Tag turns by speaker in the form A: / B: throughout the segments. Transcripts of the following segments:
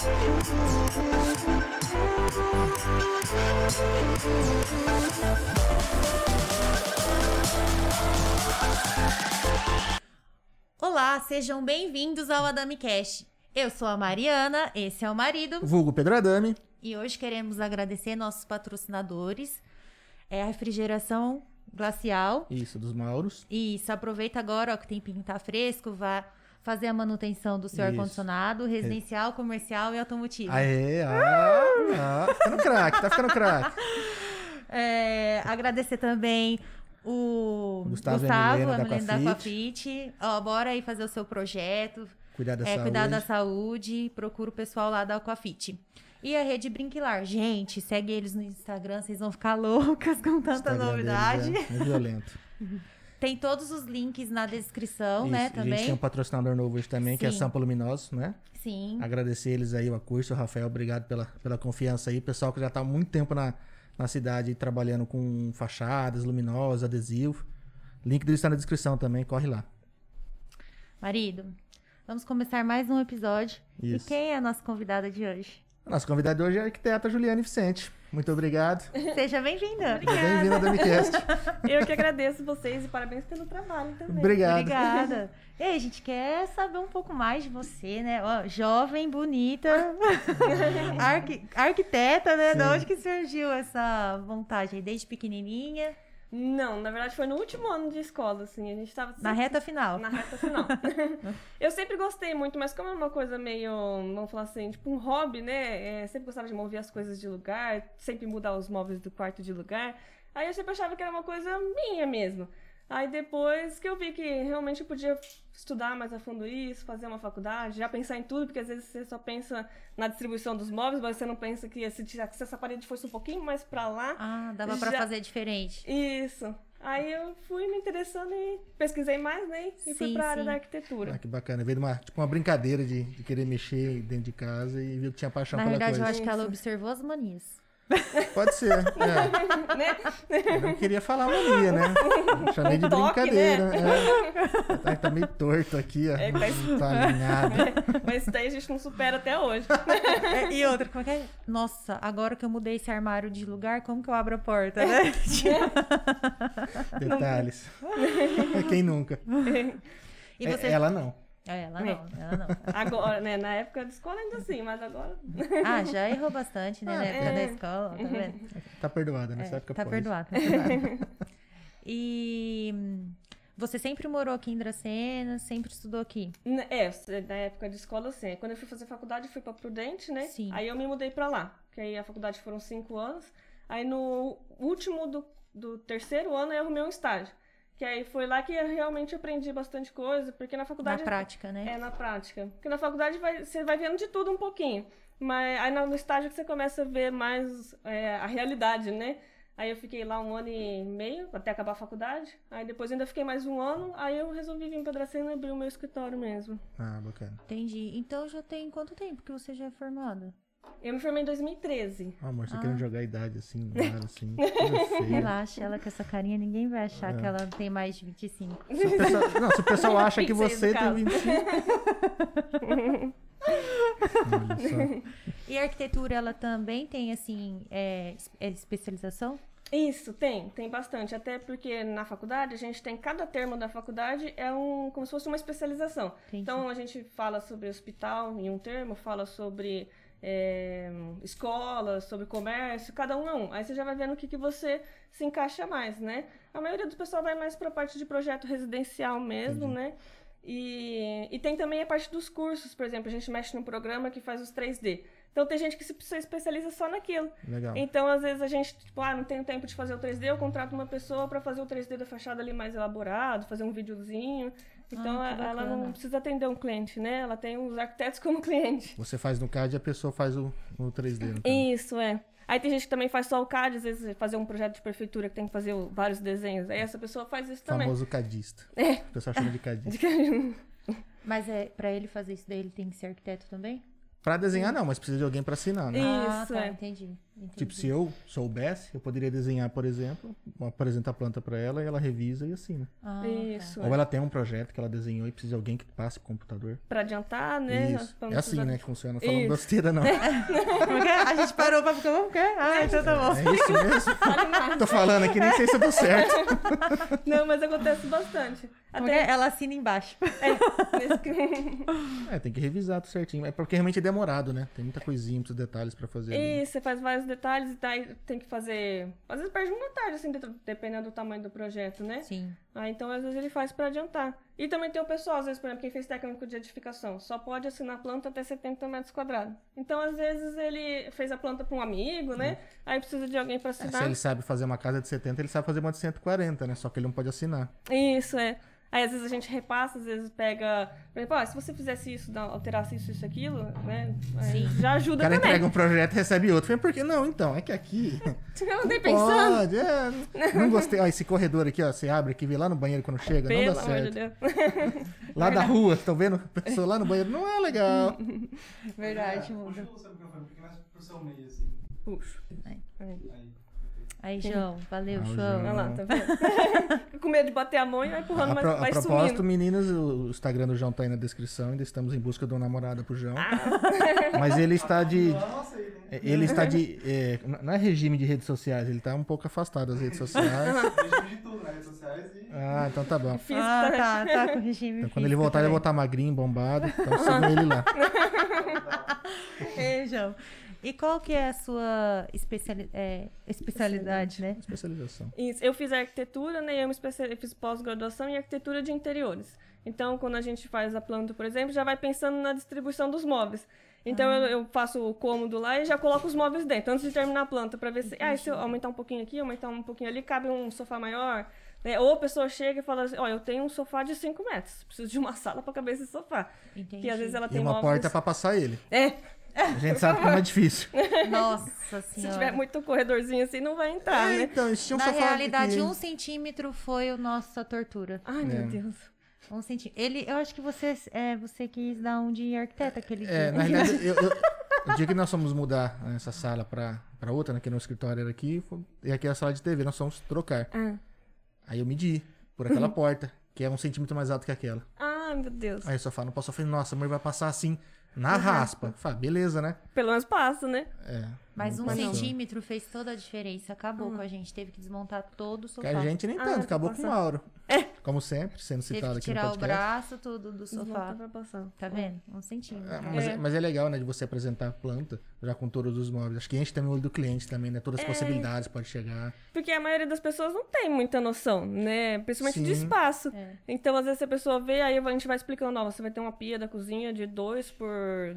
A: Olá, sejam bem-vindos ao Adami Cash. Eu sou a Mariana, esse é o marido.
B: Vulgo Pedro Adami.
A: E hoje queremos agradecer nossos patrocinadores. É a refrigeração glacial.
B: Isso, dos Mauros.
A: Isso, aproveita agora ó, que o tempinho tá fresco, vá fazer a manutenção do seu ar-condicionado, residencial, comercial e automotivo.
B: Tá ficando craque.
A: Agradecer também o Gustavo, a Milena da Aquafit. Ó, bora aí fazer o seu projeto.
B: Cuidar
A: da saúde. Procura o pessoal lá da Aquafit. E a Rede Brinquilar. Gente, segue eles no Instagram, vocês vão ficar loucas com tanta novidade.
B: É violento.
A: Tem todos os links na descrição, né, também.
B: A gente tem um patrocinador novo hoje também, que é a Sampa Luminosos, né?
A: Sim.
B: Agradecer eles aí, o Acurso, o Rafael, obrigado pela confiança aí. Pessoal que já tá há muito tempo na cidade trabalhando com fachadas, luminosas, adesivo. Link deles está na descrição também, corre lá.
A: Marido, vamos começar mais um episódio.
B: Isso.
A: E quem é a nossa convidada de hoje?
B: A nossa convidada de hoje é a arquiteta Juliane Vicente. Muito obrigado.
A: Seja bem-vinda.
B: Bem-vinda ao DamiCast.
C: Eu que agradeço vocês e parabéns pelo trabalho também.
B: Obrigado.
A: Obrigada. E aí, a gente quer saber um pouco mais de você, né? Ó, jovem, bonita, arquiteta, né?
B: Sim.
A: De onde que surgiu essa vontade aí? Desde pequenininha?
C: Não, na verdade foi no último ano de escola, assim, a gente tava...
A: Na reta final.
C: Na reta final. Eu sempre gostei muito, mas como é uma coisa meio, vamos falar assim, tipo um hobby, né? Sempre gostava de mover as coisas de lugar, sempre mudar os móveis do quarto de lugar. Aí eu sempre achava que era uma coisa minha mesmo. Aí depois que eu vi que realmente eu podia estudar mais a fundo isso, fazer uma faculdade, já pensar em tudo, porque às vezes você só pensa na distribuição dos móveis, mas você não pensa que se essa parede fosse um pouquinho mais pra lá...
A: dava pra fazer diferente.
C: Isso. Aí eu fui me interessando e pesquisei mais, né? E fui pra área da arquitetura.
B: Que bacana. Veio de uma brincadeira de querer mexer dentro de casa e viu que tinha paixão pela coisa.
A: Na verdade, eu acho que ela observou as manias.
B: Pode ser,
C: né?
B: Eu não queria falar mania, né? Chamei de brincadeira. Né? Tá meio torto aqui, ó. Não tá alinhado.
C: Mas isso daí a gente não supera até hoje.
A: E outra, como é que é? Nossa, agora que eu mudei esse armário de lugar, como que eu abro a porta, né?
B: Detalhes. Quem nunca?
A: E você...
B: Ela não.
A: Ela não.
C: Agora, né? Na época da escola ainda assim, mas agora...
A: já errou bastante, né? Na época da escola, tá vendo?
B: Tá perdoada, nessa época
A: tá
B: pode.
A: Perdoado. E você sempre morou aqui em Dracena, sempre estudou aqui?
C: Na época de escola, sim. Quando eu fui fazer faculdade, eu fui pra Prudente, né?
A: Sim.
C: Aí eu me mudei pra lá, que aí a faculdade foram 5 anos. Aí no último do terceiro ano eu arrumei um estágio. Que aí foi lá que eu realmente aprendi bastante coisa, porque na faculdade...
A: Na prática, né?
C: Na prática. Porque na faculdade você vai vendo de tudo um pouquinho. Mas aí no estágio que você começa a ver mais a realidade, né? Aí eu fiquei lá 1 ano e meio, até acabar a faculdade. Aí depois ainda fiquei mais 1 ano, aí eu resolvi vir pra Dracena e abrir o meu escritório mesmo.
B: Bacana.
A: Entendi. Então já tem quanto tempo que você já é formada?
C: Eu me formei em 2013.
B: Amor, você querendo jogar a idade assim, no ar, assim.
A: Relaxa, ela com essa carinha, ninguém vai achar que ela tem mais de 25.
B: Se o pessoal acha que você tem 25...
A: E a arquitetura, ela também tem, assim, especialização?
C: Isso, tem bastante. Até porque na faculdade, a gente tem, cada termo da faculdade como se fosse uma especialização.
A: Entendi.
C: Então, a gente fala sobre hospital em um termo, fala sobre... escola, sobre comércio, cada um é um. Aí você já vai vendo o que você se encaixa mais, né? A maioria do pessoal vai mais para a parte de projeto residencial mesmo, né? E tem também a parte dos cursos, por exemplo, a gente mexe num programa que faz os 3D. Então tem gente que se especializa só naquilo.
B: Legal.
C: Então, às vezes, a gente, não tenho tempo de fazer o 3D, eu contrato uma pessoa para fazer o 3D da fachada ali mais elaborado, fazer um videozinho. Então, ela não precisa atender um cliente, né? Ela tem os arquitetos como cliente.
B: Você faz no CAD e a pessoa faz o 3D.
C: Isso, Aí tem gente que também faz só o CAD, às vezes fazer um projeto de prefeitura que tem que fazer vários desenhos. Aí essa pessoa faz isso também.
B: Famoso cadista. O pessoal chama de cadista.
A: Mas pra ele fazer isso daí, ele tem que ser arquiteto também?
B: Pra desenhar não, mas precisa de alguém pra assinar, né?
C: Isso,
A: tá,
C: é.
A: entendi.
B: Tipo, se eu soubesse, eu poderia desenhar, por exemplo, apresentar a planta pra ela e ela revisa e assina.
C: Isso.
B: Ou ela tem um projeto que ela desenhou e precisa de alguém que passe pro computador.
C: Pra adiantar, né?
B: Isso.
C: Pra
B: É
C: não
B: assim,
C: precisar-
B: né, que funciona. Falando
C: Isso.
B: besteira, não.
A: Como que é? A gente parou pra ficar, como que é? Ah, então tá bom.
B: É isso mesmo? Tô falando aqui, nem sei se eu tô certo.
C: Não, mas acontece bastante.
A: Como que é?
C: Até
A: Ela assina embaixo.
C: nesse que-
B: É, tem que revisar tudo certinho. É porque realmente é demorado, né? Tem muita coisinha, muitos detalhes pra fazer. ali.
C: E você faz vários detalhes e daí tem que fazer. Às vezes perde uma tarde, assim, dependendo do tamanho do projeto, né?
A: Sim.
C: Ah, então às vezes ele faz pra adiantar. E também tem o pessoal, às vezes, por exemplo, quem fez técnico de edificação, só pode assinar planta até 70 metros quadrados. Então, às vezes, ele fez a planta pra um amigo, né? Aí precisa de alguém pra
B: É, se
C: assinar.
B: ele sabe fazer uma casa de 70, ele sabe fazer uma de 140, né? Só que ele não pode assinar.
C: Isso, é. Aí às vezes a gente repassa, às vezes pega. Por exemplo, se você fizesse isso, alterasse isso, aquilo, né?
A: Sim.
C: Já
B: O
C: ajuda
B: cara
C: também.
B: entrega um projeto e recebe outro. Falei, por que não? Então, é que aqui.
C: Eu andei pensando.
B: Pode, não gostei. Ó, esse corredor aqui, ó, você abre aqui, vê lá no banheiro quando chega,
C: Pelo
B: não dá
C: amor de
B: certo.
C: Deus.
B: Lá da rua, estão vendo? A pessoa lá no banheiro, não é legal.
A: Verdade,
D: Puxa
A: muda.
D: o seu microfone um pouquinho mais pro seu meio, assim.
C: Puxo.
D: Aí.
A: Aí, João, valeu,
B: Ah, o
A: João.
C: Olha lá, tá vendo? Fico com medo de bater a mão e vai empurrando, mas
B: A
C: vai
B: propósito,
C: sumindo.
B: meninas, o Instagram do João tá aí na descrição. Ainda estamos em busca de uma namorada pro João.
C: Ah.
B: Mas ele está de.
D: Nossa, aí, né?
B: Ele está de. Não é regime de redes sociais, ele tá um pouco afastado das redes sociais.
D: Regime de tudo nas redes sociais e...
B: Ah, então tá bom.
C: Físico,
A: Ah, tá com regime
B: Então, quando ele voltar, ele vai voltar magrinho, bombado. Então sigam ele lá.
A: Ei, João. E qual que é a sua especialidade, né?
B: Especialização.
C: Isso. Eu fiz arquitetura, né? Eu fiz pós-graduação em arquitetura de interiores. Então, quando a gente faz a planta, por exemplo, já vai pensando na distribuição dos móveis. Então, eu faço o cômodo lá e já coloco os móveis dentro, antes de terminar a planta, para ver se, se eu aumentar um pouquinho aqui, aumentar um pouquinho ali, cabe um sofá maior. Né? Ou a pessoa chega e fala assim, eu tenho um sofá de 5 metros, preciso de uma sala para caber esse sofá.
A: Entendi.
C: Que às vezes ela
B: E
C: tem
B: uma
C: móveis...
B: porta pra passar ele.
C: É,
B: A gente sabe como é difícil.
A: Nossa
C: se
A: senhora.
C: tiver muito corredorzinho assim, não vai entrar, né?
B: Então, eles tinham um
A: Na
B: sofá
A: realidade,
B: aqui.
A: 1 centímetro foi a nossa tortura.
C: Ai, meu Deus.
A: 1 centímetro. Eu acho que você quis dar um de arquiteta aquele dia.
B: Na realidade, o dia que nós fomos mudar essa sala pra outra, né, que no escritório era aqui, e aqui é a sala de TV, nós fomos trocar. Aí eu medi por aquela porta, que é 1 centímetro mais alto que aquela.
C: Ai, meu Deus.
B: Aí o sofá não passou, eu falei, nossa, amor, vai passar assim, na raspa. Falei, beleza, né?
C: Pelo menos passa, né?
A: Mas 1
B: Não passou.
A: centímetro fez toda a diferença. Acabou com a gente. Teve que desmontar todo o
B: Que
A: sofá.
B: a gente nem tanto, acabou com o Mauro. Como sempre, sendo
A: Teve
B: citado
A: que
B: aqui no
A: tirar o
B: podcast.
A: braço, tudo do sofá.
C: Desmonta pra passar.
A: Tá vendo? 1 centímetro.
B: Mas é legal, né, de você apresentar a planta já com todos os móveis. Acho que enche também o olho do cliente também, né? Todas as possibilidades pode chegar.
C: Porque a maioria das pessoas não tem muita noção, né? Principalmente de
B: Sim.
C: espaço.
A: É.
C: Então, às vezes, a pessoa vê, aí a gente vai explicando, você vai ter uma pia da cozinha de 2 por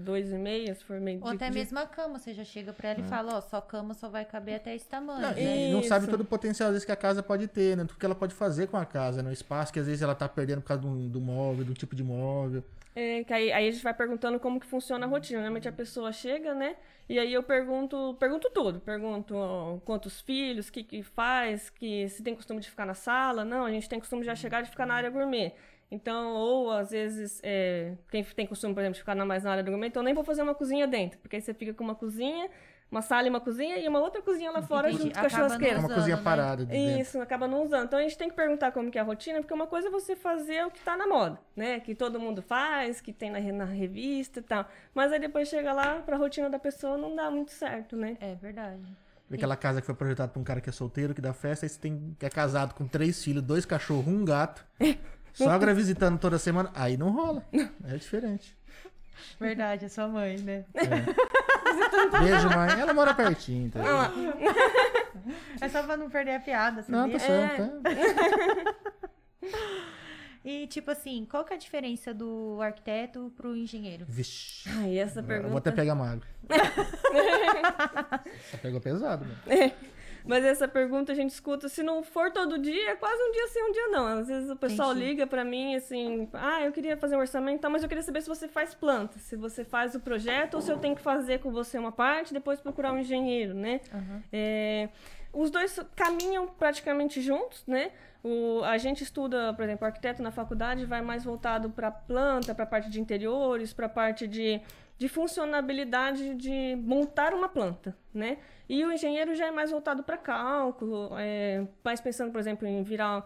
C: 2,5, se for meio
A: Ou até mesmo a cama. Você já chega pra ela e fala, sua cama só vai caber até esse tamanho.
B: Não,
A: né?
B: e não
C: Isso.
B: sabe todo o potencial às vezes que a casa pode ter, né? Tudo que ela pode fazer com a casa, né? O espaço que às vezes ela tá perdendo por causa do móvel, do tipo de móvel.
C: Que aí a gente vai perguntando como que funciona a rotina. Normalmente a pessoa chega, né? E aí eu pergunto tudo. Pergunto quantos filhos, o que faz, se tem costume de ficar na sala. Não, a gente tem costume de já chegar de ficar na área gourmet. Então, ou às vezes, quem tem costume, por exemplo, de ficar mais na área do gourmet, então nem vou fazer uma cozinha dentro. Porque aí você fica com uma cozinha, uma sala e uma cozinha, e uma outra cozinha lá fora
A: Entendi.
C: junto com a
A: Acaba
C: churrasqueira.
B: É uma
A: usando,
B: cozinha
A: né?
B: parada de dentro.
C: Isso, acaba não usando. Então a gente tem que perguntar como que é a rotina, porque uma coisa é você fazer o que tá na moda, né? Que todo mundo faz, que tem na revista e tal. Mas aí depois chega lá, pra rotina da pessoa, não dá muito certo, né?
A: É verdade.
B: Aquela casa que foi projetada pra um cara que é solteiro, que dá festa, aí você que é casado com 3 filhos, 2 cachorros, um gato. Sogra visitando toda semana, aí não rola. É diferente.
A: Verdade, é sua mãe, né?
B: Beijo, mãe. Ela mora pertinho, tá?
A: É só pra não perder a piada, sabia?
B: Não, tá certo.
A: E, tipo assim, qual que é a diferença do arquiteto pro engenheiro?
B: Vixe.
C: Ai, essa
B: Eu
C: pergunta...
B: vou até pegar magro. Você pegou pesado, né?
C: Mas essa pergunta a gente escuta, se não for todo dia, é quase um dia sim, um dia não. Às vezes o pessoal
A: Entendi.
C: liga pra mim, assim, eu queria fazer um orçamento, tá, mas eu queria saber se você faz planta, se você faz o projeto ou se eu tenho que fazer com você uma parte e depois procurar um engenheiro, né?
A: Aham.
C: os dois caminham praticamente juntos, né? A gente estuda, por exemplo, o arquiteto na faculdade vai mais voltado para planta, para a parte de interiores, para a parte de funcionabilidade de montar uma planta, né? E o engenheiro já é mais voltado para cálculo, mais pensando, por exemplo, em virar...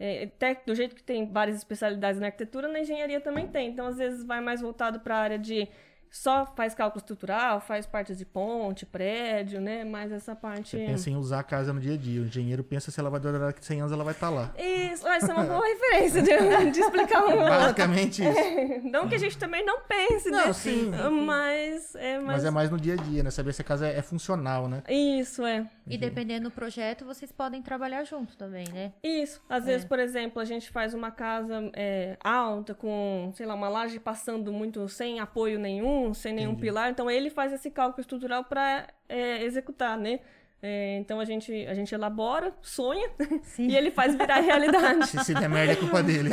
C: do jeito que tem várias especialidades na arquitetura, na engenharia também tem. Então, às vezes, vai mais voltado para a área de... Só faz cálculo estrutural, faz partes de ponte, prédio, né? Mas essa parte...
B: Você pensa em usar a casa no dia a dia. O engenheiro pensa se ela vai durar 100 anos, ela vai estar lá.
C: Isso, essa é uma boa referência de explicar um
B: Basicamente isso.
C: Não que a gente também não pense,
B: Não,
C: né?
B: sim.
C: Mas
B: é mais no dia a dia, né? Saber se a casa é funcional, né?
C: Isso, é.
A: E dependendo do projeto, vocês podem trabalhar junto também, né?
C: Isso. Às vezes, por exemplo, a gente faz uma casa alta, com, sei lá, uma laje passando muito sem apoio nenhum, sem nenhum pilar. Então, ele faz esse cálculo estrutural para executar, né? Então, a gente elabora, sonha,
A: Sim.
C: e ele faz virar realidade.
B: Se der merda, é culpa dele.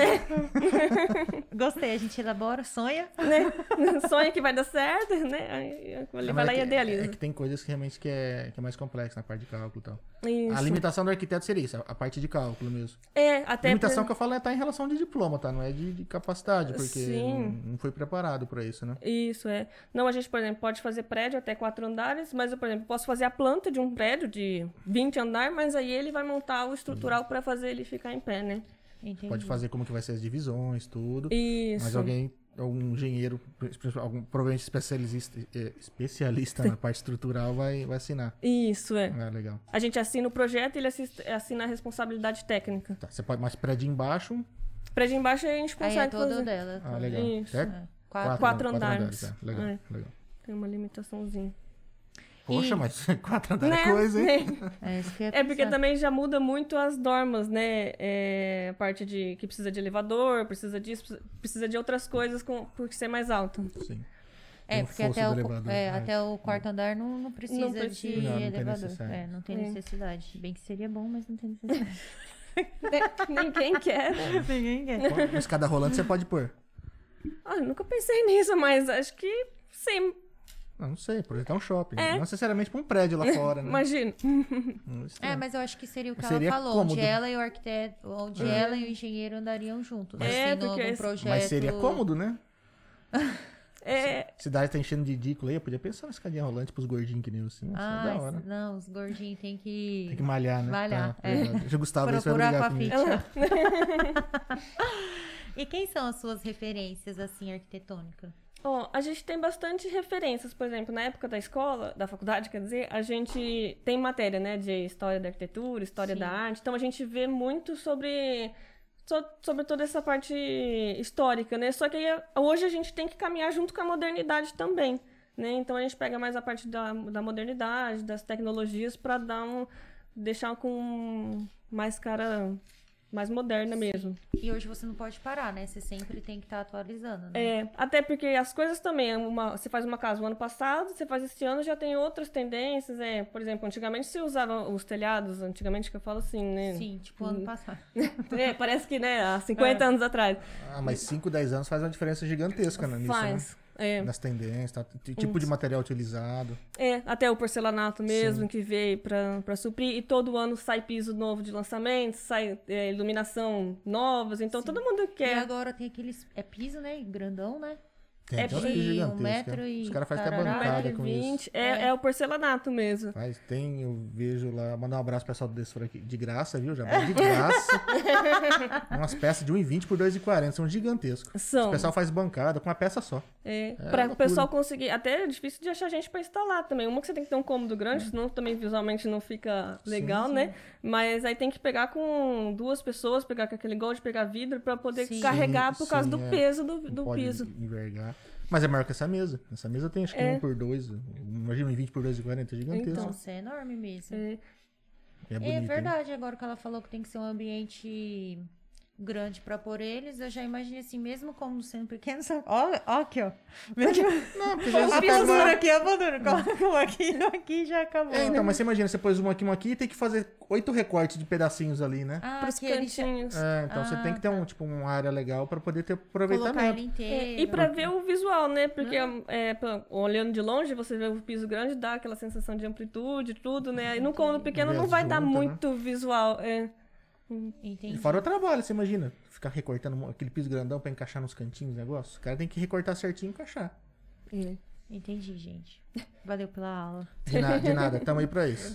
A: Gostei, a gente elabora, sonha.
C: Né? Sonha que vai dar certo, né? Aí ele vai lá e idealiza.
B: É que tem coisas que realmente que é mais complexa na parte de cálculo e tal.
C: Isso.
B: A limitação do arquiteto seria isso, a parte de cálculo mesmo.
C: Até
B: Limitação que eu falo tá em relação de diploma, tá? Não é de capacidade, porque
C: Sim.
B: não foi preparado pra isso, né?
C: Isso, Não, a gente, por exemplo, pode fazer prédio até 4 andares, mas eu, por exemplo, posso fazer a planta de um prédio de 20 andares, mas aí ele vai montar o estrutural para fazer ele ficar em pé, né?
A: Entendi.
B: Pode fazer como que vai ser as divisões, tudo.
C: Isso.
B: Mas algum engenheiro, provavelmente especialista na parte estrutural, vai assinar.
C: Isso,
B: Legal.
C: A gente assina o projeto e ele assina a responsabilidade técnica.
B: Tá, você pode mais prédio embaixo.
C: Prédio embaixo a gente
A: Aí
C: consegue
A: é todo
C: fazer.
A: dela.
B: Ah, legal.
C: Isso.
B: Certo?
C: 4 andares.
B: Legal,
C: É.
B: legal.
C: Tem uma limitaçãozinha.
B: Poxa, mas 4 andares é coisa, hein?
A: Isso que eu ia
C: É porque
A: pensar.
C: também já muda muito as normas, né? A parte de que precisa de elevador, precisa disso, precisa de outras coisas por ser mais alto.
B: Sim. Tem
A: Porque
B: força
A: até
B: do
A: o,
B: elevador,
A: até o quarto andar não precisa,
C: Não precisa.
A: de
B: Não tem
A: elevador.
B: necessidade.
A: Não tem necessidade. Bem que seria bom, mas não tem necessidade.
C: Ninguém quer.
A: Ninguém quer.
B: Uma escada rolante você pode pôr.
C: Eu nunca pensei nisso, mas acho que sim.
B: Não sei, projetar um shopping.
C: É.
B: Não necessariamente pra um prédio lá fora, né?
C: Imagina.
A: Mas eu acho que seria o que
B: Seria
A: ela falou,
B: cômodo.
A: onde ela e o arquiteto, onde ela e o engenheiro andariam juntos.
C: É,
A: Assim, no
C: porque
A: algum
C: esse-
A: projeto.
B: Mas seria cômodo, né?
C: É,
B: Cidade tá enchendo de ridículo aí, eu podia pensar uma escadinha rolante pros gordinhos que nem eu, assim. Isso é da hora.
A: Não, os gordinhos tem que...
B: Tem que malhar, né?
A: Malhar,
B: Tá, verdade. Já Gustavo, isso vai
A: procurar
B: brigar
A: com a
B: comigo.
A: E quem são as suas referências, assim, arquitetônicas?
C: a gente tem bastante referências, por exemplo, na época da escola, da faculdade, quer dizer, a gente tem matéria, né, de história da arquitetura, história
A: Sim.
C: da arte, então a gente vê muito sobre toda essa parte histórica, né, só que aí, hoje a gente tem que caminhar junto com a modernidade também, né, então a gente pega mais a parte da modernidade, das tecnologias, para deixar com mais cara mais moderna mesmo.
A: E hoje você não pode parar, né? Você sempre tem que estar atualizando, né?
C: Até porque as coisas também, você faz uma casa o ano passado, você faz esse ano, já tem outras tendências, por exemplo, antigamente se usava os telhados, antigamente que eu falo assim, né?
A: Sim, tipo ano passado.
C: Parece que, né, há 50 anos atrás.
B: Ah, mas 5, 10 anos faz uma diferença gigantesca, né? Nisso,
C: Faz.
B: né? Nas tendências, tá? Tipo de material utilizado.
C: Até o porcelanato mesmo, que veio pra suprir, e todo ano sai piso novo de lançamento, sai iluminação novas, então todo mundo
A: E
C: quer.
A: agora tem aqueles... É piso, né? Grandão, né?
B: Tem uns pisos gigantescos.
A: 1 metro e
B: Os caras fazem até
A: tarará.
B: bancada com isso.
C: 1,20 m, é o porcelanato mesmo.
B: Eu vejo lá, mandar um abraço pro pessoal do Desfor aqui, de graça, viu? Já vai de graça. Umas peças de 1,20 por 2,40, são gigantescos.
C: São.
B: O pessoal faz bancada com uma peça só.
C: Pra o
B: loucura.
C: pessoal conseguir. Até é difícil de achar gente pra instalar também. Uma que você tem que ter um cômodo grande, senão também visualmente não fica legal, né? Mas aí tem que pegar com 2 pessoas, pegar com aquele gold, pegar vidro pra poder carregar por causa do peso do
B: Pode
C: piso.
B: envergar. Mas é maior que essa mesa. Essa mesa tem acho que 1 por 2. Imagina 1,20 por 2,40, gigantesco.
A: Então, você é enorme mesmo.
B: É bonito,
A: É
B: hein?
A: verdade, agora que ela falou que tem que ser um ambiente grande pra pôr eles, eu já imaginei assim, mesmo como sendo pequeno, ó aqui, ó. Mesmo...
B: Não, porque já
A: A
B: você pega
A: postura
B: uma...
A: aqui, a postura. Coloca um aqui já acabou.
B: Então, mas você imagina, você pôs um aqui e tem que fazer 8 recortes de pedacinhos ali, né?
C: Pros cantinhos.
B: Então você tem que ter uma área legal pra poder ter
A: Colocar
B: aproveitamento.
A: ele inteiro.
C: E pra ver o visual, né? Porque olhando de longe, você vê o piso grande, dá aquela sensação de amplitude, tudo, né? E no cômodo pequeno
B: Vê
C: não
B: as
C: vai dar
B: juntas, né?
C: muito visual.
A: Entendi.
B: E fora o trabalho, você imagina. Ficar recortando aquele piso grandão pra encaixar nos cantinhos o negócio. O cara tem que recortar certinho e encaixar.
A: Entendi, gente. Valeu pela aula.
B: De nada, tamo aí pra isso.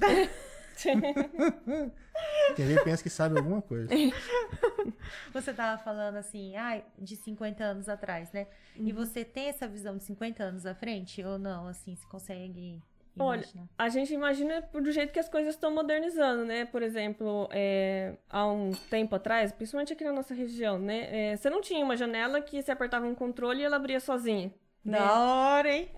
B: Quem vê pensa que sabe alguma coisa.
A: Você tava falando assim, de 50 anos atrás, né? E você tem essa visão de 50 anos à frente ou não? Assim, você consegue
C: Olha,
A: imaginar?
C: a gente imagina do jeito que as coisas estão modernizando, né? Por exemplo, há um tempo atrás, principalmente aqui na nossa região, né? Você não tinha uma janela que você apertava um controle e ela abria sozinha. Né?
A: Da hora, hein?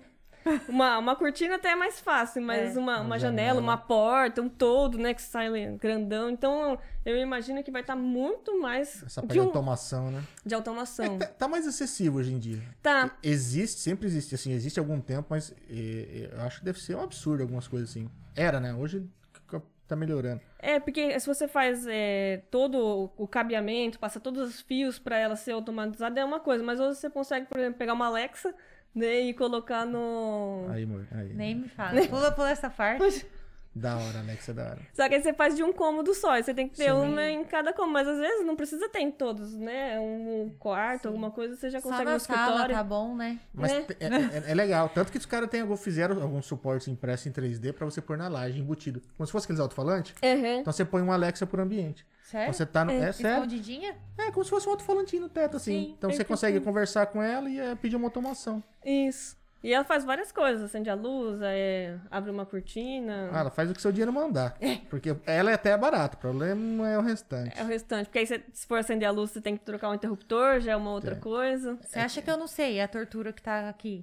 C: Uma cortina até é mais fácil, mas uma janela, uma porta, um toldo, né? Que sai grandão. Então, eu imagino que vai estar muito mais
B: Essa parte de automação, né?
C: de automação.
B: Tá mais acessível hoje em dia.
C: Tá.
B: Existe, sempre existe, assim, existe há algum tempo, mas eu acho que deve ser um absurdo algumas coisas assim. Era, né? Hoje tá melhorando.
C: Porque se você faz todo o cabeamento, passa todos os fios para ela ser automatizada, é uma coisa. Mas hoje você consegue, por exemplo, pegar uma Alexa, né, e colocar no...
B: Aí, amor, aí.
A: Nem me fala. Pula essa parte.
B: Da hora, Alexa, da hora.
C: Só que aí você faz de um cômodo só, aí você tem que ter
B: Sim.
C: uma em cada cômodo. Mas às vezes não precisa ter em todos, né? Um quarto, alguma coisa, você já
A: Só
C: consegue
A: na
C: no
A: sala,
C: escritório.
A: tá bom, né?
B: Mas é legal. Tanto que os caras fizeram alguns suportes impressos em 3D pra você pôr na laje, embutido. Como se fosse aqueles alto-falantes.
C: Uhum.
B: Então você põe um Alexa por ambiente.
A: Sério?
B: Você tá no... É sério.
A: Escondidinha?
B: É como se fosse um alto-falantinho no teto, assim.
A: Sim,
B: Então você
C: tem
B: consegue
C: que-
B: conversar com ela e pedir uma automação.
C: Isso. E ela faz várias coisas, acende a luz, abre uma cortina.
B: Ela faz o que seu dinheiro mandar. Porque ela até é barata, o problema é o restante.
C: É o restante. Porque aí, se for acender a luz, você tem que trocar um interruptor, já é uma outra coisa.
A: Você acha que eu não sei a tortura que tá aqui?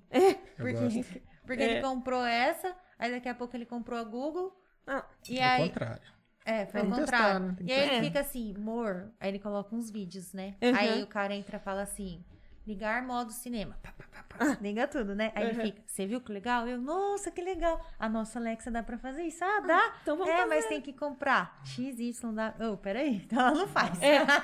A: Porque ele comprou essa, aí daqui a pouco ele comprou a Google,
C: Ah,
A: e
B: Ao
A: aí...
B: contrário.
A: Foi
B: Tem
A: o
B: que
A: contrário.
B: testar, né? Tem
A: E
B: que
A: aí
C: testar.
A: ele fica assim, amor. Aí ele coloca uns vídeos, né?
C: Uhum.
A: Aí o cara entra e fala assim, ligar modo cinema. Pá, pá, pá, pá. Liga tudo, né? Aí ele fica, você viu que legal? Eu, nossa, que legal. A nossa Alexa dá pra fazer isso? Ah, dá?
C: então vamos fazer.
A: Mas tem que comprar. XY dá. Oh, peraí. Então ela não faz.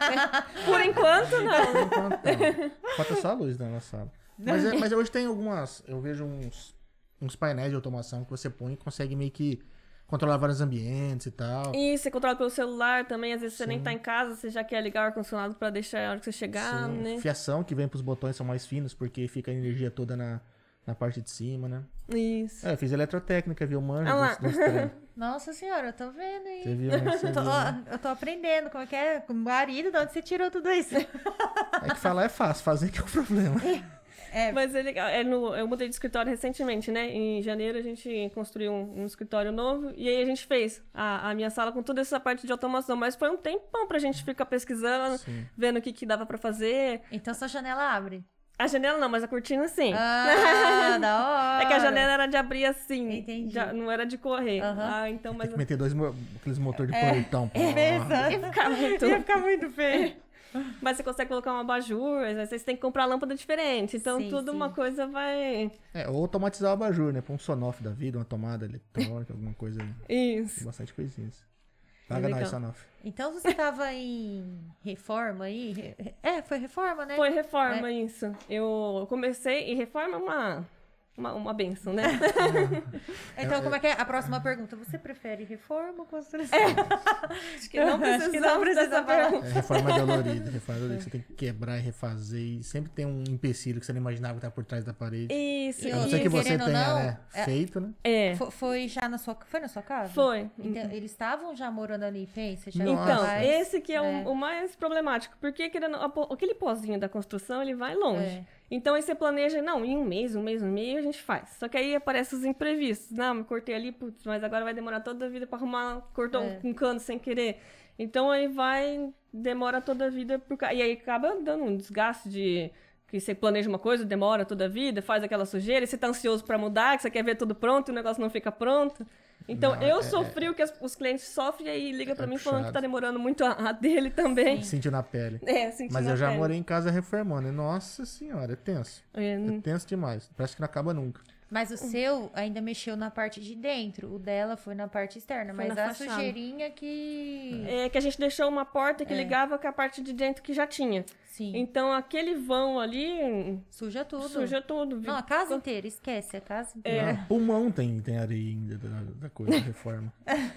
C: Por enquanto, não.
B: Enquanto não. Falta só a luz na sala. Mas hoje tem algumas... Eu vejo uns painéis de automação que você põe e consegue meio que controlar vários ambientes e tal.
C: E você controla pelo celular também, às vezes você nem tá em casa, você já quer ligar o ar-condicionado pra deixar a hora que você chegar,
B: Sim.
C: né?
B: Fiação que vem pros botões são mais finos, porque fica a energia toda na parte de cima, né?
C: Isso.
B: Eu fiz eletrotécnica, viu? Manjo
C: Ah lá.
B: dos trem.
A: Nossa senhora, eu tô vendo aí.
B: Você viu, né? Você viu, né?
A: Eu tô aprendendo como é que é. Com marido, de onde você tirou tudo isso?
B: É que falar é fácil, fazer que é o problema.
C: Mas é legal. Eu mudei de escritório recentemente, né? Em janeiro a gente construiu um escritório novo e aí a gente fez a minha sala com toda essa parte de automação. Mas foi um tempão pra gente ficar pesquisando,
B: Sim.
C: vendo o que dava pra fazer.
A: Então sua janela abre.
C: A janela não, mas a cortina sim.
A: Ah, da hora.
C: É que a janela era de abrir assim.
A: Entendi.
C: Não era de correr.
A: Aham.
C: Então,
B: Tem
C: mas
B: que meter aqueles motores de portão.
A: Pesado.
C: ia ficar muito.
A: Ia ficar muito feio.
C: Mas você consegue colocar um abajur, às vezes você tem que comprar lâmpada diferente. Então,
A: Sim,
C: tudo
A: sim.
C: uma coisa vai...
B: Ou automatizar o abajur, né? Põe um sonoff da vida, uma tomada eletrônica, alguma coisa. Tem
C: Isso.
B: bastante coisinhas. Paga
C: legal.
B: nós, sonoff.
A: Então você tava em reforma aí? Foi reforma, né?
C: Foi reforma, isso. Eu comecei... E reforma é uma benção, né?
A: Então, como é que é? A próxima pergunta. Você prefere reforma ou construção?
C: Acho que não precisamos
A: que não precisa
C: dessa
A: falar.
C: pergunta.
B: Reforma dolorida. Reforma dolorida que você tem que quebrar e refazer. E sempre tem um empecilho que você não imaginava que tá por trás da parede.
C: Isso.
A: E
B: A não ser que você
A: querendo ou
B: tenha,
A: não,
B: né, feito, né?
C: É.
A: Foi já na sua... Foi na sua casa?
C: Foi.
A: Então, eles estavam já morando ali, pensa? Já
B: Nossa.
C: Então,
A: faz-
C: esse que é o mais problemático. Porque aquele pozinho da construção, ele vai longe.
A: É.
C: Então, aí você planeja, não, em um mês e meio a gente faz. Só que aí aparecem os imprevistos. Não, me cortei ali, putz, mas agora vai demorar toda a vida pra arrumar, cortou um cano sem querer. Então, aí demora toda a vida. E aí acaba dando um desgaste de... Que você planeja uma coisa, demora toda a vida, faz aquela sujeira, e você tá ansioso pra mudar, que você quer ver tudo pronto e o negócio não fica pronto. Então,
B: Não,
C: eu sofri o que os clientes sofrem e aí liga pra mim falando que
B: puxado.
C: tá demorando muito a dele também.
B: Sentiu na pele.
C: Senti
B: Mas
C: na
B: eu já
C: pele.
B: morei em casa reformando. E, nossa senhora, é tenso.
C: É,
B: É tenso demais. Parece que não acaba nunca.
A: Mas o seu ainda mexeu na parte de dentro. O dela foi na parte externa.
C: Foi
A: Mas
C: na
A: a
C: fachada.
A: sujeirinha que...
C: É que a gente deixou uma porta que ligava com a parte de dentro que já tinha.
A: Sim.
C: Então, aquele vão ali
A: Suja tudo.
C: suja tudo.
A: Não, a casa inteira. Esquece a casa inteira.
B: Ah, pulmão tem areia ainda da coisa, da reforma.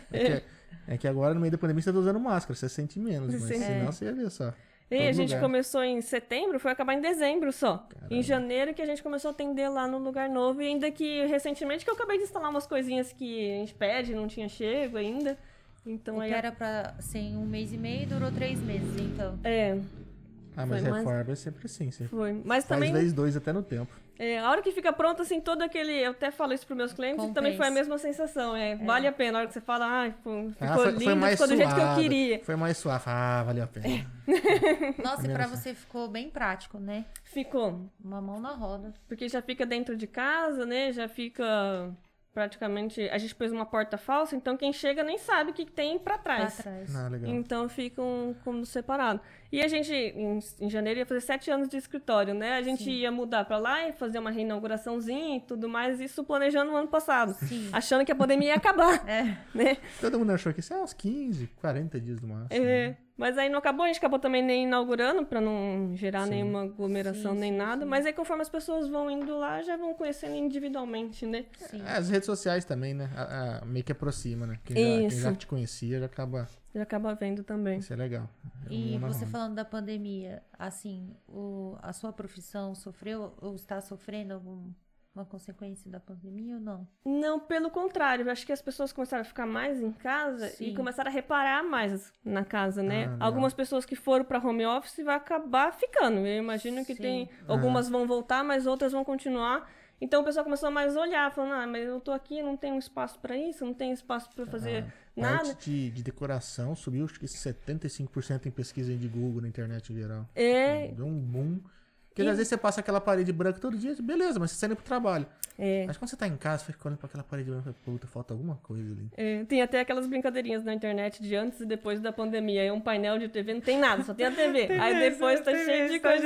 B: É que agora, no meio da pandemia, você tá usando máscara. Você sente menos. Mas
C: Sim.
B: senão você ia ver só.
C: E a
B: Todo
C: gente
B: lugar.
C: começou em setembro, foi acabar em dezembro só.
B: Caralho.
C: Em janeiro que a gente começou a atender lá no lugar novo. E ainda que recentemente que eu acabei de instalar umas coisinhas que a gente pede, não tinha chego ainda. Então
A: O
C: aí...
A: que era pra ser em 1 mês e meio, durou 3 meses, então.
C: É,
B: Ah, mas
C: Foi mais-
B: reforma é sempre assim. Você
C: foi. Mas
B: faz
C: também...
B: vezes 2 até no tempo.
C: A hora que fica pronto, assim, todo aquele... Eu até falo isso pros meus clientes,
A: Compensa.
C: também foi a mesma sensação. Vale a pena. A hora que você fala, ficou
B: Foi
C: lindo,
B: mais
C: ficou do jeito que eu
B: suave,
C: queria.
B: Foi mais suave. Ah, valeu a pena.
A: Nossa, e pra
B: Menos-
A: você ficou bem prático, né?
C: Ficou.
A: Uma mão na roda.
C: Porque já fica dentro de casa, né? Já fica praticamente... A gente pôs uma porta falsa, então quem chega nem sabe o que tem pra
A: Pra
C: trás.
A: trás.
B: Ah, legal.
C: Então ficam como separado. E a gente, em janeiro, ia fazer 7 anos de escritório, né? A gente ia mudar pra lá e fazer uma reinauguraçãozinha e tudo mais, isso planejando no ano passado.
A: Sim.
C: Achando que a pandemia ia acabar,
A: É.
C: né?
B: Todo mundo achou que isso é uns 15, 40 dias no máximo.
C: Mas aí não acabou, a gente acabou também nem inaugurando pra não gerar
B: Sim.
C: nenhuma aglomeração
A: Sim,
C: nem
A: sim,
C: nada.
A: sim.
C: Mas aí conforme as pessoas vão indo lá, já vão conhecendo individualmente, né?
A: Sim.
B: As redes sociais também, né? Meio que aproxima, né? Quem já
C: Isso.
B: te conhecia já acaba.
C: Já acaba vendo também.
B: Isso é legal. É
A: E
B: uma mão na
A: você
B: roda.
A: falando da pandemia, assim, a sua profissão sofreu ou está sofrendo alguma consequência da pandemia ou não?
C: Não, pelo contrário, eu acho que as pessoas começaram a ficar mais em casa e
A: Sim.
C: começaram a reparar mais na casa, né?
B: legal.
C: Algumas pessoas que foram para home office vai acabar ficando. Eu imagino que
A: Sim.
C: tem algumas vão voltar, mas outras vão continuar. Então o pessoal começou a mais olhar, falando: mas eu tô aqui, não tenho espaço para isso, não tenho espaço para fazer nada.
B: Parte de decoração subiu, acho que 75% em pesquisa de Google na internet em geral. Deu um boom. Porque às vezes você passa aquela parede branca todo dia, beleza, mas você sai indo pro trabalho. Mas quando você tá em casa, você fica olhando pra aquela parede branca, puta, falta alguma coisa ali.
C: Tem até aquelas brincadeirinhas na internet de antes e depois da pandemia. Aí um painel de TV não tem nada, só tem a TV. Aí depois tá cheio de coisa.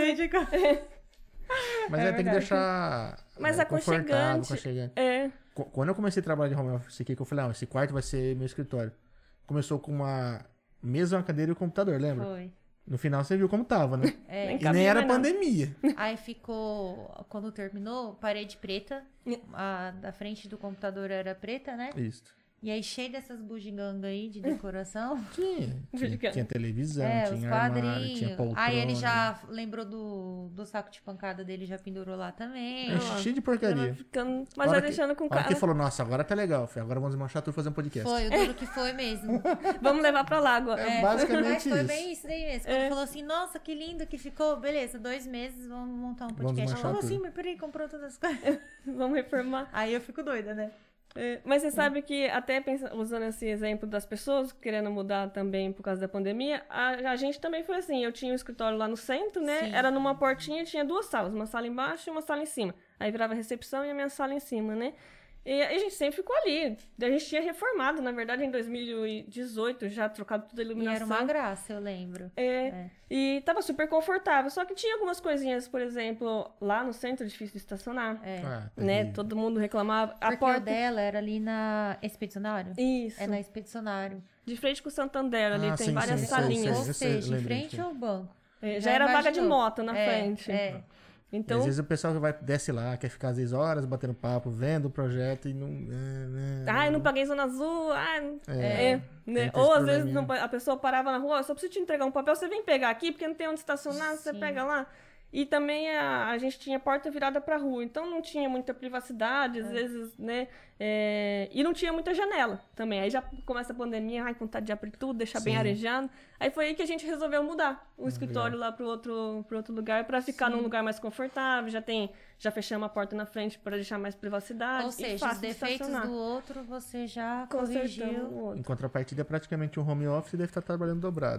B: Mas tem que deixar
C: Mas
B: confortável,
C: aconchegante.
B: Quando eu comecei a trabalhar de home office aqui, que eu falei, esse quarto vai ser meu escritório. Começou com uma mesa, uma cadeira e um computador, lembra?
A: Foi.
B: No final você viu como tava, né?
C: Nem
B: E
C: cabia
B: nem era
C: mais nada.
B: pandemia.
A: Aí ficou, quando terminou, parede preta. A da frente do computador era preta, né?
B: Isso.
A: E aí cheio dessas bugigangas aí de decoração.
B: Tinha televisão,
A: Os
B: tinha armário, tinha
A: quadrinhos.
B: poltrona.
A: Aí ele já lembrou do saco de pancada dele, já pendurou lá também.
B: Cheio de porcaria.
C: Ficando, mas
B: A hora
C: vai
B: que-
C: deixando com
B: A hora
C: cara.
B: que falou, nossa, agora tá legal. Eu falei, agora vamos desmanchar tudo e fazer um podcast.
A: Foi, o duro que foi mesmo.
C: Vamos levar pra lá agora.
B: É basicamente
A: Mas foi
B: isso.
A: bem isso daí mesmo. Quando falou assim, nossa, que lindo que ficou. Beleza, 2 meses, vamos montar um podcast.
B: desmanchar
A: Falou
B: tudo.
A: assim, mas peraí, comprou todas as coisas.
C: Vamos reformar.
A: Aí eu fico doida, né?
C: Mas você sabe que, até usando esse exemplo das pessoas querendo mudar também por causa da pandemia, a gente também foi assim. Eu tinha um escritório lá no centro, né?
A: Sim.
C: Era numa portinha, tinha 2 salas, uma sala embaixo e uma sala em cima. Aí virava a recepção e a minha sala em cima, né? E a gente sempre ficou ali. A gente tinha reformado, na verdade, em 2018, já trocado toda a
A: E
C: iluminação.
A: era uma graça, eu lembro.
C: E tava super confortável. Só que tinha algumas coisinhas, por exemplo, lá no centro, difícil de estacionar.
B: Ah,
C: Né?
B: terrível.
C: Todo mundo reclamava. A
A: Porque o
C: porta.
A: dela era ali na Expedicionário?
C: Isso.
A: É na Expedicionário.
C: De frente com o Santander, ali
B: Ah,
C: tem
B: sim,
C: várias
B: sim,
C: salinhas.
B: sim.
A: Ou seja, em
B: lembrei,
A: frente
B: sim.
A: ao banco.
C: Já era vaga de
A: imaginou?
C: moto na frente.
A: É.
C: Então,
B: Às vezes o pessoal que desce lá, quer ficar às vezes horas batendo papo, vendo o projeto e não.
C: eu não paguei zona azul. Né?
B: Tem
C: Ou às
B: esse
C: vezes
B: probleminha.
C: a pessoa parava na rua, eu só preciso te entregar um papel, você vem pegar aqui, porque não tem onde estacionar, você
A: Sim.
C: pega lá. E também a gente tinha porta virada pra rua, então não tinha muita privacidade, às vezes, né? E não tinha muita janela também. Aí já começa a pandemia, vontade de abrir tudo, deixar bem
B: Sim.
C: arejado. Aí foi aí que a gente resolveu mudar o escritório lá pro outro lugar, pra ficar num lugar mais confortável. Já fechamos a porta na frente pra deixar mais privacidade.
A: Ou
C: e
A: seja, os
C: fácil de
A: defeitos
C: estacionar.
A: do outro você já
C: Consertamos
A: corrigiu.
C: o outro.
B: Em contrapartida, é praticamente um home office e deve estar trabalhando dobrado.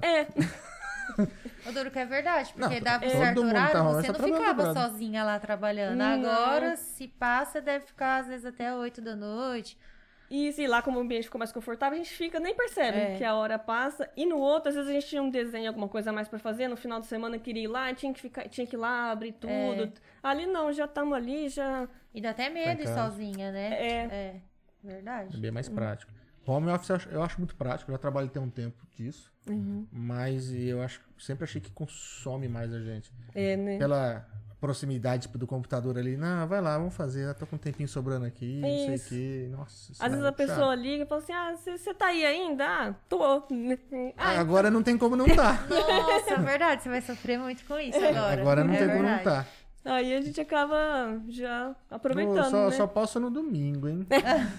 A: O duro que é verdade, porque
B: Não,
A: dava um
B: todo
A: certo
B: mundo
A: horário,
B: tá
A: você
B: só
A: não
B: trabalhando
A: ficava
B: dobrado.
A: sozinha lá trabalhando.
C: Não.
A: Agora, se passa, deve ficar às vezes até 8 da noite.
C: E se lá como o ambiente ficou mais confortável, a gente fica, nem percebe que a hora passa. E no outro, às vezes a gente tinha um desenho, alguma coisa a mais pra fazer, no final de semana queria ir lá, tinha que ir lá, abrir tudo. Ali não, já estamos ali, já...
A: E dá até medo de ir sozinha, né? É verdade.
B: É bem mais prático. Home office eu acho muito prático, eu já trabalhei tem um tempo disso. Mas eu sempre achei que consome mais a gente.
C: Né?
B: Pela proximidade do computador ali. Não, vai lá, vamos fazer. Eu tô com um tempinho sobrando aqui, não sei o quê. Nossa,
C: às vezes a pessoa liga e fala assim, você tá aí ainda? Ah, tô.
B: Agora não tem como não tá.
A: Nossa, é verdade. Você vai sofrer muito com isso agora.
B: Agora não tem como não tá.
C: Aí a gente acaba já aproveitando,
B: Só posso no domingo, hein?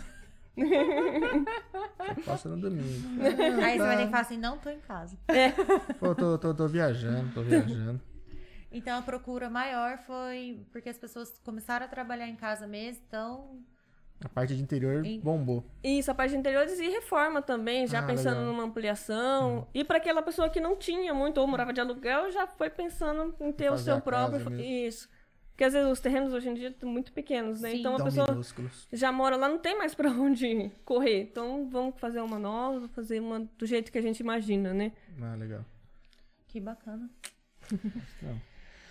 B: Só posso no domingo.
A: Aí você vai ter que falar assim, não tô em casa.
B: Pô, tô viajando.
A: Então a procura maior foi porque as pessoas começaram a trabalhar em casa mesmo, então...
B: A parte de interior bombou.
C: Isso, a parte de interiores e reforma também, já pensando numa ampliação. E para aquela pessoa que não tinha muito ou morava de aluguel, já foi pensando em ter o seu próprio... Isso. Porque às vezes os terrenos hoje em dia estão muito pequenos, né?
A: Sim.
C: Então a pessoa já mora lá, não tem mais para onde correr. Então vamos fazer uma nova, fazer uma do jeito que a gente imagina, né?
B: Ah, legal.
A: Que bacana.
B: Não.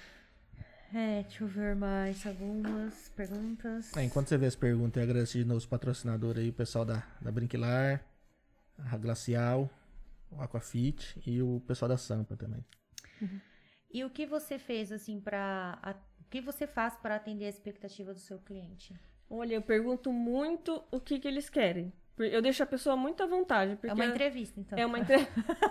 A: Deixa eu ver mais algumas perguntas.
B: Enquanto você vê as perguntas, eu agradeço de novo os patrocinadores aí, o pessoal da Brinquilar, a Glacial, o Aquafit e o pessoal da Sampa também.
A: E o que você fez, assim, o que você faz para atender a expectativa do seu cliente?
C: Olha, eu pergunto muito o que eles querem. Eu deixo a pessoa muito à vontade. Porque
A: é uma entrevista, então.
C: É uma entrevista.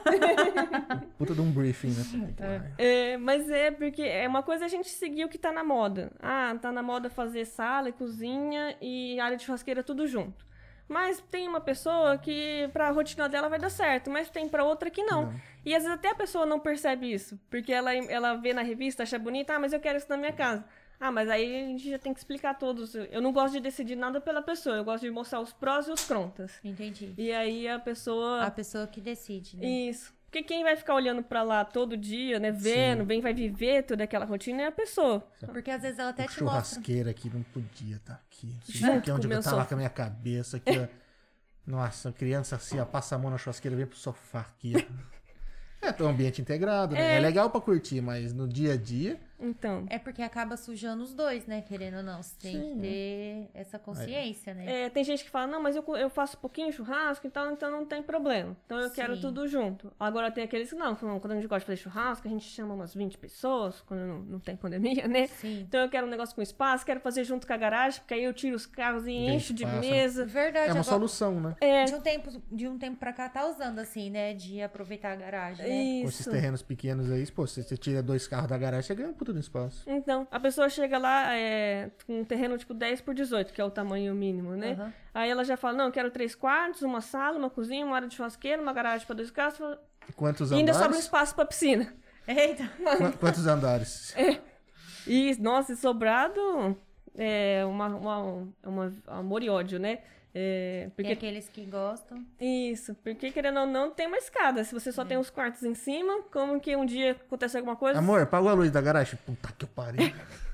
B: Puta de um briefing, né?
C: Mas é porque é uma coisa a gente seguir o que tá na moda. Ah, tá na moda fazer sala e cozinha e área de churrasqueira tudo junto. Mas tem uma pessoa que pra rotina dela vai dar certo, mas tem pra outra que não. E às vezes até a pessoa não percebe isso, porque ela vê na revista, acha bonita, mas eu quero isso na minha casa. Mas aí a gente já tem que explicar todos. Eu não gosto de decidir nada pela pessoa, eu gosto de mostrar os prós e os contras.
A: Entendi.
C: E aí a pessoa...
A: A pessoa que decide, né?
C: Isso. Porque quem vai ficar olhando pra lá todo dia, né, vendo, vai viver toda aquela rotina é a pessoa.
A: Porque às vezes ela até te mostra.
B: Churrasqueira aqui não podia estar aqui.
C: Junto
B: Aqui é onde
C: com o
B: eu
C: meu
B: tava
C: sofá.
B: com a minha cabeça aqui, ó. Nossa, criança assim, ó, passa a mão na churrasqueira e vem pro sofá aqui, ó. É um ambiente integrado, né? É legal pra curtir, mas no dia a dia...
C: Então.
A: É porque acaba sujando os dois, né? Querendo ou não. Você tem que ter essa consciência, né?
C: Tem gente que fala, não, mas eu faço pouquinho churrasco e tal, então não tem problema. Então eu quero tudo junto. Agora tem aqueles que não, quando a gente gosta de fazer churrasco, a gente chama umas 20 pessoas, quando não tem pandemia, né?
A: Sim.
C: Então eu quero um negócio com espaço, quero fazer junto com a garagem, porque aí eu tiro os carros e encho de mesa.
A: Verdade.
B: É uma
A: agora,
B: solução, né?
A: De um tempo pra cá tá usando assim, né? De aproveitar a garagem, né?
B: Com esses terrenos pequenos aí, pô, se você tira 2 carros da garagem, você ganha um puta de espaço.
C: Então, a pessoa chega lá com um terreno tipo 10 por 18, que é o tamanho mínimo, né? Aí ela já fala, não, eu quero 3 quartos, uma sala, uma cozinha, uma área de churrasqueira, uma garagem para 2 carros.
B: Quantos
C: e ainda
B: andares?
C: sobra um espaço pra piscina.
A: Eita!
B: Quantos andares?
C: E, nossa, e sobrado é uma amor e ódio, né?
A: Porque aqueles que gostam.
C: Isso, porque querendo ou não, tem uma escada. Se você só tem os quartos em cima, como que um dia acontece alguma coisa...
B: Amor, apagou a luz da garagem. Puta que eu parei.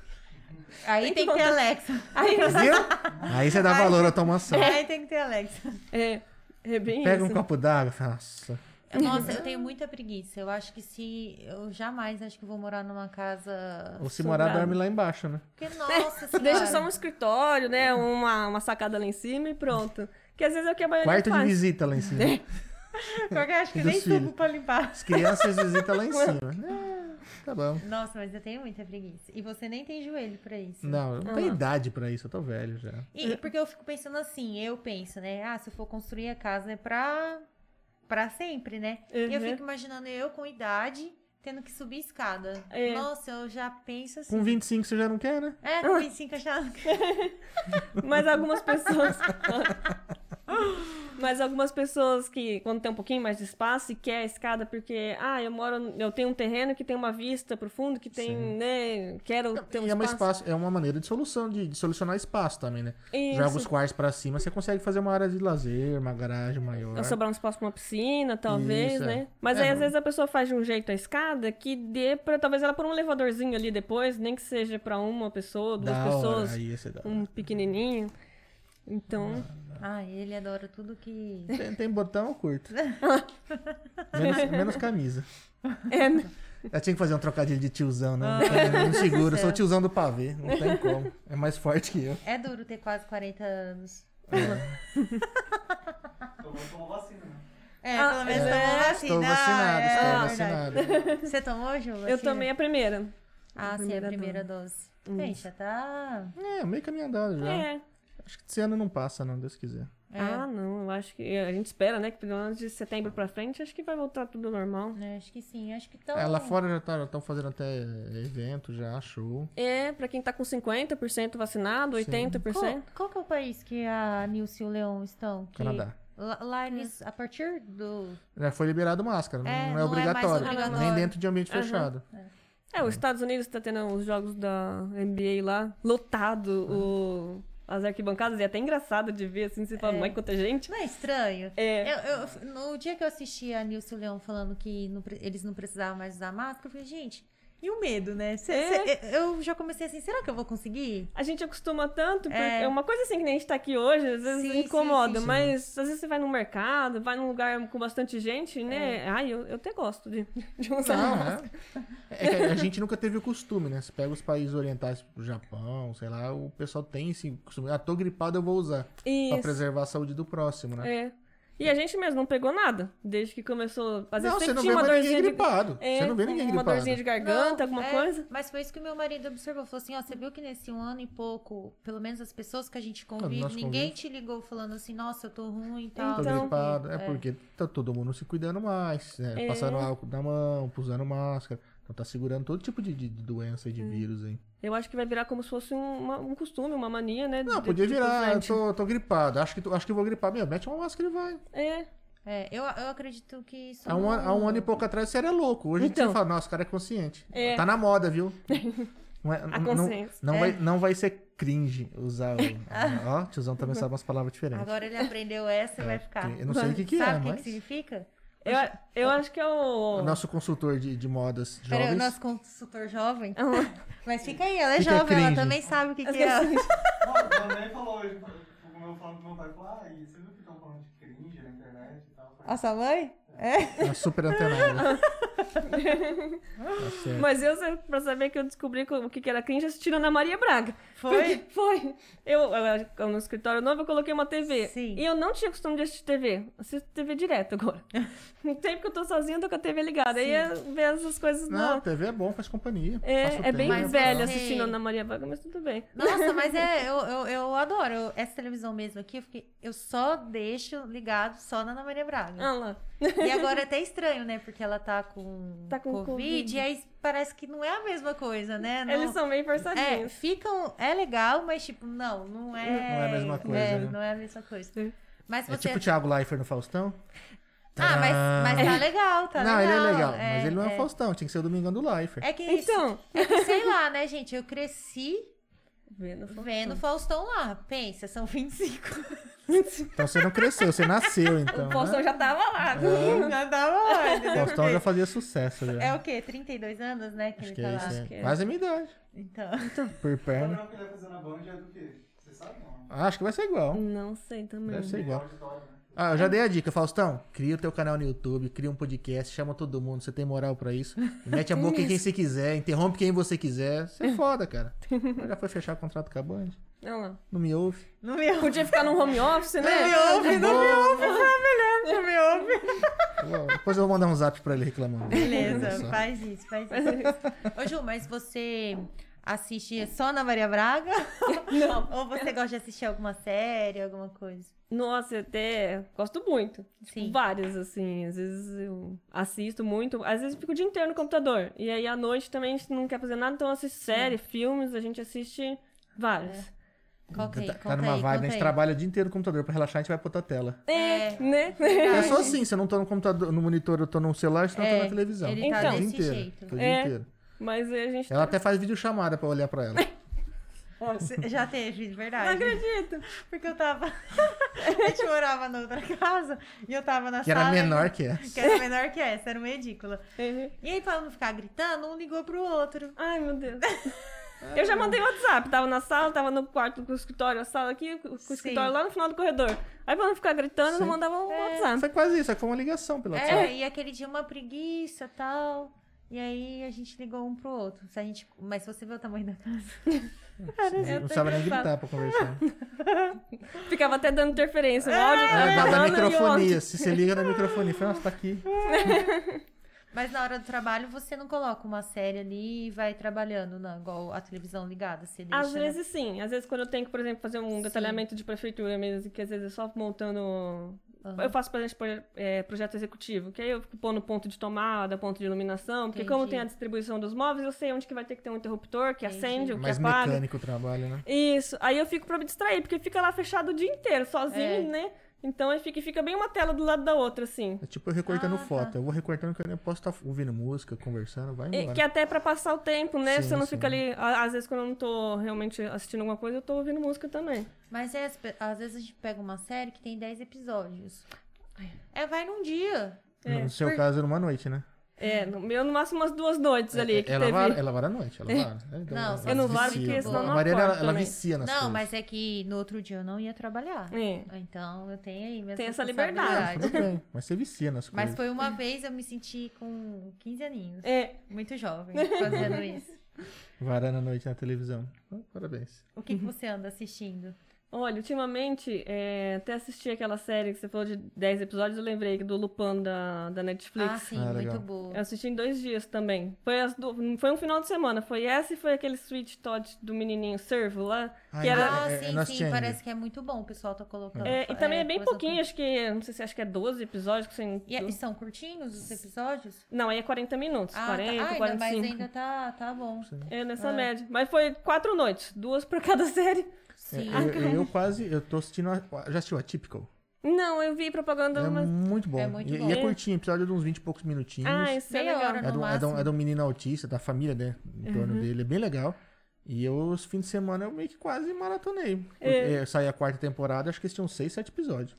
A: Aí tem que ter Alexa.
B: Viu? Aí você dá valor à automação.
A: Aí tem que ter Alexa.
C: É bem
B: Pega
C: isso.
B: um copo d'água, nossa.
A: Nossa, eu tenho muita preguiça. Eu acho que eu jamais acho que vou morar numa casa.
B: Ou se morar, dorme lá embaixo, né?
A: Porque, nossa senhora.
C: Deixa só um escritório, né? Uma sacada lá em cima e pronto. Que às vezes é o que a maioria
B: Quarto
C: faz.
B: de visita lá em cima.
A: Porque eu acho que nem subo pra limpar.
B: As crianças visitam lá em cima. Tá bom.
A: Nossa, mas eu tenho muita preguiça. E você nem tem joelho pra isso.
B: Não, eu não tenho idade pra isso, eu tô velho já.
A: E porque eu fico pensando assim, eu penso, né? Se eu for construir a casa é pra sempre, né? E eu fico imaginando eu com idade tendo que subir escada. Nossa, eu já penso assim.
B: Com 25 você já não quer, né?
A: Com 25 eu já não quero.
C: Mas algumas pessoas... Mas algumas pessoas que, quando tem um pouquinho mais de espaço e quer a escada porque, eu tenho um terreno que tem uma vista pro fundo, que tem, né, quero ter um espaço.
B: É uma maneira de solução, de solucionar espaço também, né?
C: Isso.
B: Joga os quartos pra cima, você consegue fazer uma área de lazer, uma garagem maior.
C: Ou sobrar um espaço pra uma piscina, talvez,
B: Isso,
C: né? Mas aí, às vezes, a pessoa faz de um jeito a escada que dê pra, talvez, ela pôr um elevadorzinho ali depois, nem que seja pra uma pessoa, duas pessoas,
B: aí esse
C: um pequenininho. Então...
A: Ele adora tudo que...
B: Tem botão, eu curto. menos camisa.
C: né?
B: Eu tinha que fazer um trocadilho de tiozão, né? Não seguro, eu sou o tiozão do pavê. Não tem como. É mais forte que eu.
A: É duro ter quase 40 anos.
D: Tomou vacina, né?
A: Pelo menos tomou vacina.
B: Estou vacinado, estou vacinado.
A: Você tomou, Ju?
C: Eu tomei a primeira.
A: Sim, a primeira dose. Gente, já tá...
B: Meio caminho andado já. Acho que esse ano não passa, não, Deus quiser.
C: Não, eu acho que... A gente espera, né, que pelo menos de setembro pra frente, acho que vai voltar tudo normal.
A: Acho que sim, acho que estão...
B: Lá fora já estão fazendo até evento, já, show.
C: Pra quem tá com 50% vacinado, 80%.
A: Qual que é o país que a Nilce e o Leon estão?
B: Canadá.
A: Lá eles, a partir do...
B: Foi liberado máscara, não é obrigatório. Nem dentro de ambiente fechado.
C: Os Estados Unidos tá tendo os jogos da NBA lá, lotado, as arquibancadas, e é até engraçado de ver, assim, você fala, mãe, quanta gente.
A: Não é estranho? No dia que eu assisti a Nilce e o Leon falando que eles não precisavam mais usar máscara, eu falei, gente... E o medo, né? Eu já comecei assim, será que eu vou conseguir?
C: A gente acostuma tanto, porque é uma coisa assim que nem a gente tá aqui hoje, às vezes incomoda, mas às vezes você vai num mercado, vai num lugar com bastante gente, né? Eu até gosto de usar máscara.
B: É que a gente nunca teve o costume, né? Você pega os países orientais, o Japão, sei lá, o pessoal tem esse costume. Tô gripado, eu vou usar. Isso. Pra preservar a saúde do próximo, né?
C: E a gente mesmo não pegou nada, desde que começou. Às vezes
B: você não
C: tinha
B: vê
C: uma dorzinha
B: gripado. Você não vê ninguém gripado.
C: Uma dorzinha de garganta, alguma coisa.
A: Mas foi isso que o meu marido observou. Falou assim, você viu que nesse 1 ano e pouco, pelo menos as pessoas que a gente convive, ninguém te ligou falando assim, nossa, eu tô ruim e tal.
B: Tô gripado. Porque tá todo mundo se cuidando mais, né? Passando álcool na mão, usando máscara. Então tá segurando todo tipo de doença e de vírus aí.
C: Eu acho que vai virar como se fosse um costume, uma mania, né?
B: Não, podia virar, eu tô gripado. Acho que eu vou gripar. Mete uma máscara e vai.
A: Eu acredito que isso...
B: Há um ano e pouco atrás você era louco. Hoje você fala, nossa, o cara é consciente. Tá na moda, viu?
C: A consciência.
B: Não vai ser cringe usar o... tiozão também sabe umas palavras diferentes.
A: Agora ele aprendeu essa e vai ficar.
B: Eu não sei o que
A: Sabe
B: mas...
A: o que significa?
C: Eu acho que é o
B: nosso consultor de modas jovens.
A: Peraí, o nosso consultor jovem? Mas fica aí, ela é jovem, ela também sabe o que é.
D: Minha mãe falou hoje, eu falando com meu pai, falou, e você viu que estão falando de cringe na internet e tal?
A: A sua mãe?
B: Uma super antenada.
C: Mas pra saber que eu descobri o que era cringe, assistindo Ana Maria Braga.
A: Foi?
C: Foi. Eu no escritório novo, eu coloquei uma TV.
A: Sim.
C: E eu não tinha costume de assistir TV. Assisto TV direto agora. No tempo que eu tô sozinha, eu tô com a TV ligada. Aí ver essas coisas...
B: Não, TV é bom, faz companhia.
C: É bem velho assistindo Ana Maria Braga, mas tudo bem.
A: Nossa, mas eu adoro. Essa televisão mesmo aqui, eu só deixo ligado só na Ana Maria Braga.
C: Lá.
A: E agora é até estranho, né? Porque ela tá com Covid, e aí parece que não é a mesma coisa, né?
C: Eles são meio forçadinhos.
A: É legal, mas tipo, não é...
B: Não é a mesma coisa, né?
A: Não é a mesma coisa. Mas
B: é tipo o Thiago Leifert no Faustão?
A: Mas tá legal, tá legal.
B: Não, ele é legal, mas ele não é o Faustão, tinha que ser o Domingão do Leifert.
A: É que sei lá, né, gente? Eu cresci vendo Faustão lá. Pensa, são 25.
B: Então você não cresceu, você nasceu, então.
C: O Faustão já tava lá.
A: Já tava lá.
B: O Faustão já fazia sucesso. Já.
A: É o quê? 32 anos, né? Que
B: acho
A: ele
B: que
A: tá
B: é
A: lá.
B: isso, Quase a minha idade.
A: Então.
B: Por perna.
D: O que ele vai fazer na Band é do quê? Você sabe, não?
B: Acho que vai ser igual.
C: Não sei também.
B: Deve ser igual. Eu já dei a dica, Faustão. Cria o teu canal no YouTube, cria um podcast, chama todo mundo, você tem moral pra isso. Mete a boca em quem você quiser, interrompe quem você quiser. Você é foda, cara. Já foi fechar o contrato com a Band?
C: Olha lá.
B: Não me ouve.
C: Podia ficar num home office, né?
A: Não me ouve. Não me ouve.
B: Depois eu vou mandar um zap pra ele reclamando.
A: Beleza, faz isso. Ô, Ju, mas você assiste só na Maria Braga?
C: Não.
A: Ou você gosta de assistir alguma série, alguma coisa?
C: Nossa, eu até gosto muito.
A: Sim.
C: Várias, assim. Às vezes eu assisto muito. Às vezes eu fico o dia inteiro no computador. E aí à noite também a gente não quer fazer nada, então eu assisto série, filmes, a gente assiste vários.
B: Tá numa vibe, a gente trabalha o dia inteiro no computador. Pra relaxar, a gente vai pra outra tela.
C: Né?
B: Eu sou assim, se eu não tô no computador, no monitor, eu tô no celular, senão eu tô na televisão.
A: Ele tá
C: Então,
A: desse jeito.
B: O dia inteiro.
C: Mas a gente...
B: Ela até faz videochamada pra olhar pra ela.
A: Já teve, de verdade.
C: Não acredito.
A: Porque eu tava... a gente morava na outra casa e eu tava na
B: Que
A: sala...
B: era menor que essa.
A: Que era menor que essa, era uma edícula. E aí, pra não ficar gritando, um ligou pro outro.
C: Ai, meu Deus. Eu já mandei WhatsApp, tava na sala, tava no quarto com o escritório, a sala aqui, com o escritório lá no final do corredor. Aí pra não ficar gritando, eu mandava um WhatsApp.
B: Foi quase isso, foi uma ligação pelo WhatsApp.
A: E aquele dia uma preguiça e tal. E aí a gente ligou um pro outro. Mas se você vê o tamanho da casa.
B: Não precisava nem gritar pra conversar.
C: Ficava até dando interferência. O áudio
B: da microfonia. Se você liga na microfonia, fala, nossa, tá aqui.
A: Mas na hora do trabalho você não coloca uma série ali e vai trabalhando, não, igual a televisão ligada. Você deixa,
C: às vezes sim. Às vezes quando eu tenho que, por exemplo, fazer um detalhamento de prefeitura mesmo, que às vezes é só montando... Eu faço, por exemplo, projeto executivo, que aí eu fico pondo ponto de tomada, ponto de iluminação, porque como tem a distribuição dos móveis, eu sei onde que vai ter que ter um interruptor, que acende, o que
B: mais
C: apaga.
B: Mais mecânico o trabalho, né?
C: Isso. Aí eu fico pra me distrair, porque fica lá fechado o dia inteiro, sozinho, né? Então aí fica bem uma tela do lado da outra, assim.
B: É tipo eu recortando foto. Eu vou recortando que eu nem posso estar ouvindo música, conversando, vai embora.
C: Que até pra passar o tempo, né?
B: Sim,
C: você não fica ali... Às vezes, quando eu não tô realmente assistindo alguma coisa, eu tô ouvindo música também.
A: Mas às vezes a gente pega uma série que tem 10 episódios. Vai num dia.
B: No seu caso, numa noite, né?
C: No meu, no máximo, umas 2 noites ali.
B: Ela vara à noite, ela vara.
A: Não,
C: eu não varo porque senão não acordo.
B: Ela vicia nas coisas.
A: Não, mas é que no outro dia eu não ia trabalhar. Então eu tenho aí minha
C: essa liberdade.
B: Tudo bem, mas você vicia nas coisas.
A: Mas foi uma vez eu me senti com 15 aninhos. Muito jovem fazendo isso.
B: Varando à noite na televisão. Parabéns.
A: O que você anda assistindo?
C: Olha, ultimamente, até assisti aquela série que você falou de 10 episódios, eu lembrei do Lupin da Netflix.
A: Ah, sim, muito boa.
C: Eu assisti em 2 dias também. Foi um final de semana. Foi essa e foi aquele Sweet Todd do menininho Servo lá. Que era...
A: sim, parece que é muito bom, o pessoal tá colocando.
C: E também é bem pouquinho, acho que é 12 episódios. Que você...
A: E são curtinhos os episódios?
C: Não, aí é 40 minutos, 40, 45.
A: Mas ainda tá bom.
C: Sim. Nessa média. Mas foi 4 noites, 2 pra cada série.
A: Sim.
B: Eu tô assistindo, já assistiu Atypical?
C: Não, eu vi propaganda, mas...
B: Muito bom.
A: É muito bom.
B: E é curtinho, episódio de uns 20 e poucos minutinhos.
C: Isso é legal.
B: É de um menino autista, da família, né, em torno dele, é bem legal. E os fins de semana eu meio que quase maratonei. Saí a 4ª temporada, acho que eles tinham 6, 7 episódios.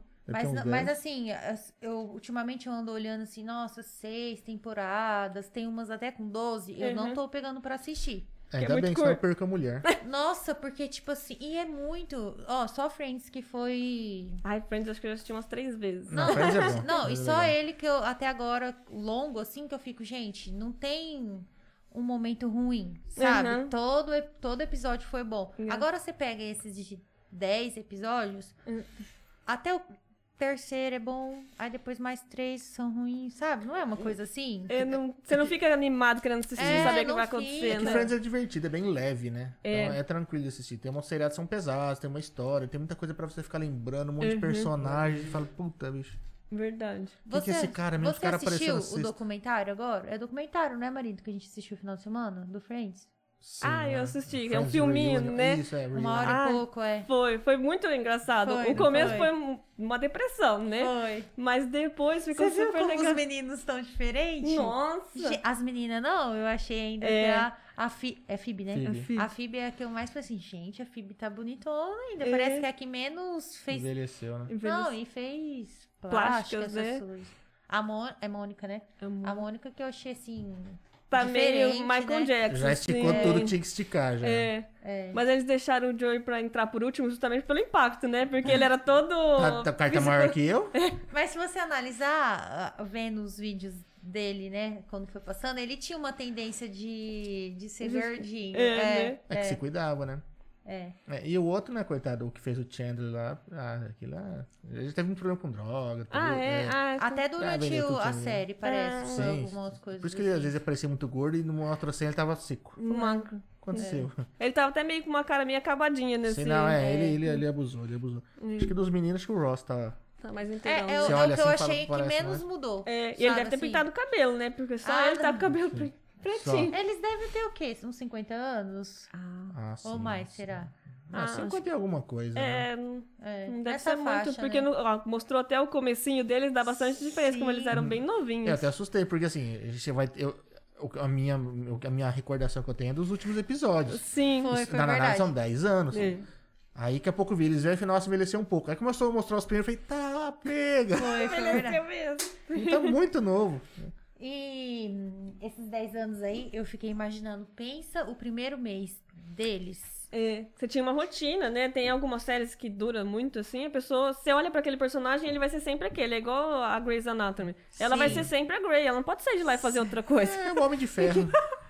A: Mas assim, ultimamente eu ando olhando assim, nossa, 6 temporadas, tem umas até com 12, eu não tô pegando pra assistir.
B: Ainda bem que você não perca a mulher.
A: Nossa, porque, tipo assim, e é muito... só Friends que foi...
C: Friends acho que eu já assisti umas 3 vezes.
B: Não, Friends é bom.
A: Não, e só ele que eu, até agora, longo, assim, que eu fico, gente, não tem um momento ruim, sabe? Todo episódio foi bom. Agora você pega esses de 10 episódios, até o 3º é bom, aí depois mais 3 são ruins, sabe? Não é uma coisa assim?
C: Você não fica animado querendo assistir, saber o que vai acontecer,
B: né? Friends é divertido, é bem leve, né? Então é tranquilo de assistir. Tem umas seriados que são pesadas, tem uma história, tem muita coisa pra você ficar lembrando, um monte de personagens, e fala, puta, bicho.
C: Verdade.
A: Você,
B: esse cara mesmo?
A: Você assistiu o documentário agora? É documentário, né, marido? Que a gente assistiu no final de semana, do Friends?
B: Sim,
C: eu assisti. É um filminho, né?
B: Isso,
A: 1h e pouco,
C: Foi muito engraçado. O começo foi uma depressão, né?
A: Foi.
C: Mas depois ficou
A: super
C: legal.
A: Você viu como os meninos estão diferentes?
C: Nossa!
A: As meninas não, eu achei ainda que é Phoebe, né? A Phoebe é a que eu mais falei assim, gente, a Phoebe tá bonitona ainda. Parece que é a que menos fez...
B: Envelheceu, né?
A: Não, e fez
C: plásticas,
A: essas coisas. É Mônica, né? A Mônica que eu achei assim...
C: Tá meio Michael Jackson.
B: Já esticou tudo que tinha que esticar, já.
C: Mas eles deixaram o Joey pra entrar por último justamente pelo impacto, né? Porque ele era todo...
B: Tá carta maior que eu?
A: Mas se você analisar, vendo os vídeos dele, né? Quando foi passando, ele tinha uma tendência de ser verdinho.
B: É que se cuidava, né? E o outro, né, coitado, o que fez o Chandler lá, aquilo lá, ele teve um problema com droga.
A: Até durante a série, parece, algumas coisas.
B: Por isso que ele às vezes aparecia muito gordo e numa outra cena ele tava seco.
C: Magro.
B: Aconteceu.
C: Ele tava até meio com uma cara meio acabadinha nesse...
B: Ele abusou. Acho que dos meninos, acho que o Ross tá
C: mais inteirão.
A: É o que eu achei que menos mudou.
C: E ele deve ter pintado o cabelo, né? Porque só ele tá com o cabelo pretinho.
A: Eles devem ter o quê? Uns 50 anos? Ou mais, será?
B: 50 e alguma coisa, né?
C: Não deve ser muito, porque mostrou até o comecinho deles, dá bastante diferença, como eles eram bem novinhos.
B: Eu até assustei, porque assim, a gente vai... A minha recordação que eu tenho é dos últimos episódios.
C: Sim,
A: foi
B: na verdade
A: verdade.
B: são 10 anos. Aí daqui a pouco vi eles vieram e falaram, nossa, envelheceu um pouco. Aí começou a mostrar os primeiros, eu falei, tá, pega.
A: Foi
C: envelheceu mesmo.
B: Então muito novo.
A: E esses 10 anos aí, eu fiquei imaginando, pensa o primeiro mês deles.
C: Você tinha uma rotina, né? Tem algumas séries que duram muito, assim, a pessoa, você olha pra aquele personagem, ele vai ser sempre aquele, é igual a Grey's Anatomy. Ela vai ser sempre a Grey, ela não pode sair de lá e fazer outra coisa.
B: É o Homem de Ferro.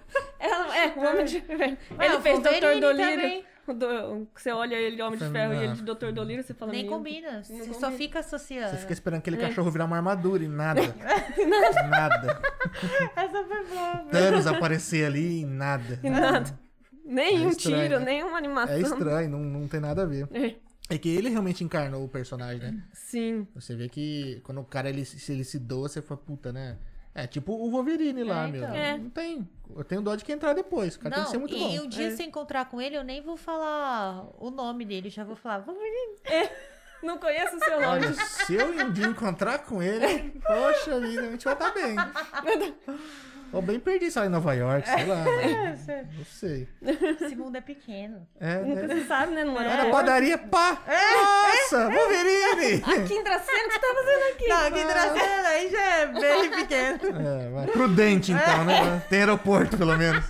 C: O Homem de Ferro. Ele fez Dr. Dolittle. Você olha ele, Homem de Ferro, e ele de Dr. Dolittle, você fala...
A: Nem combina, você só fica associando.
B: Você fica esperando aquele cachorro virar uma armadura e nada. Nada.
A: Essa foi boa.
B: Thanos aparecer ali e nada.
C: E nada. Nem um tiro,
B: né?
C: nem uma animação.
B: É estranho, não tem nada a ver. É que ele realmente encarnou o personagem, né?
C: Sim.
B: Você vê que quando o cara ele se doa, você fala, puta, né? É tipo o Wolverine lá, meu.
C: então.
B: Não tem. Eu tenho dó de quem entrar depois. O cara tem que ser muito bom.
A: E um dia se eu encontrar com ele, eu nem vou falar o nome dele, já vou falar Wolverine.
C: Não conheço o seu nome.
B: Olha, se eu um dia encontrar com ele, poxa vida, a gente vai estar bem. Ou bem perdido, sei lá, em Nova York, sei lá. Não sei.
A: Esse mundo é pequeno.
C: Nunca se sabe, né? Não
B: É na padaria, pá! Nossa, Wolverine!
C: Aqui em Dracena, o que você tá fazendo aqui?
A: Não, aqui em Dracena aí já é bem pequeno.
B: Mas prudente, então, né? Tem aeroporto, pelo menos.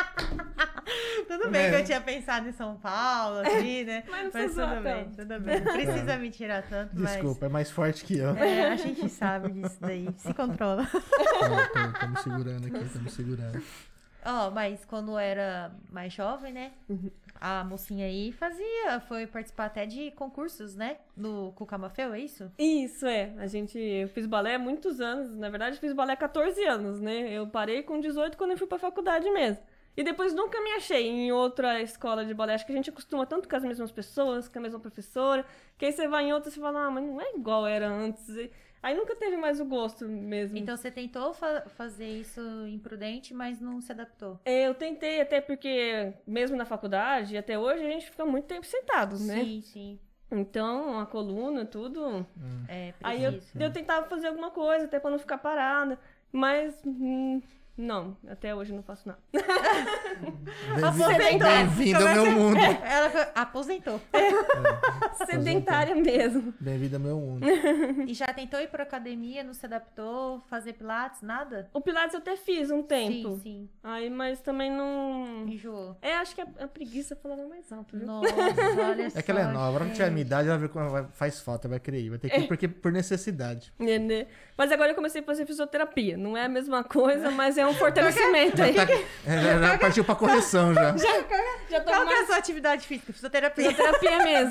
A: Tudo bem que eu tinha pensado em São Paulo, assim, né?
C: Mas
A: tudo bem, tudo bem. Não precisa me tirar tanto,
B: Desculpa, é mais forte que eu.
A: A gente sabe disso daí. Se controla.
B: Tô me segurando aqui, tô me segurando.
A: Mas quando eu era mais jovem, né? A mocinha aí foi participar até de concursos, né? No Cucamafeu, é isso?
C: Isso, eu fiz balé há muitos anos. Na verdade, fiz balé há 14 anos, né? Eu parei com 18 quando eu fui pra faculdade mesmo. E depois nunca me achei em outra escola de balé. Acho que a gente acostuma tanto com as mesmas pessoas, com a mesma professora, que aí você vai em outra e você fala, mas não é igual era antes. Aí nunca teve mais o gosto mesmo.
A: Então você tentou fazer isso imprudente, mas não se adaptou.
C: Eu tentei, até porque mesmo na faculdade, até hoje, a gente fica muito tempo sentado, né?
A: Sim, sim.
C: Então, a coluna, tudo... Aí eu
A: preciso.
C: tentava fazer alguma coisa, até pra não ficar parada. Mas... não, até hoje eu não faço nada.
B: Bem-vindo ao meu mundo.
A: Ela aposentou.
C: Sedentária mesmo.
B: Bem-vindo ao meu mundo.
A: E já tentou ir pra academia, não se adaptou, fazer pilates, nada?
C: O Pilates eu até fiz um tempo.
A: Sim, sim.
C: Aí, mas também não...
A: Enjoou.
C: Acho que a preguiça falava mais alto, viu?
A: Nossa, olha só.
B: É que ela é nova, não tiver a minha idade, ela vai ver quando faz falta, vai querer ir. Vai ter que ir porque por necessidade.
C: Né? Mas agora eu comecei a fazer fisioterapia. Não é a mesma coisa, mas é um fortalecimento aí.
B: Já partiu pra correção, já.
C: Já tô
A: Qual que é a
C: mais
A: sua atividade física? Fisioterapia.
C: fisioterapia mesmo.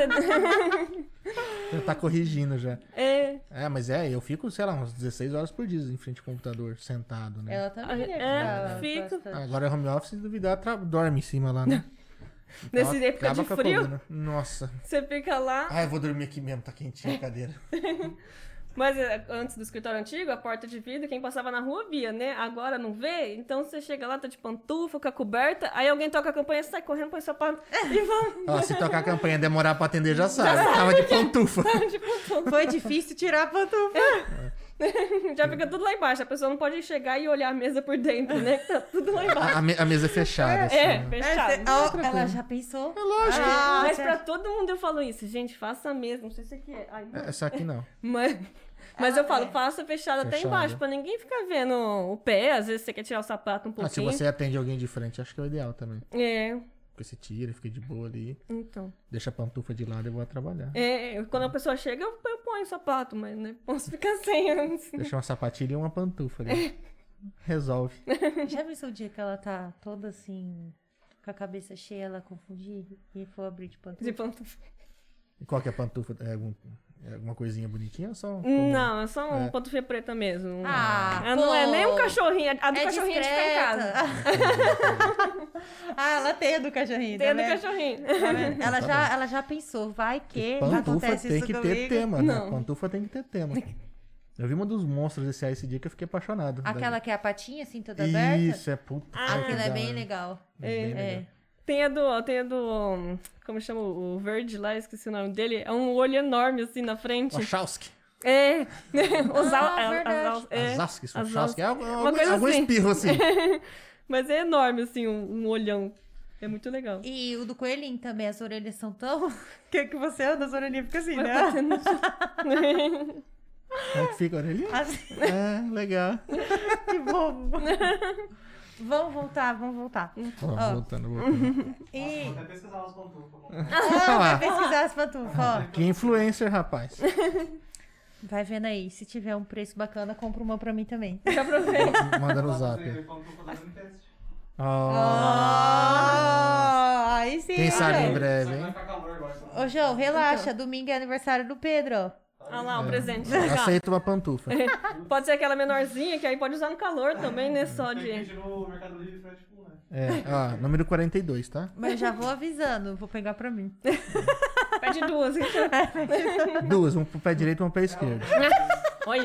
B: Já tá corrigindo, já. Mas eu fico, sei lá, umas 16 horas por dia em frente ao computador, sentado, né?
A: Ela também
C: fica.
B: Agora é home office, se duvidar, dorme em cima lá, né?
C: Nesse época
B: Acaba
C: de
B: com a
C: frio,
B: coluna. Nossa.
C: você fica lá.
B: Eu vou dormir aqui mesmo, tá quentinha a cadeira.
C: Mas antes do escritório antigo, a porta de vidro, quem passava na rua via, né? Agora não vê, então você chega lá, tá de pantufa, com a coberta, aí alguém toca a campanha, sai correndo, põe o sapato e vamos.
B: Se tocar a campanha e demorar pra atender, já sabe. Tava de pantufa.
A: Foi difícil tirar a pantufa.
C: Já fica tudo lá embaixo, a pessoa não pode chegar e olhar a mesa por dentro, né? Que tá tudo lá embaixo.
B: A mesa é fechada, assim. né?
C: Fechado.
A: Ela já pensou?
B: É lógico.
C: Mas pra todo mundo eu falo isso, gente, faça a mesa, não sei se aqui é. Ai, não.
B: Essa aqui não.
C: Mas eu falo, faça fechada até
B: Fechada.
C: embaixo, pra ninguém ficar vendo o pé, às vezes você quer tirar o sapato um
B: Se
C: pouquinho.
B: você atende alguém de frente, acho que é o ideal também. Porque você tira, fica de boa ali,
C: Então.
B: deixa a pantufa de lado e vou trabalhar.
C: Quando a pessoa chega, eu ponho o sapato, mas né, posso ficar sem antes.
B: Deixa uma sapatilha e uma pantufa ali. Resolve.
A: Já pensou o dia que ela tá toda assim, com a cabeça cheia, ela confundir e for abrir de pantufa?
C: De pantufa.
B: E qual que é a pantufa? É alguma coisinha bonitinha ou só?
C: Não, é só um pantufinha preta mesmo. Não é
A: pô.
C: nem um cachorrinho. A do cachorrinho é de ficar em casa.
A: Ela tem a do cachorrinho.
C: Tem a do
A: né?
C: cachorrinho.
A: Ela já pensou, vai que
B: Pantufa
A: acontece
B: tem
A: isso
B: que ter
A: comigo.
B: tema, né?
C: Não.
B: Pantufa tem que ter tema. Eu vi uma dos monstros desse esse dia que eu fiquei apaixonado.
A: Aquela que é a patinha assim, toda aberta?
B: Isso, é puta.
A: Aquilo é
B: da
A: bem
B: hora.
A: legal.
B: Bem legal.
C: Tem a do. Como chama o verde lá? Esqueci o nome dele. É um olho enorme assim na frente.
B: Wachowski.
A: Verdade.
B: Wachowski. É
C: Uma coisa
B: algum
C: assim.
B: espirro assim.
C: Mas é enorme, assim, um olhão. É muito legal.
A: E o do coelhinho também, as orelhas são tão... que você anda, as orelhinhas ficam assim, né?
B: Como que fica a orelhinha? Legal.
A: Que bobo. Vamos voltar.
B: Voltando.
A: E...
D: Vou até pesquisar as pantufas.
A: vai pesquisar as pantufas, ó.
B: Que influencer, rapaz.
A: Vai vendo aí, se tiver um preço bacana, compra uma pra mim também.
C: Já aproveita.
B: Manda no zap.
D: Pantufa fazendo teste.
A: Aí sim.
B: Quem sabe em
D: Só
B: breve,
D: que vai
B: hein?
D: ficar calor agora.
A: Ô, João, relaxa. Domingo é aniversário do Pedro, ó.
C: Olha lá o presente.
B: Aceita uma pantufa.
C: Pode ser aquela menorzinha, que aí pode usar no calor também, né? Só
D: Tem
C: de...
D: vídeo no Mercado Livre, frete full, né?
B: Número 42, tá?
A: Mas já vou avisando, vou pegar pra mim.
C: Pede duas, então.
B: Duas, um pro pé direito e um pro pé esquerdo.
C: Olha.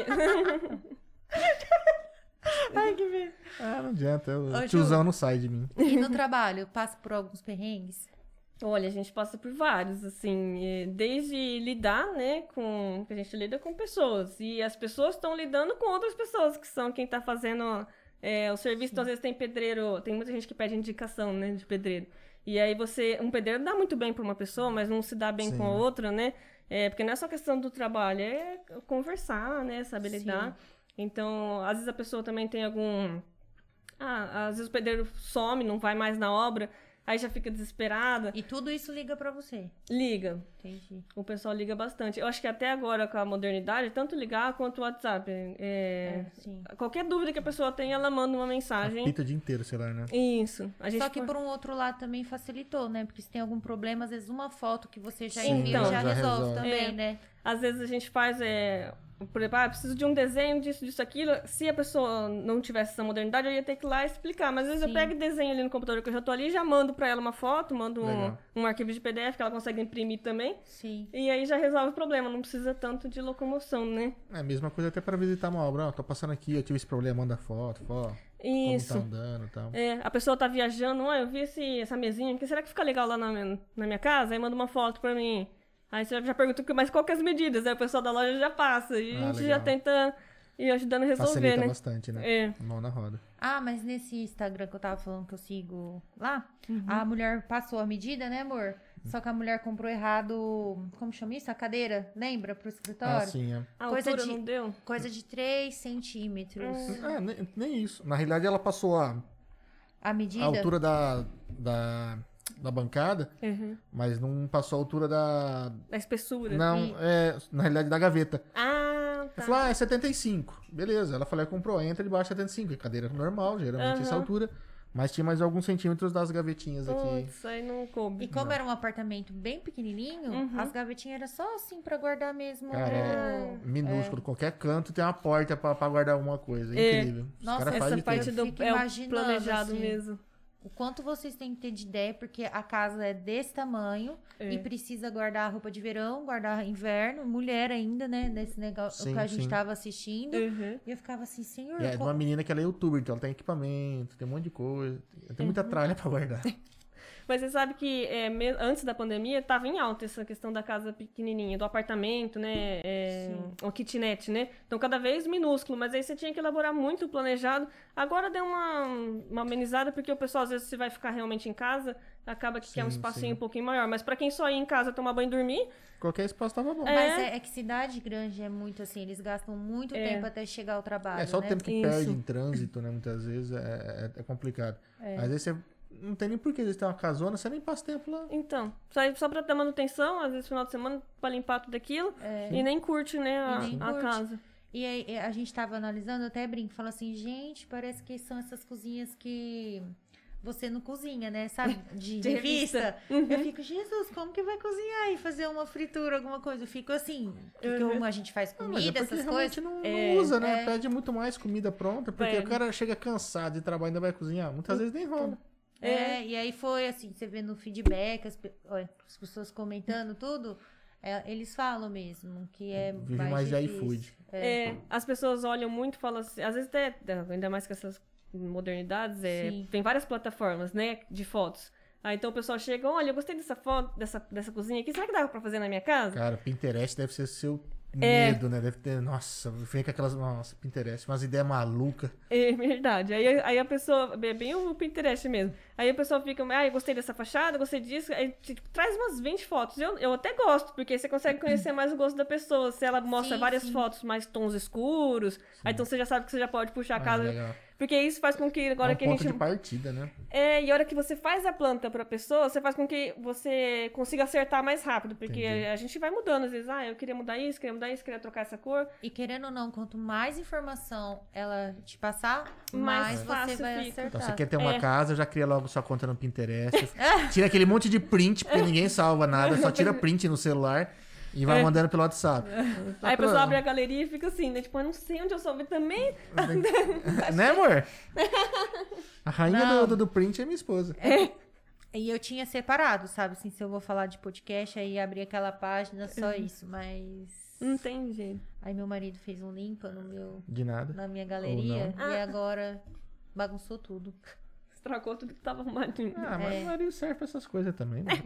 A: Ai, que medo.
B: Não adianta,
A: Ô,
B: o tiozão não sai de mim.
A: E no trabalho, passa por alguns perrengues?
C: Olha, a gente passa por vários, assim, desde lidar, né, com... que a gente lida com pessoas, e as pessoas estão lidando com outras pessoas, que são quem tá fazendo o serviço. Então, às vezes tem pedreiro, tem muita gente que pede indicação, né, de pedreiro. E aí um pedreiro dá muito bem pra uma pessoa, mas não se dá bem com a outra, né? Porque não é só questão do trabalho, é conversar, né, saber lidar. Então, às vezes a pessoa também tem algum... às vezes o pedreiro some, não vai mais na obra, aí já fica desesperada.
A: E tudo isso liga pra você?
C: Liga.
A: Entendi.
C: O pessoal liga bastante. Eu acho que até agora, com a modernidade, tanto ligar quanto o WhatsApp.
A: Sim.
C: Qualquer dúvida que a pessoa tem, ela manda uma mensagem.
B: Pita o dia inteiro o celular, né?
C: Isso.
A: Só que por um outro lado também facilitou, né? Porque se tem algum problema, às vezes uma foto que você já
C: Sim,
A: envia
C: então,
A: já
B: já
A: resolve
B: resolve.
A: também, né?
C: Às vezes a gente faz... por exemplo, preciso de um desenho disso, aquilo. Se a pessoa não tivesse essa modernidade, eu ia ter que ir lá explicar. Mas às vezes eu pego e desenho ali no computador que eu já tô ali, já mando pra ela uma foto, mando um arquivo de PDF que ela consegue imprimir também.
A: Sim.
C: E aí já resolve o problema, não precisa tanto de locomoção, né?
B: É a mesma coisa até pra visitar uma obra. Tô passando aqui, eu tive esse problema, manda foto,
C: Isso.
B: como tá andando e tal.
C: A pessoa tá viajando, eu vi essa mesinha aqui, será que fica legal lá na minha casa? Aí manda uma foto pra mim. Aí você já pergunta, mas qual que é as medidas? Aí o pessoal da loja já passa. E a gente
B: legal.
C: já tenta ir ajudando a resolver,
B: Facilita
C: né?
B: bastante, né? Mão na roda.
A: Mas nesse Instagram que eu tava falando que eu sigo lá, a mulher passou a medida, né, amor? Só que a mulher comprou errado, como chama isso? A cadeira, lembra? Pro escritório?
B: Sim, é.
C: A
A: Coisa
C: altura
A: de-
C: não deu?
A: Coisa de 3 centímetros.
B: Nem isso. Na realidade, ela passou
A: A
B: a
A: medida?
B: altura da bancada, mas não passou a altura da...
C: Da espessura.
B: Não, na realidade, da gaveta.
C: Ah, tá.
B: Eu falei, é 75. Beleza. Ela falou, comprou, entra debaixo de 75. É cadeira normal, geralmente essa altura. Mas tinha mais alguns centímetros das gavetinhas aqui.
C: Putz, aí não coube.
A: E como era um apartamento bem pequenininho, as gavetinhas eram só assim pra guardar mesmo.
B: Cara, é minúsculo. Qualquer canto tem uma porta pra guardar alguma coisa. Incrível. Os
A: Nossa,
B: caras fazem
C: Essa parte
B: tudo.
A: Fico
C: é o
A: imaginando,
C: planejado
A: assim.
C: mesmo.
A: O quanto vocês têm que ter de ideia, porque a casa é desse tamanho e precisa guardar roupa de verão, guardar inverno, mulher ainda, né? Nesse negócio
B: Sim,
A: que a gente
B: sim.
A: tava assistindo. E eu ficava assim, senhor.
B: E é de uma menina que ela é youtuber, então ela tem equipamento, tem um monte de coisa. Tem muita tralha pra guardar.
C: Mas você sabe que antes da pandemia estava em alta essa questão da casa pequenininha, do apartamento, né? O kitnet, né? Então cada vez minúsculo, mas aí você tinha que elaborar muito planejado. Agora deu uma amenizada, porque o pessoal às vezes se vai ficar realmente em casa, acaba que quer um espacinho um pouquinho maior. Mas para quem só ia em casa tomar banho e dormir,
B: Qualquer espaço tava bom.
A: Mas é que cidade grande é muito assim, eles gastam muito tempo até chegar ao trabalho.
B: É só o
A: né?
B: tempo que
C: Isso.
B: perde em trânsito, né? Muitas vezes é complicado. Às vezes você não tem nem porquê, às vezes tem uma casona, você nem passa tempo lá.
C: então, só pra ter manutenção, às vezes final de semana, pra limpar tudo aquilo, e nem curte, né,
A: nem
C: a
A: curte.
C: casa.
A: E aí a gente tava analisando, eu até brinco, falo assim, gente, parece que são essas cozinhas que você não cozinha, né? Sabe? De
C: De
A: revista.
C: revista.
A: Eu fico, Jesus, como que vai cozinhar e fazer uma fritura, alguma coisa? Eu fico assim, como a gente faz
B: Mas é
A: comida,
B: porque
A: essas
B: realmente
A: coisas.
B: não usa, né? Pede muito mais comida pronta, porque
C: Pede.
B: o cara chega cansado de trabalhar e ainda vai cozinhar. Muitas vezes nem rola.
A: E aí foi assim, você vê no feedback, as pessoas comentando tudo, eles falam mesmo que é
B: Vive mais de
A: difícil.
B: iFood.
C: As pessoas olham muito e falam assim, às vezes até, ainda mais com essas modernidades,
A: Sim.
C: tem várias plataformas, né, de fotos. Aí então o pessoal chega, olha, eu gostei dessa foto, dessa cozinha aqui, será que dá pra fazer na minha casa?
B: Cara, Pinterest deve ser seu medo, né? Deve ter, nossa, vem com aquelas, nossa, Pinterest, umas ideias malucas.
C: É verdade. Aí a pessoa, é bem o Pinterest mesmo. Aí a pessoa fica, eu gostei dessa fachada, gostei disso. Aí tipo, traz umas 20 fotos. Eu até gosto, porque você consegue conhecer mais o gosto da pessoa. Se ela mostra várias fotos mais tons escuros, aí então você já sabe que você já pode puxar a casa.
B: Legal.
C: Porque isso faz com que agora que a
B: ponto
C: gente...
B: de partida, né?
C: E a hora que você faz a planta pra pessoa, você faz com que você consiga acertar mais rápido. Porque a gente vai mudando, às vezes, eu queria mudar isso, queria trocar essa cor.
A: E querendo ou não, quanto mais informação ela te passar,
C: Mais
A: mais
C: fácil
A: você vai
C: fica.
A: acertar.
B: Então, você quer ter uma casa, já cria logo sua conta no Pinterest. Tira aquele monte de print, porque ninguém salva nada, só tira print no celular e vai mandando pelo WhatsApp.
C: Aí a pessoa abre a galeria e fica assim, né? Tipo, eu não sei onde eu salvei também.
B: Né, amor? A rainha do print é minha esposa.
A: E eu tinha separado, sabe? Assim, se eu vou falar de podcast, aí abri aquela página, só isso, mas...
C: Não tem jeito.
A: Aí meu marido fez um limpa no meu...
B: De nada.
A: Na minha galeria, e agora bagunçou tudo.
C: Estragou tudo que tava arrumadinho.
B: Mas o marido serve pra essas coisas também, né?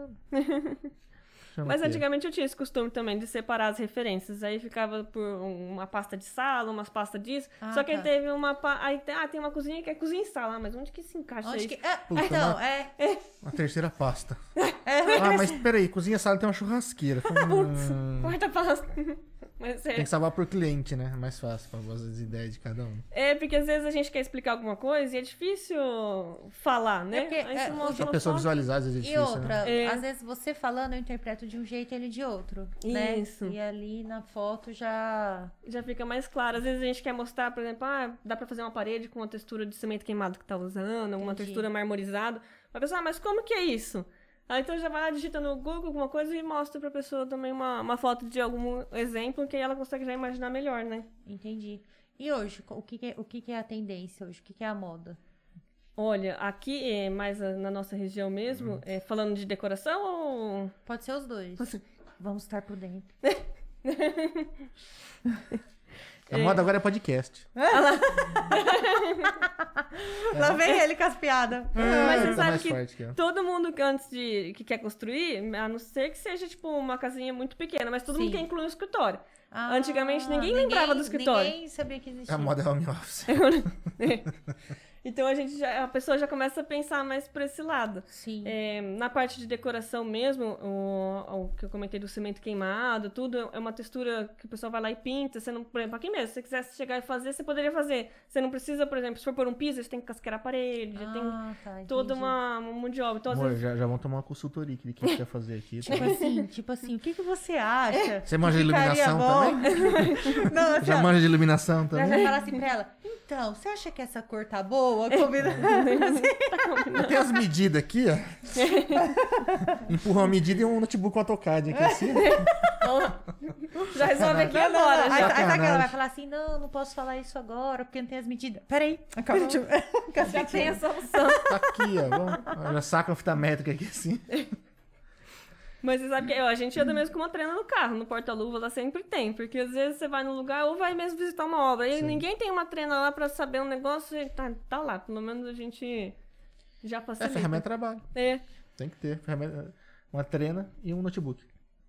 C: Mas antigamente eu tinha esse costume também de separar as referências. Aí ficava por uma pasta de sala, umas pastas disso. Só que aí teve uma... Aí tem uma cozinha que é cozinha e sala. Mas onde que se encaixa isso?
B: Puta,
A: então,
B: uma terceira pasta. Mas peraí, cozinha e sala tem uma churrasqueira.
C: Quarta pasta. Mas
B: Tem que salvar por cliente, né? É mais fácil pra as ideias de cada um.
C: Porque às vezes a gente quer explicar alguma coisa e é difícil falar, né?
B: Pra pessoa visualizar, às vezes é difícil,
A: e outra,
B: né?
A: às vezes você falando, eu interpreto de um jeito e ele de outro,
C: Isso.
A: né? E ali na foto já
C: fica mais claro. Às vezes a gente quer mostrar, por exemplo, dá pra fazer uma parede com uma textura de cimento queimado que tá usando, uma textura marmorizada. A pessoa, mas como que é isso? Aí então já vai lá, digita no Google alguma coisa e mostra pra pessoa também uma foto de algum exemplo que ela consegue já imaginar melhor, né?
A: Entendi. E hoje, o que é a tendência hoje? O que é a moda?
C: Olha, aqui, mais na nossa região mesmo, falando de decoração ou...
A: Pode ser os dois. Vamos estar por dentro.
B: A moda agora é podcast.
A: Lá vem ele com as piadas.
C: Mas você sabe
B: que
C: todo mundo que quer construir, a não ser que seja tipo uma casinha muito pequena, mas todo mundo quer incluir um escritório. Antigamente ninguém lembrava do escritório.
A: Ninguém sabia que existia.
B: A moda é home office.
C: Então a pessoa já começa a pensar mais por esse lado.
A: Sim.
C: Na parte de decoração mesmo, o que eu comentei do cimento queimado, tudo, é uma textura que o pessoal vai lá e pinta. Você não, por exemplo, aqui mesmo, se você quisesse chegar e fazer, você poderia fazer. Você não precisa, por exemplo, se for por um piso, você tem que casqueirar a parede, já tem toda uma mão de obra. Então,
B: amor, vezes... já vamos tomar uma consultoria de quem quer fazer aqui.
A: Tipo assim, o que você acha?
B: Você manja de iluminação também?
A: Não, assim,
B: já manja de iluminação também?
A: Já fala assim pra ela, então, você acha que essa cor tá boa? Combina.
B: Tem as medidas aqui, ó. Empurra uma medida e um notebook com AutoCAD aqui assim.
C: Já resolve aqui agora.
A: Aí sabe que ela vai falar assim, não posso falar isso agora, porque não tem as medidas. Peraí.
C: Já tem a solução.
B: Tá aqui, ó. Já saca uma fita métrica aqui assim.
C: Mas você sabe que a gente anda mesmo com uma trena no carro, no porta-luva lá sempre tem, porque às vezes você vai num lugar ou vai mesmo visitar uma obra, e ninguém tem uma trena lá pra saber um negócio, e tá lá, pelo menos a gente já facilita.
B: Ferramenta de trabalho. Tem que ter uma trena e um notebook.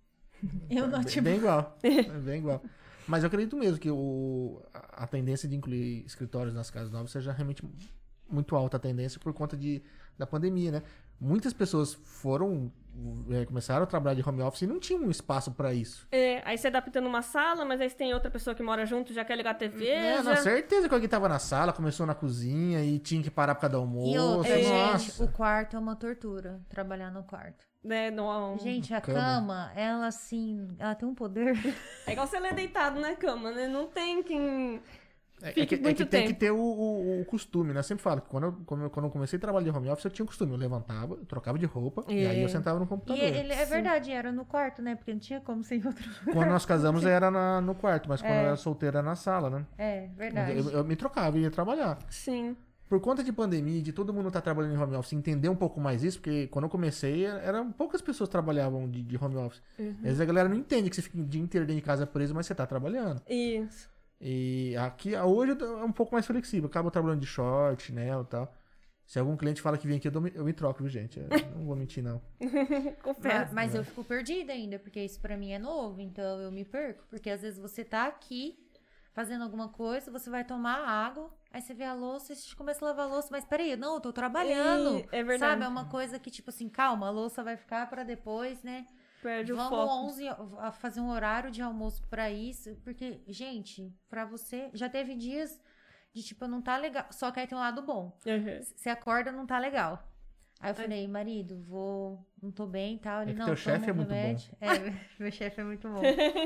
B: Bem igual. Bem igual. Mas eu acredito mesmo que a tendência de incluir escritórios nas casas novas seja realmente muito alta a tendência por conta da pandemia, né? Muitas pessoas começaram a trabalhar de home office e não tinham um espaço pra isso.
C: Aí você adapta numa sala, mas aí você tem outra pessoa que mora junto, já quer ligar a TV.
B: Não, certeza que alguém tava na sala, começou na cozinha e tinha que parar por causa do almoço.
A: E outra, gente, o quarto é uma tortura, trabalhar no quarto. Gente, a cama, ela tem um poder.
C: É igual você ler deitado na cama, né? Não tem quem...
B: É que tem que ter o costume, né? Eu sempre falo que quando eu comecei a trabalhar de home office, eu tinha o costume. Eu levantava, eu trocava de roupa e aí eu sentava no computador.
A: E é verdade, era no quarto, né? Porque não tinha como ser em outro lugar.
B: Quando nós casamos era no quarto, mas quando eu era solteira era na sala, né?
A: É, verdade.
B: Eu me trocava e ia trabalhar.
C: Sim.
B: Por conta de pandemia, de todo mundo estar trabalhando em home office, entender um pouco mais isso, porque quando eu comecei, poucas pessoas trabalhavam de home office. Às vezes a galera não entende que você fica o dia inteiro dentro de casa preso, mas você tá trabalhando.
C: Isso.
B: E aqui, hoje é um pouco mais flexível. Acabo trabalhando de short, né, e tal. Se algum cliente fala que vem aqui, eu me troco, viu, gente? Eu não vou mentir, não.
C: Confesso.
A: Mas eu fico perdida ainda, porque isso pra mim é novo, então eu me perco. Porque às vezes você tá aqui fazendo alguma coisa, você vai tomar água, aí você vê a louça e você começa a lavar a louça, mas peraí, não, eu tô trabalhando.
C: É verdade.
A: Sabe? É uma coisa que, tipo assim, calma, a louça vai ficar pra depois, né?
C: Perde o foco.
A: Vamos 11 a fazer um horário de almoço pra isso, porque, gente, pra você, já teve dias de tipo, não tá legal, só que aí tem um lado bom. Você acorda, não tá legal. Aí eu falei, marido, não tô bem e tal. Ele,
B: que
A: não,
B: teu chefe é muito bom.
A: Meu chefe é muito bom.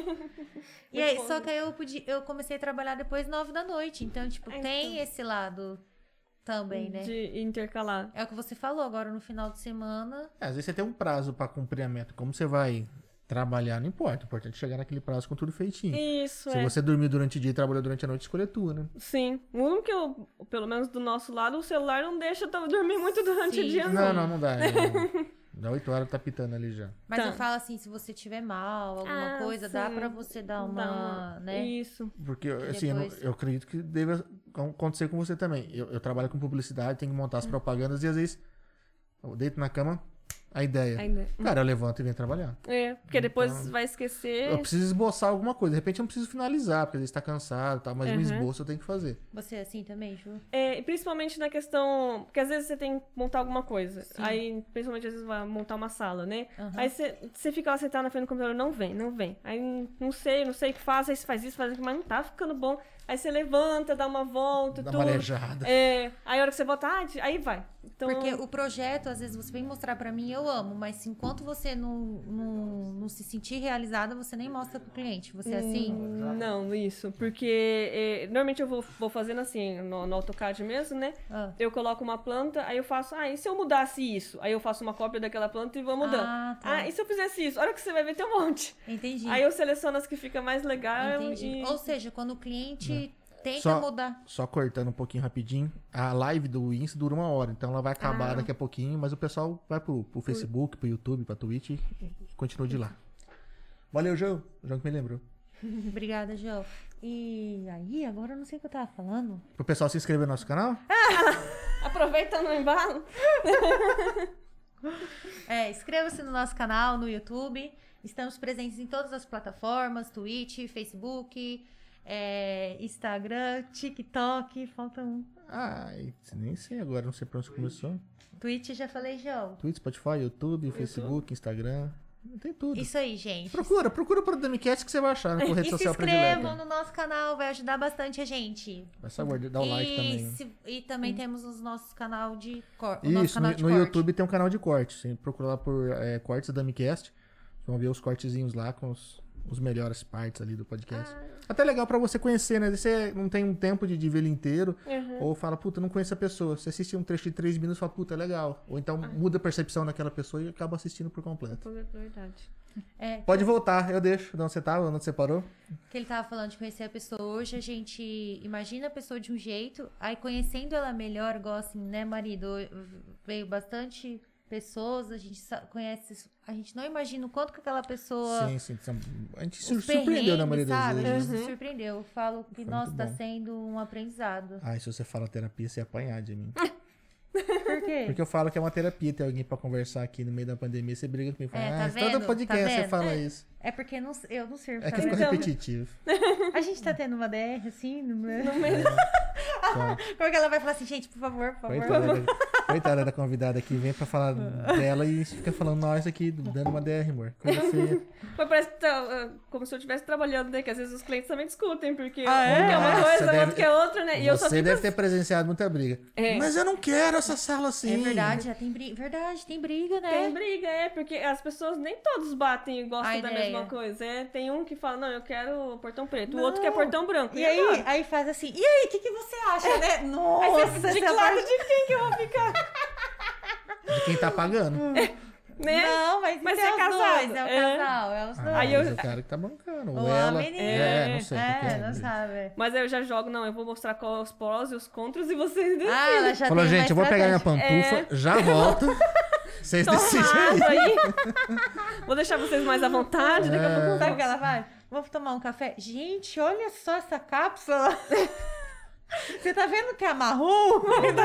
A: E aí, só que aí eu comecei a trabalhar depois 9 da noite, então, tipo, tem esse lado também, né?
C: De intercalar.
A: É o que você falou agora no final de semana.
B: Às vezes você tem um prazo pra cumprir a meta. Como você vai trabalhar, não importa. O importante é chegar naquele prazo com tudo feitinho.
C: Isso,
B: Se você dormiu durante o dia e trabalhou durante a noite, escolha tua, né?
C: Sim. Um que pelo menos do nosso lado, o celular não deixa eu dormir muito durante o dia,
B: Não dá. Dá 8 horas, tá pitando ali já.
A: Mas eu falo assim, se você tiver mal, alguma coisa, dá pra você dar uma, né?
C: Isso.
B: Porque, assim, eu acredito que deve acontecer com você também. Eu trabalho com publicidade, tenho que montar as propagandas e às vezes eu deito na cama, a ideia. Cara, eu levanto e venho trabalhar.
C: Porque depois vai esquecer.
B: Eu preciso esboçar alguma coisa. De repente eu não preciso finalizar, porque às vezes tá cansado, tá? Mas um esboço eu tenho que fazer.
A: Você é assim também, Ju?
C: Principalmente na questão... Porque às vezes você tem que montar alguma coisa. Sim. Aí, principalmente, às vezes vai montar uma sala, né? Aí você fica lá sentado na frente do computador, não vem. Aí não sei o que faz, aí você faz isso, faz aquilo, mas não tá ficando bom. Aí você levanta, dá uma volta,
B: dá uma marejada.
C: Aí a hora que você bota, aí vai. Então...
A: Porque o projeto, às vezes, você vem mostrar pra mim, eu amo, mas enquanto você não se sentir realizada, você nem mostra pro cliente. Você é assim?
C: Não, isso. Porque normalmente eu vou fazendo assim, no AutoCAD mesmo, né? Eu coloco uma planta, aí eu faço, e se eu mudasse isso? Aí eu faço uma cópia daquela planta e vou mudando. E se eu fizesse isso? A hora que você vai ver, tem um monte.
A: Entendi.
C: Aí eu seleciono as que fica mais legal.
A: Entendi. Ou seja, quando o cliente tenta mudar.
B: Só cortando um pouquinho rapidinho, a live do Insta dura 1 hora, então ela vai acabar daqui a pouquinho, mas o pessoal vai pro Facebook, pro YouTube, pra Twitch e continua de lá. Valeu, João. O João que me lembrou.
A: Obrigada, João. E aí, agora eu não sei o que eu tava falando.
B: Pro pessoal se inscrever no nosso canal?
C: Aproveitando o embalo.
A: Inscreva-se no nosso canal, no YouTube. Estamos presentes em todas as plataformas, Twitch, Facebook, Instagram, TikTok, falta um.
B: Nem sei agora, não sei pra onde começou.
A: Twitch, já falei, João.
B: Twitch, Spotify, YouTube, Facebook, Instagram. Tem tudo.
A: Isso aí, gente.
B: Procura pro DMCast que você vai achar na rede social predileta.
A: E se inscrevam no nosso canal, vai ajudar bastante a gente.
B: Vai só dar o like também.
A: E também temos os nossos canal de corte.
B: Isso, no YouTube tem um canal de corte. Você procura lá por cortes da DMCast. Vocês vão ver os cortezinhos lá com os melhores partes ali do podcast. Até legal pra você conhecer, né? Você não tem um tempo de ver ele inteiro. Ou fala, puta, não conheço a pessoa. Você assiste um trecho de 3 minutos e fala, puta, é legal. Ou então muda a percepção daquela pessoa e acaba assistindo por completo.
C: É verdade.
B: Pode voltar, eu deixo. De onde você tava, onde você parou?
A: Que ele tava falando de conhecer a pessoa. Hoje a gente imagina a pessoa de um jeito, aí conhecendo ela melhor, igual assim, né, marido? Veio bastante pessoas, a gente conhece, a gente não imagina o quanto que aquela pessoa...
B: Sim. A gente se surpreendeu na maioria das vezes.
A: A gente se surpreendeu. Eu falo que, nossa, tá sendo um aprendizado.
B: Se você fala terapia, você ia apanhar de mim.
A: Por quê?
B: Porque eu falo que é uma terapia ter alguém pra conversar aqui no meio da pandemia, você briga comigo.
A: Tá vendo?
B: Todo podcast você fala isso.
A: É porque eu não sirvo.
B: É que ficou repetitivo.
A: A gente tá tendo uma DR, assim, no meio... Porque ela vai falar assim, gente, por favor.
B: Coitada da convidada aqui, vem pra falar dela e fica falando nós aqui, dando uma DR, amor. Coisa feia.
C: Mas parece que como se eu estivesse trabalhando, né? Que às vezes os clientes também discutem, porque um quer uma coisa, outro quer outra, né? E eu só
B: você deve ter presenciado muita briga. Mas eu não quero essa sala assim.
A: É verdade, já tem briga. Verdade, tem briga, né?
C: Tem briga, porque as pessoas nem todos batem e gostam da mesma coisa. Tem um que fala, não, eu quero portão preto. O outro quer portão branco.
A: E aí faz assim, e aí, o que você acha, né? Nossa,
C: de que lado de quem que eu vou ficar?
B: De quem tá pagando.
C: Né?
A: Não, mas
C: é
A: os
C: casado.
A: dois, é o casal, é os dois.
B: Aí o cara que tá bancando. Ou ela. Não sei.
A: Não sabe.
C: Mas aí eu já jogo, não, eu vou mostrar quais os prós e os contras e vocês decidem.
A: Ela já
B: falou, gente, eu vou pegar minha pantufa, já volto. Vocês decidem aí.
C: Vou deixar vocês mais à vontade. Daqui a pouco
A: sabe o que ela faz? Vou tomar um café. Gente, olha só essa cápsula. Você tá vendo que é marrom?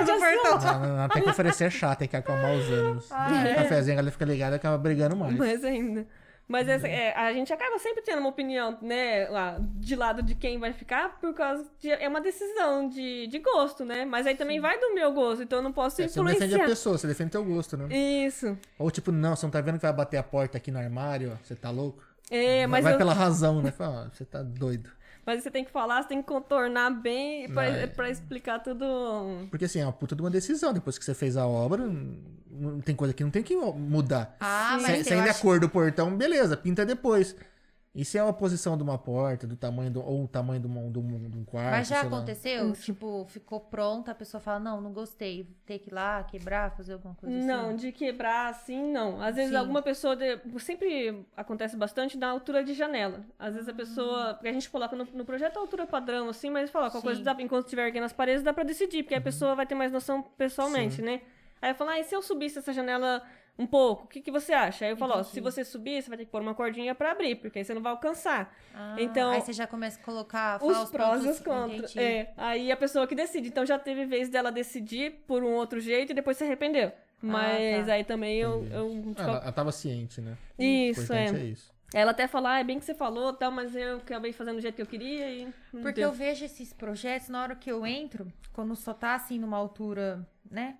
B: Não, tem que oferecer chá, tem que acalmar os ânimos. Um cafezinho, a galera fica ligada e acaba brigando mais.
C: Mas ainda. Mas a gente acaba sempre tendo uma opinião, né, lá, de lado de quem vai ficar, por causa de... É uma decisão de gosto, né? Mas aí também vai do meu gosto, então eu não posso influenciar.
B: Você não defende a pessoa, você defende teu gosto, né?
C: Isso.
B: Ou tipo, não, você não tá vendo que vai bater a porta aqui no armário, ó, você tá louco?
C: Mas
B: vai pela razão, né? Fala, ó, você tá doido.
C: Mas você tem que falar, você tem que contornar bem pra explicar tudo.
B: Porque assim, é uma puta de uma decisão. Depois que você fez a obra, não tem coisa que não tem que mudar. Se ainda é a cor do portão, beleza, pinta depois. E se é uma posição de uma porta, do tamanho ou o tamanho de um quarto?
A: Mas já aconteceu? Tipo, ficou pronta, a pessoa fala, não gostei. Ter que ir lá, quebrar, fazer alguma coisa assim?
C: Não, de quebrar assim, não. Às vezes alguma pessoa... Sempre acontece bastante na altura de janela. Às vezes a pessoa... Porque a gente coloca no projeto a altura padrão, assim, mas fala, qualquer coisa, enquanto estiver erguendo as paredes, dá pra decidir. Porque a pessoa vai ter mais noção pessoalmente, né? Aí eu falo, e se eu subisse essa janela... um pouco, o que você acha? Aí eu falo, se você subir, você vai ter que pôr uma cordinha pra abrir, porque aí você não vai alcançar. Então,
A: aí você já começa a colocar
C: os prós e os contras. Aí a pessoa que decide. Então já teve vez dela decidir por um outro jeito e depois se arrependeu. Mas aí também eu
B: ela tava ciente, né?
C: Isso,
B: é isso.
C: Ela até falou, é bem que você falou, tal, mas eu acabei fazendo do jeito que eu queria e...
A: Porque eu vejo esses projetos, na hora que eu entro, quando só tá assim numa altura, né,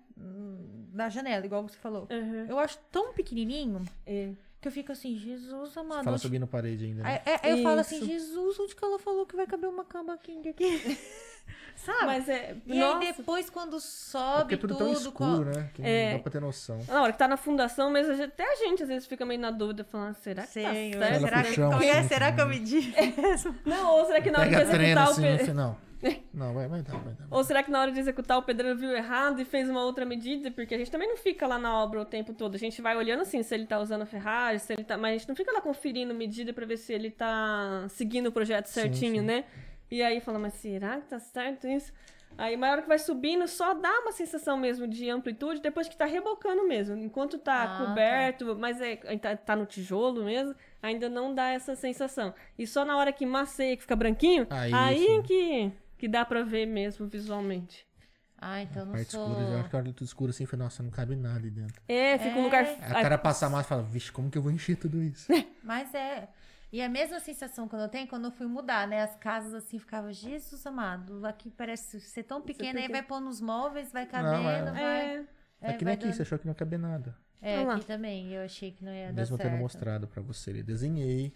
A: da janela, igual você falou, eu acho tão pequenininho que eu fico assim, Jesus amado.
B: Você fala subindo parede ainda, né?
A: Eu falo assim, Jesus, onde que ela falou que vai caber uma cama aqui? Sabe?
C: Mas
A: aí depois quando sobe
B: tudo tão escuro, né? Que não dá pra ter noção.
C: Na hora que tá na fundação mesmo, até a gente às vezes fica meio na dúvida, falando, será que tá certo?
A: Será que eu medi mesmo?
C: Não, ou será que na hora de executar o pedreiro...
B: Não, vai dar.
C: Ou será que na hora de executar o pedreiro viu errado e fez uma outra medida? Porque a gente também não fica lá na obra o tempo todo. A gente vai olhando assim, se ele tá usando a ferragem, se ele tá... Mas a gente não fica lá conferindo medida pra ver se ele tá seguindo o projeto certinho, né? E aí fala, mas será que tá certo isso? Aí, na hora que vai subindo, só dá uma sensação mesmo de amplitude depois que tá rebocando mesmo. Enquanto tá coberto, mas tá no tijolo mesmo, ainda não dá essa sensação. E só na hora que masseia, que fica branquinho, aí que dá pra ver mesmo visualmente.
A: Então não
B: parte
A: sou...
B: escura, eu acho que a hora tudo escuro assim, nossa, não cabe nada ali dentro.
C: Fica um lugar...
B: Aí o cara passa mais e fala, vixe, como que eu vou encher tudo isso?
A: Mas E a mesma sensação que eu tenho quando eu fui mudar, né? As casas assim, ficava, Jesus amado, aqui parece ser tão pequena, aí vai pôr nos móveis, vai cabendo, vai...
B: Aqui nem aqui, você achou que não ia caber nada.
A: Aqui também, eu achei que não ia dar
B: Mesmo
A: certo.
B: tendo mostrado pra você, ele desenhei.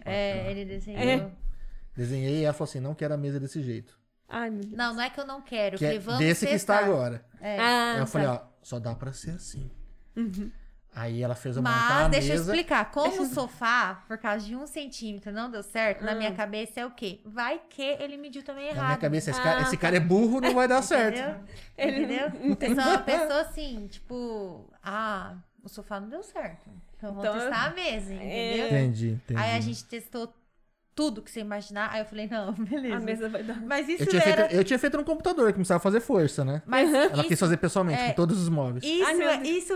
A: Ele desenhou.
B: Desenhei e ela falou assim, não quero a mesa desse jeito.
C: Ai, meu Deus.
A: Não é que eu não quero,
B: Que
A: vamos
B: desse que está agora.
A: Aí
B: eu falei, só dá pra ser assim. Aí ela fez eu montar a
A: deixa eu
B: mesa.
A: explicar. Como o sofá, por causa de 1 centímetro, não deu certo, na minha cabeça é o quê? Vai que ele mediu também errado.
B: Na minha cabeça, esse cara é burro, não vai dar certo.
A: Entendeu? Eu sou uma pessoa assim, tipo... o sofá não deu certo. Então vamos testar a mesa, entendeu?
B: Entendi.
A: Aí a gente testou tudo que você imaginar. Aí eu falei, não, beleza.
C: A mesa vai dar.
A: Mas isso
B: eu tinha feito no computador, que precisava fazer força, né?
A: Mas
B: ela quis fazer pessoalmente, com todos os móveis.
A: Isso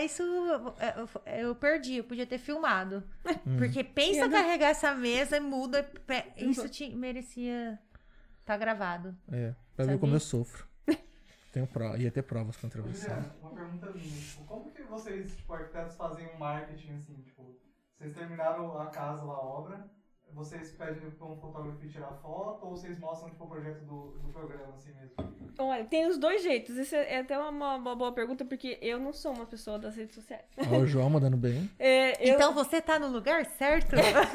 A: eu perdi, eu podia ter filmado. Porque pensa carregar essa mesa e muda. Isso merecia estar gravado.
B: Pra ver como eu sofro. Ia ter provas contra você.
D: Uma pergunta minha, tipo, como que vocês, tipo, arquitetos, fazem um marketing assim, tipo, vocês terminaram a casa, a obra, vocês pedem para um fotógrafo tirar foto ou vocês mostram tipo, o projeto do programa assim mesmo?
C: Olha, tem os dois jeitos. Isso é até uma boa pergunta, porque eu não sou uma pessoa das redes sociais.
B: O João mandando bem.
A: Então você tá no lugar certo?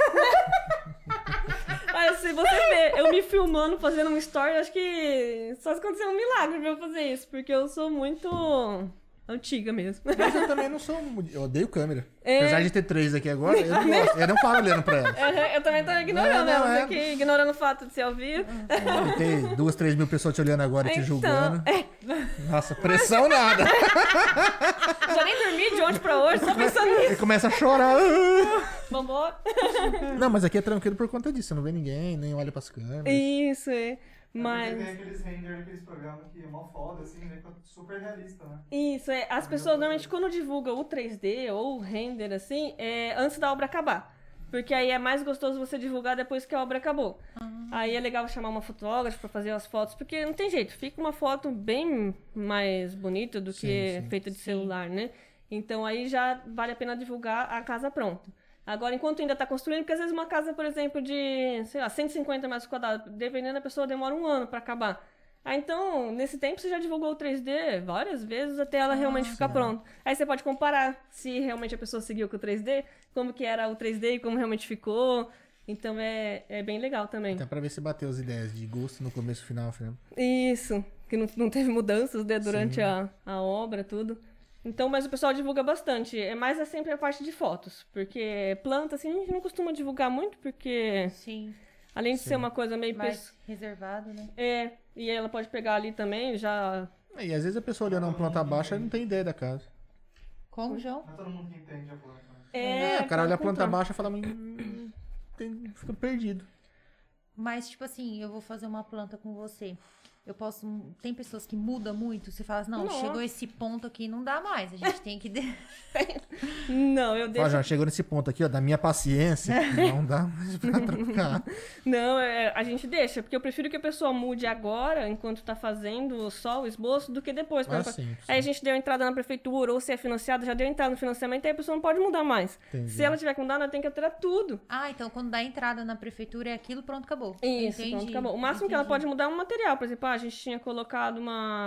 C: Mas se você ver eu me filmando, fazendo um story, acho que só se acontecer um milagre pra eu fazer isso, porque eu sou muito... antiga mesmo.
B: Mas eu também não sou... Eu odeio câmera. Apesar de ter 3 aqui agora, eu não gosto. Eu não falo olhando pra ela.
C: Eu também tô ignorando ela. Aqui, ignorando o fato de ser ao vivo.
B: E tem 2, 3 mil pessoas te olhando agora e te julgando. Nossa, pressão nada.
C: Já nem dormi de ontem pra hoje, só pensando nisso.
B: Ele começa a chorar.
C: Vambora.
B: Não, mas aqui é tranquilo por conta disso. Você não vê ninguém, nem olha pras câmeras.
C: Isso,
D: Mas... Tem aqueles renders daqueles programas que é mó foda, assim, né? Super realista, né?
C: Isso, As pessoas normalmente quando divulgam o 3D ou o render, assim, antes da obra acabar. Porque aí é mais gostoso você divulgar depois que a obra acabou. Aí é legal chamar uma fotógrafa pra fazer as fotos, porque não tem jeito, fica uma foto bem mais bonita do que feita de celular, né? Então aí já vale a pena divulgar a casa pronta. Agora, enquanto ainda tá construindo, porque às vezes uma casa, por exemplo, de, sei lá, 150 metros quadrados, dependendo da pessoa, demora 1 ano pra acabar. Então, nesse tempo, você já divulgou o 3D várias vezes até ela realmente ficar pronta. Aí você pode comparar se realmente a pessoa seguiu com o 3D, como que era o 3D e como realmente ficou. Então, é bem legal também.
B: Até pra ver se bateu as ideias de gosto no começo e final, né?
C: Isso, que não teve mudanças, né, durante a obra, tudo. Então, mas o pessoal divulga bastante. É sempre a parte de fotos, porque planta, assim, a gente não costuma divulgar muito, porque...
A: Sim.
C: Além de ser uma coisa meio...
A: mais reservado, né?
C: E ela pode pegar ali também, já...
B: E às vezes a pessoa olhando uma planta baixa não tem ideia da casa.
A: Como, João?
D: Não é todo mundo que entende a planta. Né?
B: O cara olha a planta baixa e fala... fica perdido.
A: Mas, tipo assim, eu vou fazer uma planta com você. Eu posso... Tem pessoas que mudam muito. Você fala assim, não, chegou esse ponto aqui, não dá mais. A gente tem que...
C: Não, eu deixo...
B: Ó, já chegou nesse ponto aqui, ó, da minha paciência. Não dá mais pra trocar.
C: Não, a gente deixa. Porque eu prefiro que a pessoa mude agora, enquanto tá fazendo só o esboço, do que depois.
B: Sim.
C: Aí a gente deu entrada na prefeitura, ou se é financiado, já deu entrada no financiamento, aí a pessoa não pode mudar mais.
B: Entendi.
C: Se ela tiver que mudar, ela tem que alterar tudo.
A: Então quando dá entrada na prefeitura é aquilo, pronto, acabou.
C: Isso, pronto, acabou. O máximo que ela pode mudar é um material. Por exemplo, a gente tinha colocado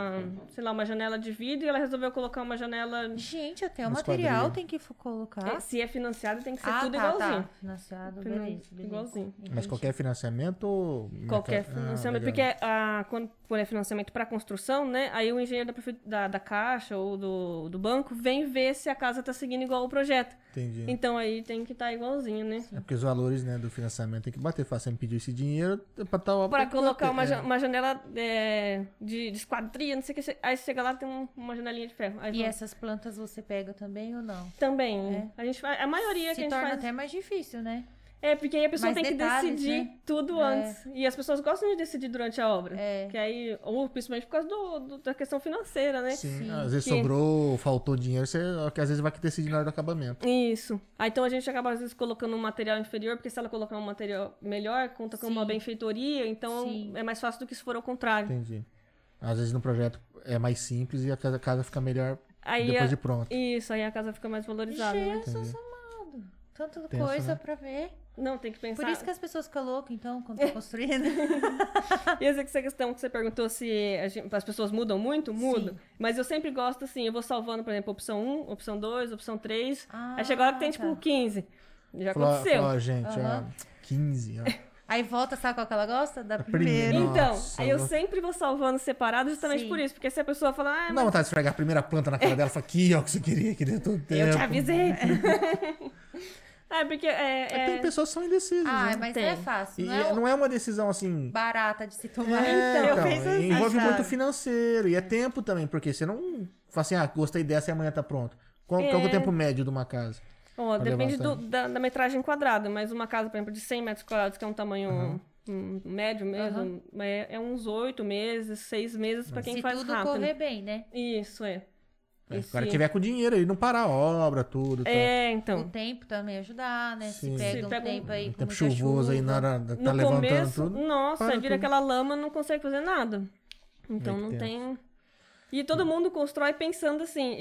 C: uma janela de vidro e ela resolveu colocar uma janela...
A: Gente, até o material tem que colocar.
C: Se é financiado, tem que ser tudo igualzinho.
A: Financiado, beleza.
C: Igualzinho.
B: Mas qualquer financiamento...
C: Qualquer financiamento. Porque quando for financiamento para construção, né? Aí o engenheiro da Caixa ou do banco vem ver se a casa tá seguindo igual o projeto.
B: Entendi.
C: Então aí tem que estar igualzinho, né?
B: É porque os valores, né, do financiamento tem que bater. Você me pediu esse dinheiro pra tal...
C: Pra colocar uma janela de esquadria, não sei o que. Aí você chega lá tem uma janelinha de ferro. Aí
A: essas plantas você pega também ou não?
C: Também. A gente faz, a maioria que a gente faz...
A: Se torna até mais difícil, né?
C: Porque aí a pessoa tem que decidir,
A: né?
C: tudo antes. E as pessoas gostam de decidir durante a obra. Que aí, ou principalmente por causa da questão financeira, né?
B: Sim. Às vezes sobrou, faltou dinheiro, que às vezes vai que decidir na hora do acabamento.
C: Isso. Então a gente acaba às vezes colocando um material inferior, porque se ela colocar um material melhor, conta com uma benfeitoria, então é mais fácil do que se for ao contrário.
B: Entendi. Às vezes no projeto é mais simples e a casa fica melhor depois de pronto.
C: Isso, aí a casa fica mais valorizada.
A: Jesus amado. Tanta coisa, né? Pra ver.
C: Não, tem que pensar.
A: Por isso que as pessoas ficam loucas, então, quando tá construindo.
C: E essa questão que você perguntou se as pessoas mudam muito? Mudam. Mas eu sempre gosto, assim, eu vou salvando, por exemplo, opção 1, opção 2, opção 3. Aí chega a hora que tem, tipo, 15. Já aconteceu.
B: Ó, gente, ó, 15, ó.
A: Aí volta, sabe qual que ela gosta? Da primeira.
C: Então,
B: Nossa,
C: aí eu sempre vou salvando separado justamente por isso. Porque se a pessoa falar...
B: Não, vontade de esfregar a primeira planta na cara dela e falar, aqui, ó, o que você queria, que deu todo tempo.
C: Eu te avisei. Porque
B: tem pessoas que são indecisas. Né?
A: Mas é fácil.
B: Não é uma decisão assim...
A: barata de se tomar.
B: Então, envolve muito financeiro. E é tempo também, porque você não fala assim, gostei dessa e amanhã tá pronto. Qual é o tempo médio de uma casa?
C: Depende da metragem quadrada, mas uma casa, por exemplo, de 100 metros quadrados, que é um tamanho médio mesmo, é uns 8 meses, 6 meses para quem faz rápido.
A: Se tudo correr bem, né?
C: Isso,
B: o cara tiver com dinheiro aí, não parar a obra, tudo.
C: Então.
A: O tempo também ajudar, né?
B: Sim.
A: Se pega um tempo aí.
B: Um tempo chuvoso aí, tá
C: no
B: levantando
C: começo,
B: tudo.
C: Nossa, aí vira aquela lama, não consegue fazer nada. Então não tem. E todo mundo constrói pensando assim,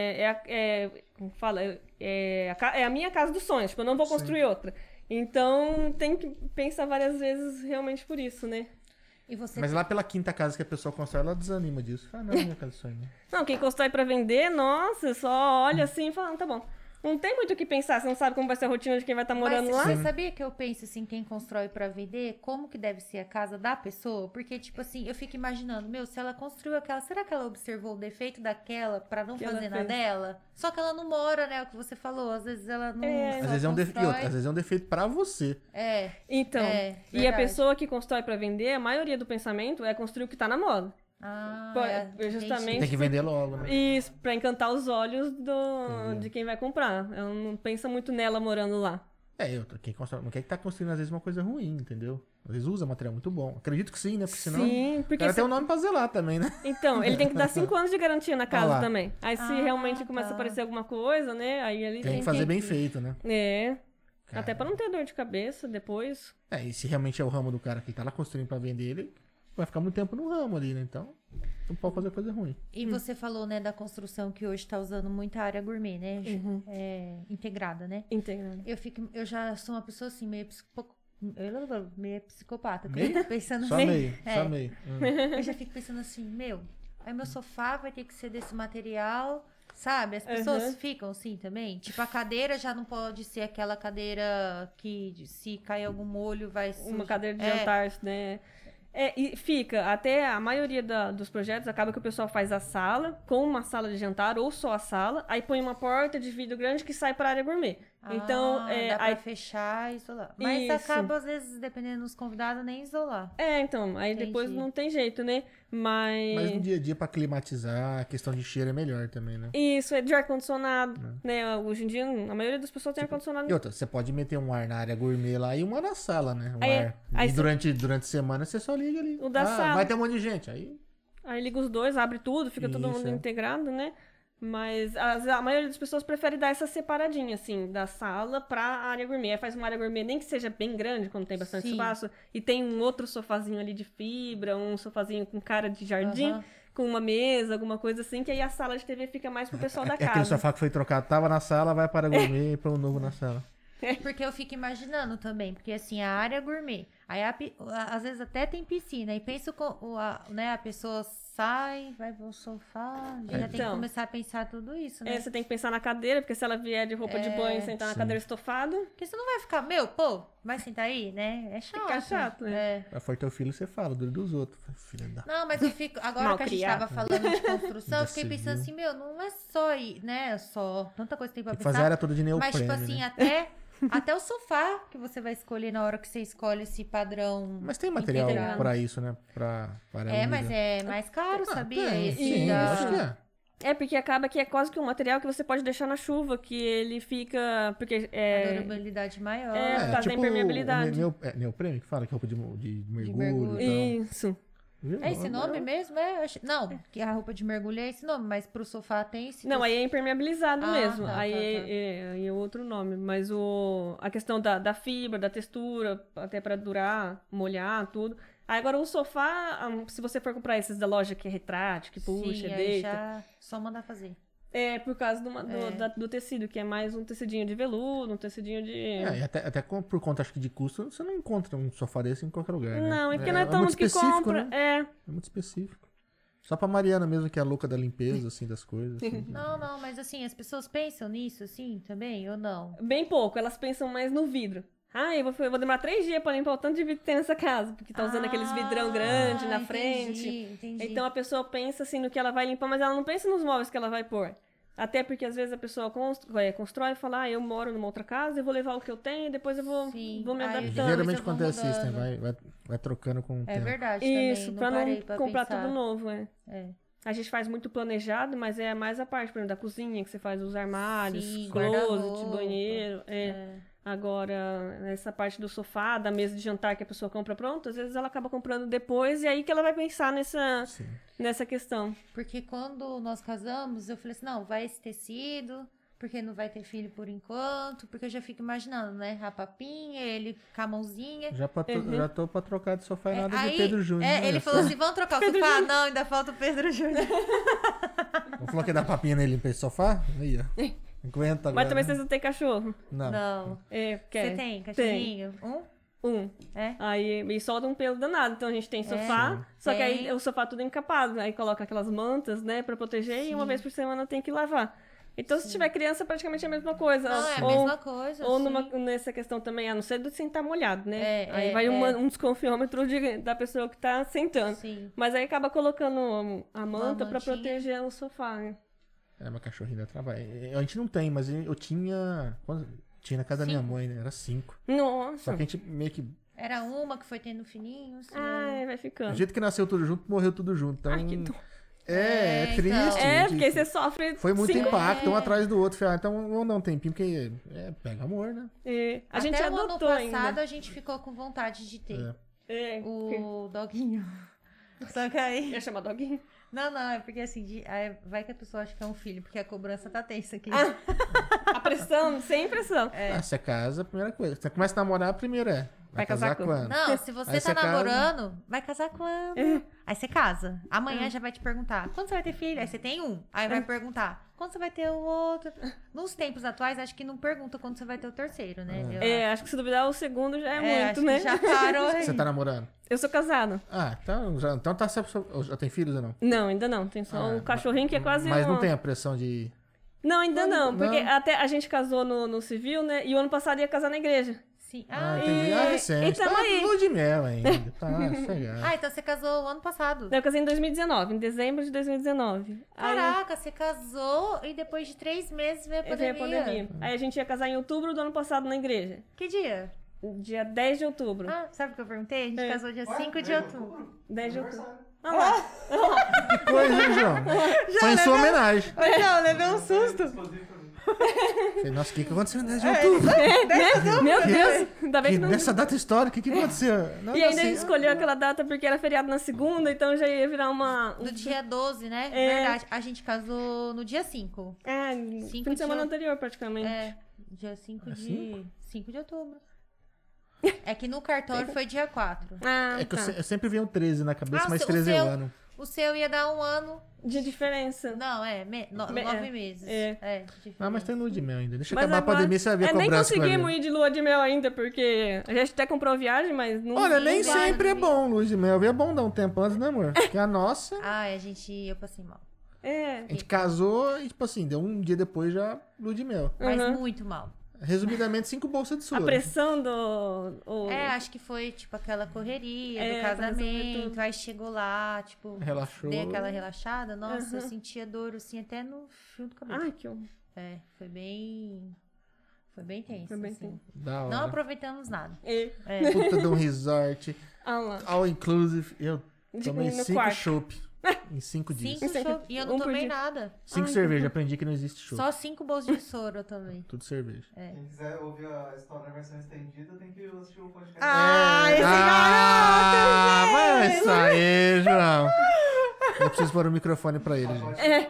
C: como fala, é a minha casa dos sonhos, tipo, eu não vou construir outra. Então tem que pensar várias vezes realmente por isso, né?
B: Mas lá pela quinta casa que a pessoa constrói, ela desanima disso. Não, minha casa dos sonhos.
C: Não, quem constrói pra vender, nossa, só olha assim e fala, tá bom. Não tem muito o que pensar, você não sabe como vai ser a rotina de quem vai estar morando lá.
A: Você sabia que eu penso assim, quem constrói pra vender, como que deve ser a casa da pessoa? Porque, tipo assim, eu fico imaginando, se ela construiu aquela, será que ela observou o defeito daquela pra não fazer na dela? Só que ela não mora, né, o que você falou, às vezes ela não
B: às vezes às vezes é um defeito pra você.
C: Então, e a pessoa que constrói pra vender, a maioria do pensamento é construir o que tá na moda. Justamente
B: tem que vender logo, né?
C: Isso, pra encantar os olhos de quem vai comprar. Ela não pensa muito nela morando lá.
B: Quem constrói, não quer que tá construindo às vezes uma coisa ruim, entendeu? Às vezes usa material muito bom. Acredito que sim, né? Porque senão o cara tem um nome pra zelar também, né?
C: Então, ele tem que dar 5 anos de garantia na casa também. Aí se realmente começa a aparecer alguma coisa, né? Aí ele
B: tem que fazer bem feito, né? Cara.
C: Até pra não ter dor de cabeça depois.
B: E se realmente é o ramo do cara que tá lá construindo pra vender, ele vai ficar muito tempo no ramo ali, né? Então, não pode fazer coisa ruim.
A: E você falou, né, da construção que hoje tá usando muita área gourmet, né? Integrada, né?
C: Integrada.
A: Eu já sou uma pessoa assim, meio psicopata. Que eu fico pensando
B: Só meio.
A: Eu já fico pensando assim, aí meu sofá vai ter que ser desse material, sabe? As pessoas ficam assim também. Tipo, a cadeira já não pode ser aquela cadeira que se cair algum molho vai...
C: Uma cadeira de jantar, né? E fica, até a maioria dos projetos, acaba que o pessoal faz a sala, com uma sala de jantar, ou só a sala, aí põe uma porta de vidro grande que sai para a área gourmet. Então,
A: dá pra fechar e isolar. Mas acaba, às vezes, dependendo dos convidados, nem isolar.
C: Então, aí depois não tem jeito, né? Mas
B: no dia a dia, pra climatizar, a questão de cheiro é melhor também, né?
C: Isso, é de ar-condicionado, né? Hoje em dia, a maioria das pessoas tem ar-condicionado.
B: E outra, você pode meter um ar na área gourmet lá e uma na sala, né?
C: Aí
B: e durante a semana você só liga ali.
C: O da sala.
B: Vai ter um monte de gente. Aí
C: liga os dois, abre tudo, fica todo mundo integrado, né? Mas a maioria das pessoas prefere dar essa separadinha, assim, da sala pra área gourmet. Aí faz uma área gourmet, nem que seja bem grande, quando tem bastante espaço, e tem um outro sofazinho ali de fibra, um sofazinho com cara de jardim, com uma mesa, alguma coisa assim, que aí a sala de TV fica mais pro pessoal da casa.
B: Aquele sofá que foi trocado, tava na sala, vai para a gourmet e para um novo na sala.
A: Porque eu fico imaginando também, porque assim, a área gourmet, aí às vezes até tem piscina, e penso né, a pessoa sai, vai pro sofá, já tem que começar a pensar tudo isso, né?
C: Você tem que pensar na cadeira, porque se ela vier de roupa de banho e sentar na cadeira estofada...
A: Porque você não vai ficar, vai sentar aí, né? É chato.
C: Fica chato, né?
B: For teu filho, você fala, duro dos outros. Filha da...
A: Não, mas eu fico, agora que a gente tava falando de construção, eu fiquei pensando assim, não é só aí, né? Só tanta coisa que tem pra pensar.
B: Fazer a área toda de neoprene,
A: mas tipo assim,
B: né?
A: Até o sofá que você vai escolher na hora que você escolhe esse padrão.
B: Mas tem material pra isso, né?
A: Mas é mais caro, sabia?
B: Sim, acho que é.
C: Porque acaba que é quase que um material que você pode deixar na chuva, que ele fica... Porque
A: a durabilidade maior.
C: Por causa da impermeabilidade.
B: Neoprene que fala que é roupa de mergulho e tal.
C: Isso.
A: É esse nome mesmo? Não, que a roupa de mergulho é esse nome, mas pro sofá tem esse...
C: Não, aí é impermeabilizado mesmo. Aí é outro nome. Mas a questão da fibra, da textura, até pra durar, molhar, tudo. Aí agora o sofá, se você for comprar esses da loja que é retrátil, que puxa,
A: aí
C: deita...
A: já só mandar fazer.
C: Por causa do tecido, que é mais um tecidinho de veludo, um tecidinho de...
B: E até por conta, acho que de custo, você não encontra um sofá desse em qualquer lugar, né?
C: Não, porque não é todo mundo que compra.
B: Né? É muito específico. Só pra Mariana mesmo, que é a louca da limpeza, assim, das coisas. Assim.
A: Não, mas assim, as pessoas pensam nisso, assim, também, ou não?
C: Bem pouco, elas pensam mais no vidro. Eu vou demorar 3 dias pra limpar o tanto de vidro que tem nessa casa, porque tá usando aqueles vidrão grande na frente.
A: Entendi.
C: Então a pessoa pensa assim no que ela vai limpar, mas ela não pensa nos móveis que ela vai pôr. Até porque às vezes a pessoa constrói e fala, eu moro numa outra casa, eu vou levar o que eu tenho e depois eu vou me adaptando.
B: Geralmente acontece isso, né? Vai trocando com o tempo.
A: É verdade
C: isso,
A: também.
C: Pra não comprar tudo novo, A gente faz muito planejado, mas é mais a parte, por exemplo, da cozinha, que você faz os armários, closet, banheiro. Agora, essa parte do sofá, da mesa de jantar que a pessoa compra pronto, às vezes ela acaba comprando depois e aí que ela vai pensar nessa questão.
A: Porque quando nós casamos, eu falei assim, não, vai esse tecido, porque não vai ter filho por enquanto, porque eu já fico imaginando, né, a papinha, ele com a mãozinha.
B: Já tô pra trocar de sofá e nada de Pedro Júnior.
A: Ele falou assim, vamos trocar o sofá? Não, ainda falta o Pedro Júnior.
B: Vamos falou que dá papinha nele pra esse sofá? Aí, ó. Aguenta agora.
C: Mas também vocês não têm cachorro?
A: Não.
C: Você
A: tem cachorrinho?
C: Um. Aí solta um pelo danado. Então a gente tem sofá, só que aí o sofá tudo encapado. Aí coloca aquelas mantas, né, pra proteger e uma vez por semana tem que lavar. Então se tiver criança, praticamente é a mesma coisa.
A: É a mesma coisa.
C: Ou nessa questão também, a não ser de sentar molhado, né? Aí vai um desconfiômetro da pessoa que tá sentando.
A: Sim.
C: Mas aí acaba colocando a manta pra proteger o sofá, né?
B: Meu cachorrinho dá trabalho. A gente não tem, mas eu tinha... Tinha na casa da minha mãe, né? Era 5.
C: Nossa.
B: Só que a gente meio que...
A: Era uma que foi tendo filhinhos.
C: Vai ficando.
B: Do jeito que nasceu tudo junto, morreu tudo junto. Então...
C: que dor.
B: É triste.
C: Então. Porque você sofre...
B: Foi muito impacto, um atrás do outro. Falei, então vamos dar um tempinho, porque pega amor, né?
C: A gente
A: até
C: adotou
A: o ano passado
C: ainda.
A: A gente ficou com vontade de ter
C: É.
A: o doguinho. Só que aí...
C: Ia chamar doguinho?
A: Não, é porque assim, vai que a pessoa acha que é um filho, porque a cobrança tá tensa aqui.
C: A pressão, sem pressão.
B: Você casa, a primeira coisa. Você começa a namorar, a primeira vai casar quando?
A: Não, se você tá namorando, vai casar quando? Aí você casa. Amanhã já vai te perguntar, quando você vai ter filho? Aí você tem um. Aí vai perguntar, quando você vai ter o outro? Nos tempos atuais, acho que não pergunta quando você vai ter o terceiro, né?
C: Acho que se duvidar, o segundo já é muito, né?
A: Já parou aí.
B: Você tá namorando?
C: Eu sou casada.
B: Então tá já tem filhos ou não?
C: Não, ainda não. Tem só um cachorrinho que é quase
B: Mas não tem a pressão de...
C: Não, ainda não. Porque até a gente casou no civil, né? E o ano passado ia casar na igreja.
A: Sim.
B: Entendi. Recente.
C: Então aí.
B: Lua de mel ainda. Tá, chegado.
A: Então você casou o ano passado.
C: Eu casei em 2019, em dezembro de 2019.
A: Caraca, você casou e depois de 3 meses veio a pandemia.
C: Aí a gente ia casar em outubro do ano passado na igreja.
A: Que dia?
C: Dia 10 de outubro.
A: Sabe o que eu perguntei? A gente casou dia 5 de outubro.
C: 10 de outubro. Olha lá.
B: Que coisa, hein, João? Foi em sua homenagem.
A: Ô, João, levei um susto.
B: Falei, nossa, o que aconteceu em 10 de outubro?
C: Meu Deus! Ainda bem que não...
B: Nessa data histórica, o que aconteceu?
C: E ainda a gente escolheu aquela data porque era feriado na segunda, então já ia virar uma...
A: No dia 12, né? Verdade. A gente casou no dia 5.
C: Fim de semana anterior, praticamente.
A: Dia 5 de outubro. É que no cartório foi dia 4.
B: Que eu sempre vi um 13 na cabeça, mas 13 é o ano.
A: O seu ia dar um ano
C: de diferença.
A: Não, 9 meses.
B: Mas tem lua de mel ainda. Deixa acabar a pandemia, você vai ver a cobrança.
C: Nem conseguimos ir de lua de mel ainda, porque a gente até comprou viagem, mas não...
B: Olha, nem sempre é bom lua de mel. É bom dar um tempo antes, né, amor? Porque a nossa...
A: eu passei mal.
B: A gente casou e, tipo assim, deu um dia depois já lua de mel.
A: Mas muito mal.
B: Resumidamente, 5 bolsas de soro.
C: A pressão do...
A: acho que foi, tipo, aquela correria do casamento. Aí chegou lá, tipo...
B: Relaxou.
A: Dei aquela relaxada. Nossa, eu sentia dor, assim, até no fio do cabelo.
C: Ai, que horror.
A: Foi bem... Foi bem tenso,
C: Foi bem
A: assim.
C: tenso.
A: Não aproveitamos nada.
B: Puta de um resort. All inclusive. Eu tomei 5 chopp em 5 dias.
A: 5 chopp. E eu não tomei nada.
B: 5 cerveja. Aprendi que não existe chopp.
A: Só 5 bolsas de soro eu tomei.
B: Tudo cerveja.
D: Quem quiser ouvir a história na versão estendida, tem que assistir o podcast.
B: Mas isso aí, João. Eu preciso pôr o microfone pra ele, gente.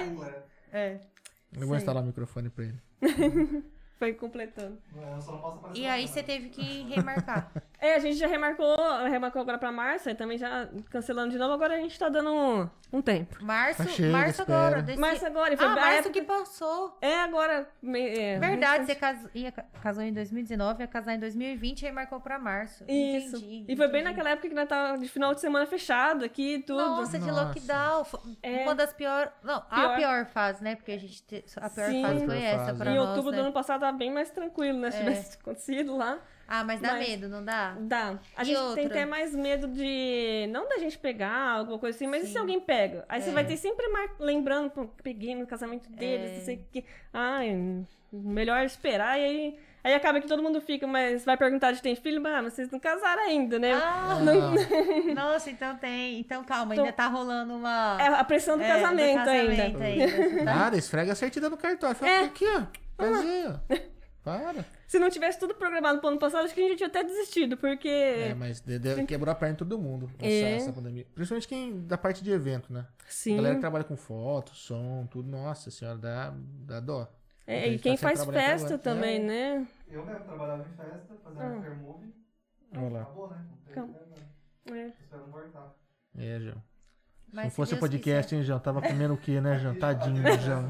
B: Eu vou instalar o microfone pra ele.
C: Foi completando.
A: E aí você teve que remarcar.
C: A gente já remarcou agora pra março, e também já cancelando de novo, agora a gente tá dando um tempo.
A: Março
C: agora.
A: Março
C: agora.
A: Março que passou.
C: Agora.
A: Verdade, você casou em 2019, ia casar em 2020 e aí marcou pra março.
C: Isso. E foi bem naquela época que nós tava de final de semana fechado aqui e tudo.
A: Nossa, de lockdown. Uma das piores... Não, a pior fase, né? Porque a pior fase foi essa pra nós,
C: em outubro do ano passado tava bem mais tranquilo, né? Se tivesse acontecido lá.
A: Mas dá medo, não dá?
C: Dá. A gente tem até mais medo de... Não da gente pegar, alguma coisa assim, mas e se alguém pega? Aí você vai ter sempre lembrando, pô, peguei no casamento deles, não sei o que. Melhor esperar e aí acaba que todo mundo fica, mas vai perguntar de tem filho? Mas vocês não casaram ainda, né?
A: Nossa, então tem. Então calma, ainda tá rolando uma...
C: a pressão do casamento ainda.
B: Nada, esfrega a certidão no cartório. Fala, aqui, ó. Casinha. Para.
C: Se não tivesse tudo programado pro ano passado, acho que a gente tinha até desistido, porque...
B: Mas quebrou a perna de todo mundo essa pandemia. Principalmente quem da parte de evento, né?
C: Sim.
B: A galera que trabalha com foto, som, tudo. Nossa senhora, dá dó.
C: E quem faz festa também, né?
D: Eu mesmo trabalhava em festa, fazendo after movie. Acabou, né? Esperando voltar.
B: João. Se não fosse o podcast, hein, João? Tava comendo o quê, né, João? Tadinho, João.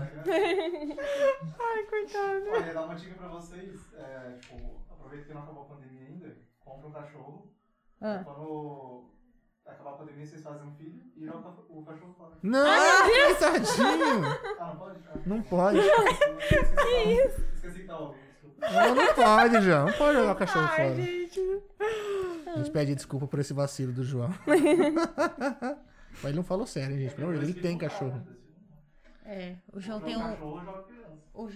C: Ai, coitado.
D: Olha, dar uma dica pra vocês. Aproveita que não acabou a pandemia ainda. Compra um cachorro. Quando acabar a pandemia, vocês fazem um filho e joga o cachorro fora.
B: Não, tadinho.
D: Não pode?
B: Não pode.
D: Esqueci que tava ouvindo.
B: Não pode, João. Não pode jogar o cachorro fora.
C: Gente.
B: A gente pede desculpa por esse vacilo do João. Mas ele não falou sério, gente. Pelo amor de Deus, ele tem cachorro.
A: O João tem
D: cachorro, joga criança.
A: O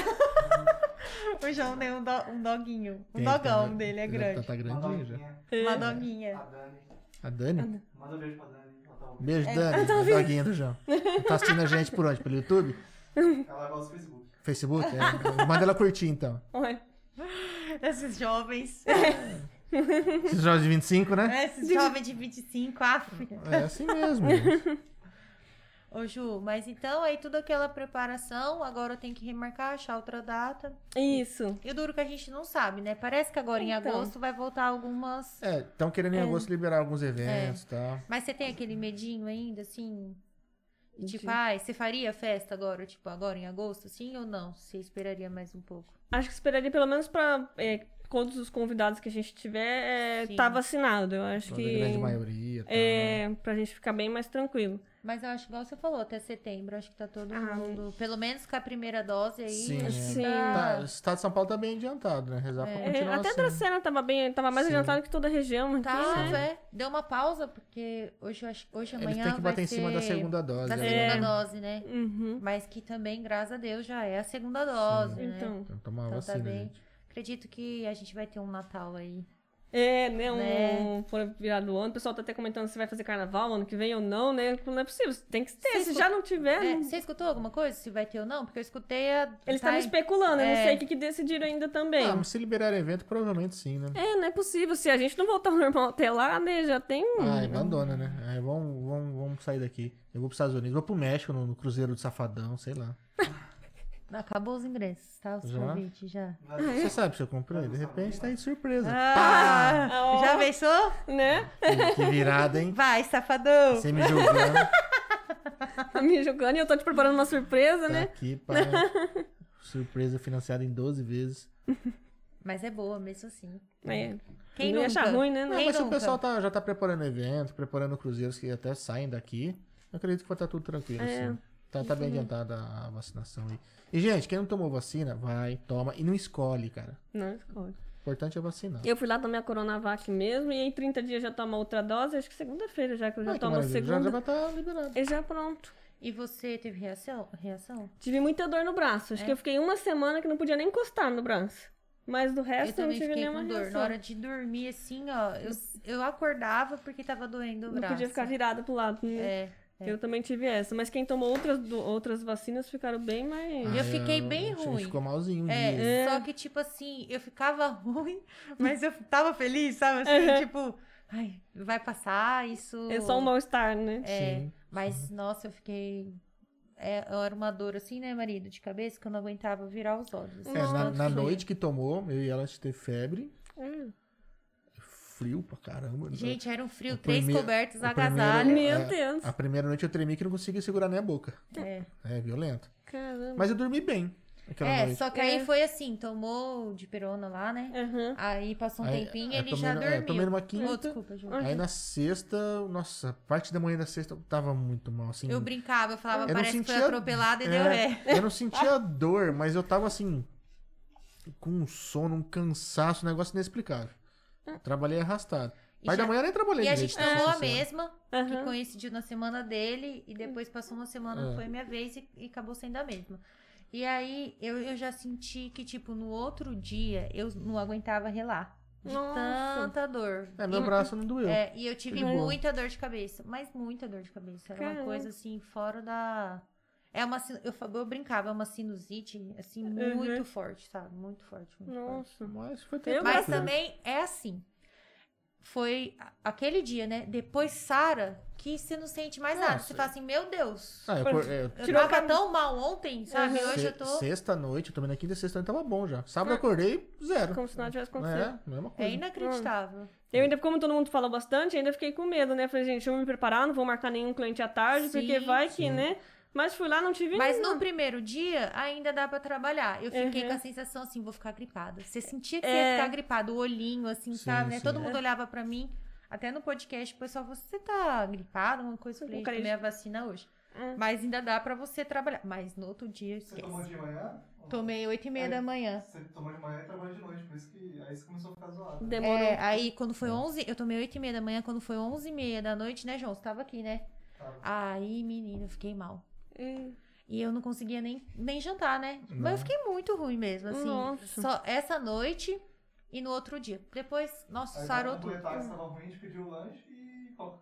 A: João tem um doguinho. O dogão dele é grande.
B: Tá grandinho já.
A: Uma doguinha.
B: A Dani?
D: Manda um beijo pra Dani.
B: Beijo, Dani. A doguinha do João. Tá assistindo a gente por onde? Pelo YouTube?
D: Ela gosta do Facebook.
B: Facebook? Manda ela curtir, então.
A: Esses jovens.
B: Esses jovens de 25, né?
A: Esses jovens de 25,
B: É assim mesmo.
A: Ô, Ju, mas então aí tudo aquela preparação, agora eu tenho que remarcar, achar outra data.
C: Isso.
A: E o duro que a gente não sabe, né? Parece que agora em agosto vai voltar algumas...
B: Estão querendo em agosto liberar alguns eventos e tal.
A: Mas você tem aquele medinho ainda, assim?
C: De-
A: Tipo, você faria festa agora, tipo, agora em agosto, assim, ou não? Você esperaria mais um pouco?
C: Acho que esperaria pelo menos pra todos os convidados que a gente tiver tá vacinado. Eu acho
B: A
C: que...
B: grande maioria. Tá,
C: pra gente ficar bem mais tranquilo.
A: Mas eu acho, igual você falou, até setembro, acho que tá todo mundo, pelo menos com a primeira dose aí.
B: Sim,
C: Sim.
B: Tá, o estado de São Paulo tá bem adiantado, né? Rezar pra continuar
C: Até
B: assim.
C: Dracena tava mais
B: Sim.
C: adiantado que toda a região.
A: Tá,
C: né?
A: Deu uma pausa, porque hoje amanhã
B: Eles têm que bater
A: vai
B: em cima da
A: ser
B: segunda dose.
A: da
B: né?
A: segunda dose, né?
C: Uhum.
A: Mas que também, graças a Deus, já é a segunda dose, né?
C: Então.
B: Então tomar
A: Então
B: vacina,
A: tá bem.
B: gente.
A: Acredito que a gente vai ter um Natal aí.
C: Né? For virado do ano. O pessoal tá até comentando se vai fazer carnaval ano que vem ou não, né? Não é possível. Tem que ter. Se já não tiver. não-
A: Você escutou alguma coisa? Se vai ter ou não? Porque eu escutei
C: Eles estavam especulando, eu não
A: É.
C: sei o que decidiram ainda também.
B: Ah, mas se liberar evento, provavelmente sim, né?
C: Não é possível. Se a gente não voltar ao normal até lá, né? Já tem
B: Abandona, né? Aí vamos sair daqui. Eu vou pros Estados Unidos, vou pro México, no Cruzeiro do Safadão, sei lá.
A: Acabou os ingressos, tá? Os
B: Já?
A: convites, já.
B: Você sabe se eu comprei? De repente tá aí de surpresa.
C: Ó,
A: Já pensou?
C: né?
B: Que virada, hein?
A: Vai, safadão!
B: Você me julgando.
C: Me julgando e eu tô te preparando uma surpresa,
B: Tá
C: né?
B: aqui para surpresa financiada em 12 vezes.
A: Mas é boa mesmo assim.
C: Quem não ia
A: nunca?
C: achar ruim, né?
B: Não,
A: Quem
B: mas se o
A: nunca?
B: pessoal já tá preparando evento, preparando cruzeiros que até saem daqui, eu acredito que vai estar tudo tranquilo, sim. Tá bem adiantada a vacinação aí. E, gente, quem não tomou vacina, vai, toma e não escolhe, cara.
C: Não escolhe.
B: O importante é vacinar.
C: Eu fui lá tomar a Coronavac mesmo e em 30 dias já tomo outra dose. Acho que segunda-feira já que eu já tomo a segunda.
B: Já vai estar liberado.
C: E já pronto.
A: E você teve reação?
C: Tive muita dor no braço. Acho que eu fiquei uma semana que não podia nem encostar no braço. Mas do
A: Eu
C: resto eu não
A: também
C: tive
A: fiquei
C: nenhuma
A: com dor.
C: reação.
A: Na hora de dormir, assim, ó, eu acordava porque tava doendo o
C: Não
A: braço.
C: podia ficar virada pro lado. Né? Eu também tive essa. Mas quem tomou outras vacinas ficaram bem mais...
A: Eu fiquei bem
B: A gente
A: ruim.
B: ficou malzinho um dia.
A: Só que, tipo assim, eu ficava ruim, mas eu tava feliz, sabe? Assim, tipo, ai, vai passar, isso...
C: É só um mal-estar, né?
B: Sim.
A: Mas, nossa, eu fiquei... era uma dor assim, né, marido, de cabeça, que eu não aguentava virar os olhos. Assim,
B: Na noite que tomou, eu e ela a gente teve febre.
C: Hum.
B: Frio pra caramba.
A: Gente, era um frio,
B: O
A: 3
B: primeiro-
A: cobertos,
B: o
A: agasalho.
B: primeiro-
C: Meu Deus.
B: A primeira noite eu tremi que não conseguia segurar nem a boca. É violento.
C: Caramba.
B: Mas eu dormi bem aquela noite.
A: Só que aí foi assim, tomou de perona lá, né?
C: Uhum.
A: Aí passou um
B: Aí,
A: tempinho e
B: eu
A: ele
B: tomei
A: já
B: no-
A: dormiu.
B: tomei numa quinta.
A: Oh, desculpa, Ju.
B: Aí na sexta, nossa, parte da manhã da sexta eu tava muito mal, assim.
A: Eu brincava, eu falava,
B: Eu não
A: parece que foi
B: sentia-
A: atropelada e deu ré.
B: Eu não sentia dor, mas eu tava assim, com um sono, um cansaço, um negócio inexplicável. Trabalhei arrastado. Parte da manhã eu nem trabalhei
A: E a
B: direito,
A: gente
B: pra ser
A: tomou a
B: sincero.
A: mesma, que coincidiu na semana dele, e depois passou uma semana, foi minha vez, e acabou sendo a mesma. E aí, eu já senti que, tipo, no outro dia, eu não aguentava relar. De
C: Nossa.
A: tanta dor.
B: Meu braço não doeu.
A: E eu tive
B: De boa.
A: muita dor de cabeça, mas muita dor de cabeça. Era uma
C: Caramba.
A: coisa, assim, fora da... Eu brincava, é uma sinusite, assim, muito forte, sabe? Muito forte, muito forte.
C: Nossa.
B: Mas foi
C: Eu-
B: tranquilo.
A: Mas também é assim. Foi aquele dia, né? Depois Sara, que você não sente mais nada. Você fala assim, meu Deus.
B: Eu
A: Eu tava tão mal ontem, sabe? Hoje eu tô...
B: Sexta-noite, eu tomei na quinta e sexta-noite tava bom já. Sábado eu acordei, zero.
C: Como se nada tivesse
B: Não
C: acontecido.
B: é? Mesma
A: É
B: coisa.
A: inacreditável.
C: Eu ainda, como todo mundo falou bastante, ainda fiquei com medo, né? Falei, gente, deixa eu me preparar, não vou marcar nenhum cliente à tarde,
A: Sim,
C: porque vai que, né? Mas fui lá, não tive
A: Mas
C: nenhum.
A: no primeiro dia, ainda dá pra trabalhar. Eu fiquei com a sensação assim, vou ficar gripada. Você sentia que você ia ficar gripada, o olhinho, assim, sabe? Né?
B: sim.
A: Todo mundo olhava pra mim. Até no podcast, o pessoal falou, você tá gripado? Uma coisa, eu falei,
C: Cara,
A: tomei a vacina hoje. Mas ainda dá pra você trabalhar. Mas no outro dia,
D: Você tomou
A: esquece.
D: de manhã?
A: Tomei 8h30 da manhã.
D: Você tomou de manhã e trabalhou de noite, por isso que aí você começou a ficar zoado.
C: Demorou.
A: Aí quando foi 11, eu tomei 8h30 da manhã, quando foi 11h30 da noite, né, João? Você tava aqui, né?
D: Tava.
A: Aí, menina, eu fiquei mal.
C: É.
A: E eu não conseguia nem jantar, né? Mas eu fiquei muito ruim mesmo, assim.
C: Nossa.
A: Só essa noite e no outro dia. Depois, nossa,
D: Aí
A: sarou
D: pra
A: tudo.
D: completar que você tava ruim, a gente pediu o lanche e coca.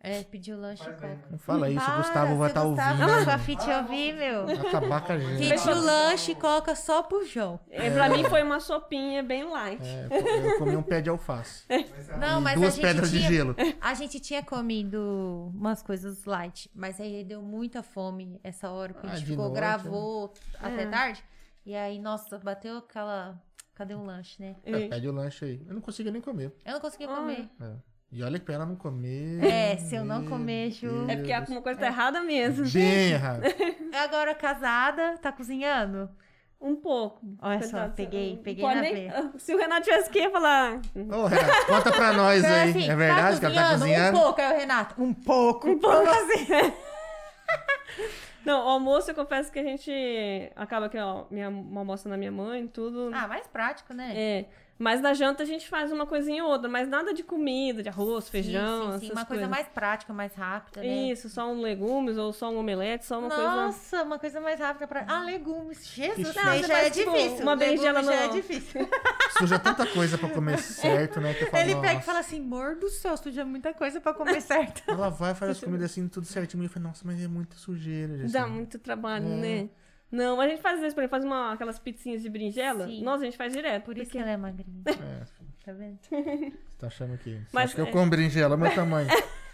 A: Pediu lanche e coca.
B: Não fala isso, o Gustavo vai estar ouvindo.
A: Gustavo, pra Fit ouvir, meu.
B: Vai acabar com a gente.
A: Pediu lanche e coca só pro João.
C: Pra mim foi uma sopinha bem light.
B: Eu comi um pé de alface.
A: Não, mas
B: 2 pedras de gelo.
A: A gente tinha comido umas coisas light, mas aí deu muita fome essa hora, porque a gente gravou até tarde. E aí, nossa, bateu aquela... Cadê o lanche, né?
B: Pede o lanche aí. Eu não conseguia nem comer.
A: Eu não conseguia comer.
B: E olha pra ela não comer.
A: Se eu não comer, Ju...
C: É porque alguma coisa tá errada mesmo.
B: Bem errado.
A: Agora casada, tá cozinhando?
C: Um pouco.
A: Olha só, peguei na veia.
C: Se o Renato tivesse que ia falar...
B: Ô, Renato, conta pra nós aí.
A: Assim,
B: É verdade que ela tá cozinhando?
A: Um pouco, aí o Renato. Um pouco assim.
C: Não, o almoço eu confesso que a gente acaba que almoça na minha mãe e tudo.
A: Mais prático, né?
C: Mas na janta a gente faz uma coisinha ou outra, mas nada de comida, de arroz, feijão,
A: sim, uma coisa mais prática, mais rápida, né?
C: Isso, só um legumes ou só um omelete, só uma coisa...
A: Nossa, uma coisa mais rápida pra... legumes. Jesus,
C: não,
A: já é difícil.
C: Uma berinjela
A: já é difícil.
B: Suja tanta coisa pra comer certo, né? Que eu falo,
A: ele pega e fala assim, amor do céu, suja muita coisa pra comer certo.
B: Ela vai, faz as comidas assim, tudo certinho. E fala, nossa, mas é muita sujeira. Assim.
C: Dá muito trabalho, né? Não, a gente faz às vezes, por exemplo, faz aquelas pizzinhas de berinjela.
A: Sim.
C: Nossa, a gente faz direto.
A: Por isso que ela é magrinha. Tá vendo?
B: Você tá achando que...
C: Mas,
B: acho que eu como berinjela, meu tamanho.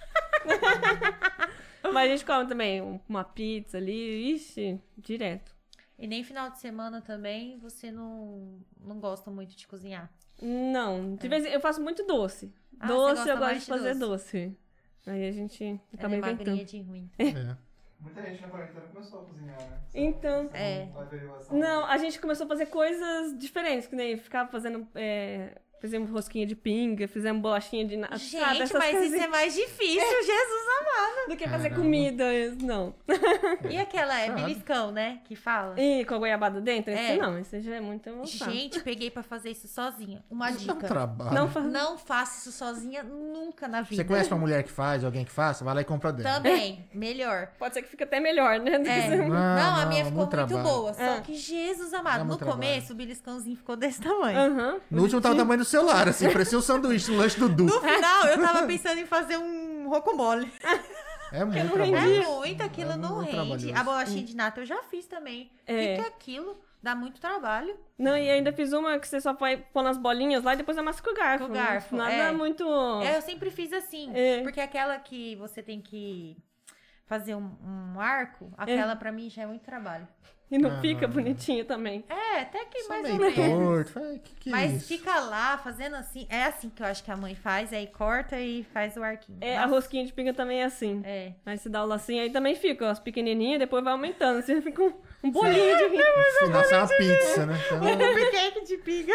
C: Mas a gente come também uma pizza ali, ixi, direto.
A: E nem final de semana também você não gosta muito de cozinhar?
C: Não, de vez eu faço muito doce. Doce, eu gosto de fazer doce. Aí a gente acaba inventando.
A: Magrinha de ruim.
D: Muita gente na quarentena começou a cozinhar, né?
C: Então, não, a gente começou a fazer coisas diferentes, que nem ficava fazendo, fizemos rosquinha de pinga, fizemos bolachinha de nata.
A: Gente, mas isso é mais difícil, Jesus amado.
C: Do que fazer comida, não.
A: E aquela beliscão, né, que fala?
C: E com a goiabada dentro? Esse não, esse já é muito emoção.
A: Gente, peguei pra fazer isso sozinha. Uma dica. Não faça isso sozinha nunca na vida.
B: Você conhece uma mulher que faz, alguém que faça? Vai lá e compra dela.
A: Também, melhor.
C: Pode ser que fique até melhor, né?
A: Não, a minha ficou muito boa. Só que, Jesus amado, no começo o beliscãozinho ficou desse tamanho.
B: No último tava o tamanho do celular, assim, parecia um sanduíche, um lanche do Du.
A: No final, eu tava pensando em fazer um rocambole.
B: É muito trabalhoso.
A: É muito, aquilo não rende. A bolachinha de nata eu já fiz também. O que é aquilo? Dá muito trabalho.
C: Não, e ainda fiz uma que você só vai pôr nas bolinhas lá e depois amassa com o garfo.
A: Com o garfo,
C: Nada muito...
A: eu sempre fiz assim. Porque aquela que você tem que fazer um arco, aquela pra mim já é muito trabalho.
C: E não fica bonitinho também.
A: Até que
B: só
A: mais
B: meio
A: ou menos.
B: torto. Que
A: mas
B: isso?
A: fica lá fazendo assim. É assim que eu acho que a mãe faz, aí corta e faz o arquinho.
C: A rosquinha de pinga também é assim. Aí você dá o lacinho, aí também fica, ó, as pequenininhas, depois vai aumentando. Você fica um bolinho de rim.
B: Nossa, é uma pizza, né? Então...
A: cupcake de pinga.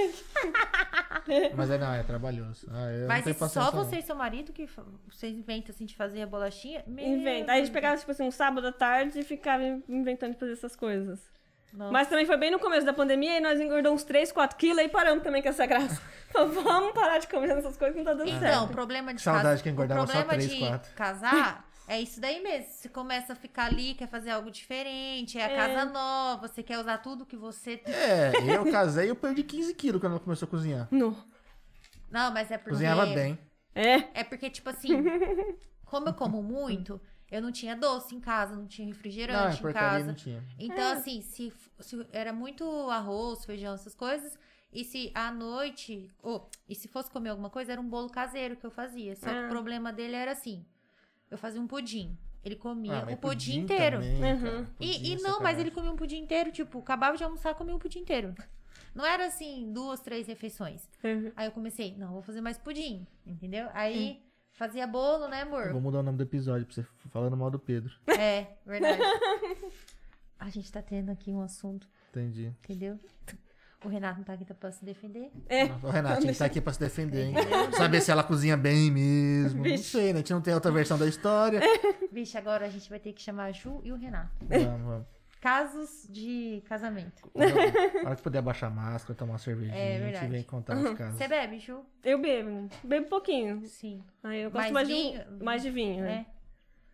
B: Mas não, é trabalhoso.
A: Mas e só você e seu marido que vocês inventam assim de fazer a bolachinha?
C: Inventa. Aí a gente pegava, tipo assim, um sábado à tarde e ficava inventando de fazer essas coisas.
A: Nossa.
C: Mas também foi bem no começo da pandemia e nós engordamos uns 3, 4 quilos e paramos também com essa graça. Então, vamos parar de comer essas coisas que não tá dando certo.
A: Então, o problema de
B: saudade que engordava só 3, 4.
A: O problema de casar é isso daí mesmo. Você começa a ficar ali, quer fazer algo diferente, é a casa nova, você quer usar tudo que você tem.
B: Eu casei e eu perdi 15 quilos quando ela começou a cozinhar.
A: Não, mas é porque...
B: Cozinhava bem.
A: É porque, tipo assim, como eu como muito... Eu não tinha doce em casa, não tinha refrigerante em casa.
B: Não tinha.
A: Então, assim, se era muito arroz, feijão, essas coisas, e se à noite, e se fosse comer alguma coisa, era um bolo caseiro que eu fazia. Só que o problema dele era assim, eu fazia um pudim. Ele comia o pudim inteiro.
B: Também,
A: mas ele comia um pudim inteiro, tipo, acabava de almoçar, comia um pudim inteiro. Não era assim, 2, 3 refeições. Aí eu comecei, vou fazer mais pudim, entendeu? Aí... Fazia bolo, né, amor?
B: Eu vou mudar o nome do episódio pra você falando mal do Pedro.
A: Verdade. A gente tá tendo aqui um assunto.
B: Entendi.
A: Entendeu? O Renato não tá aqui pra se defender.
B: O Renato, a gente tá aqui pra se defender, hein? Saber se ela cozinha bem mesmo. Não sei, né? A gente não tem outra versão da história.
A: Vixe, agora a gente vai ter que chamar a Ju e o Renato.
B: Vamos.
A: Casos de casamento.
B: Na hora que puder abaixar a máscara, tomar uma cervejinha, a gente vem contar os casos.
A: Você bebe, Ju?
C: Eu bebo. Bebo pouquinho.
A: Sim.
C: Aí eu gosto mais de vinho.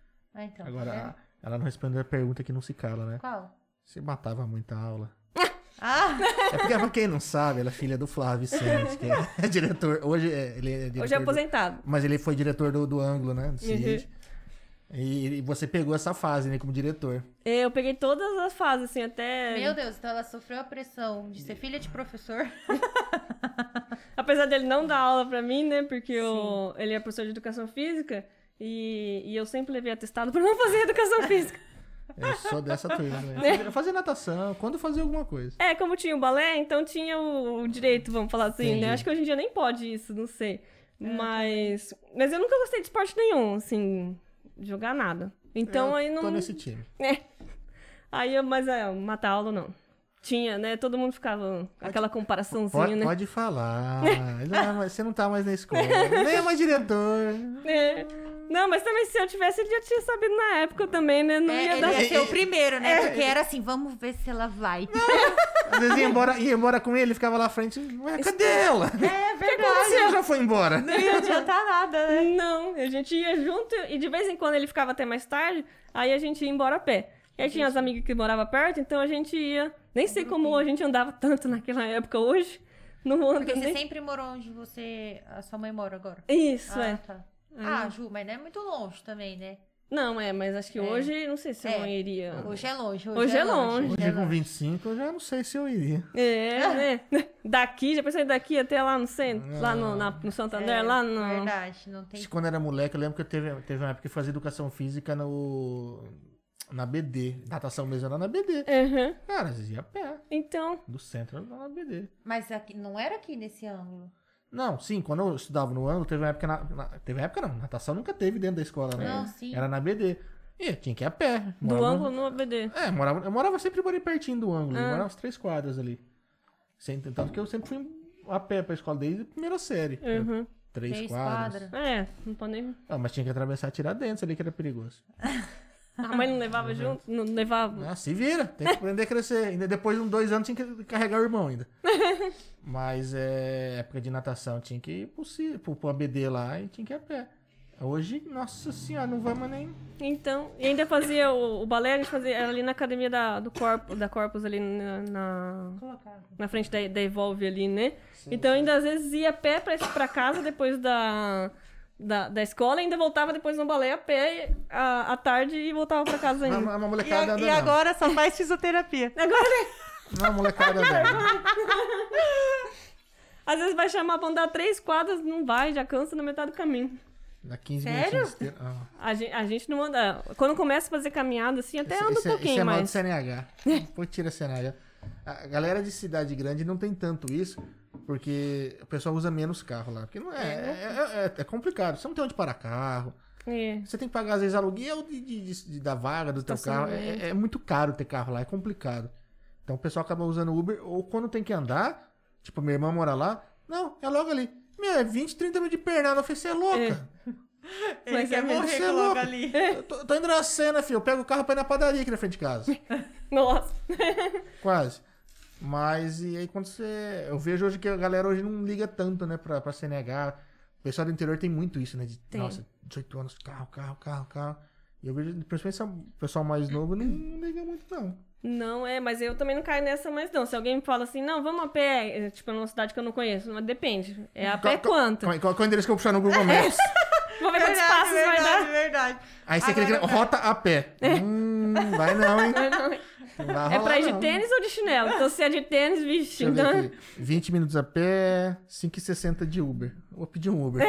A: Então.
B: Agora, ela não respondeu a pergunta que não se cala, né?
A: Qual?
B: Você matava muita aula. É porque, pra quem não sabe, ela é filha do Flávio Vicente, que é diretor. Hoje ele é diretor.
C: Hoje é aposentado.
B: Mas ele foi diretor do Ângulo, né? Do CID. E você pegou essa fase, né, como diretor.
C: Eu peguei todas as fases, assim, até...
A: Meu Deus, então ela sofreu a pressão de ser filha de professor.
C: Apesar dele não dar aula pra mim, né, porque ele é professor de educação física, e eu sempre levei atestado pra não fazer educação física.
B: Eu sou dessa turma, né? Eu fazia natação, quando fazia alguma coisa.
C: Como tinha o balé, então tinha o direito, vamos falar assim,
B: Entendi.
C: né? Acho que hoje em dia nem pode isso, não sei. Mas eu nunca gostei de esporte nenhum, assim, jogar nada. Então aí não...
B: Tô nesse time.
C: Mas matar aula não. Tinha, né? Todo mundo ficava aquela comparaçãozinha, né?
B: Pode falar. Você não tá mais na escola. Nem é mais diretor.
C: Não, mas também se eu tivesse, ele já tinha sabido na época também, né? Não ia dar...
A: Ele ia ser o primeiro, né? Porque era assim, vamos ver se ela vai.
B: Às vezes ia embora com ele, ficava lá à frente. Ué, cadê ela?
A: É verdade.
B: Você já foi embora.
A: Não ia adiantar nada, né?
C: Não, a gente ia junto e de vez em quando ele ficava até mais tarde, aí a gente ia embora a pé. E aí tinha as amigas que moravam perto, então a gente ia... Nem sei como a gente andava tanto naquela época hoje. Não anda
A: Porque você
C: nem...
A: sempre morou onde a sua mãe mora agora.
C: Isso,
A: Tá. Ju, mas não é muito longe também, né?
C: Não, mas acho que hoje, não sei se eu não iria.
A: Hoje é longe.
C: Hoje é longe.
B: Hoje com 25 eu já não sei se eu iria.
C: Né? Daqui, já pensei daqui até lá no centro, lá no Santander, lá no...
A: Verdade, não tem...
B: Quando eu era moleque, eu lembro que teve uma época que eu fazia educação física na BD. Natação mesmo era na BD. Cara, vocês iam a pé.
C: Então...
B: Do centro era na BD.
A: Mas aqui, não era aqui nesse ângulo.
B: Não, sim, quando eu estudava no ângulo, teve uma época... Teve época não, natação nunca teve dentro da escola, né?
A: Não, sim.
B: Era na BD. E eu tinha que ir a pé.
C: Do ângulo no ABD.
B: Eu morava sempre bem pertinho do ângulo. Eu morava umas 3 quadras ali. Tanto que eu sempre fui a pé pra escola desde a primeira série. 3 quadras.
C: Não pode nem...
B: Mas tinha que atravessar Tiradentes ali, que era perigoso.
C: A mãe não levava junto? Não levava?
B: Se vira. Tem que aprender a crescer. Ainda depois de uns 2 anos tinha que carregar o irmão ainda. Mas época de natação tinha que ir pro ABD lá e tinha que ir a pé. Hoje, nossa senhora, não vamos nem...
C: Então, e ainda fazia o balé, a gente fazia ali na academia da Corpus ali na frente da Evolve ali, né? Sim, então ainda às vezes ia a pé pra casa depois da escola e ainda voltava depois no balé a pé à tarde e voltava pra casa ainda.
B: Uma molecada
A: E agora só faz fisioterapia.
C: Agora...
B: Não, molecada não.
C: Às vezes vai chamar pra andar 3 quadras, não vai, já cansa na metade do caminho.
B: Dá 15
A: Sério?
B: minutos.
C: A gente não anda... Quando começa a fazer caminhada assim, até anda um pouquinho
B: isso é mal de
C: mais.
B: CNH. Pô, tira CNH. A galera de cidade grande não tem tanto isso, porque o pessoal usa menos carro lá. Porque não é complicado. Você não tem onde parar carro. Você tem que pagar, às vezes, aluguel da vaga do teu carro. É muito caro ter carro lá, é complicado. Então o pessoal acaba usando Uber, ou quando tem que andar, tipo, minha irmã mora lá, não, é logo ali. É 20, 30 minutos de pernada. Eu falei, você é louca?
A: Ele quer morrer logo ali.
B: Eu tô indo na cena, filho. Eu pego o carro pra ir na padaria aqui na frente de casa.
C: Nossa.
B: Quase. Mas, e aí quando você... Eu vejo hoje que a galera hoje não liga tanto, né, pra CNH. O pessoal do interior tem muito isso, né? Nossa, 18 anos, carro. E eu vejo, principalmente o pessoal mais novo, não liga muito, não.
C: Não, mas eu também não caio nessa mais não. Se alguém me fala assim, não, vamos a pé, tipo, numa cidade que eu não conheço, mas depende. É a pé quanto?
B: Qual é o endereço que eu vou puxar no Google Maps?
C: Vou ver quantos passos vai dar.
A: Verdade.
B: Aí você clica, rota a pé. Vai não, hein? Não vai
C: É pra ir de
B: não.
C: tênis ou de chinelo? Então se é de tênis, vixe.
B: Deixa eu ver
C: Então...
B: aqui. 20 minutos a pé, 5,60 de Uber. Vou pedir um Uber.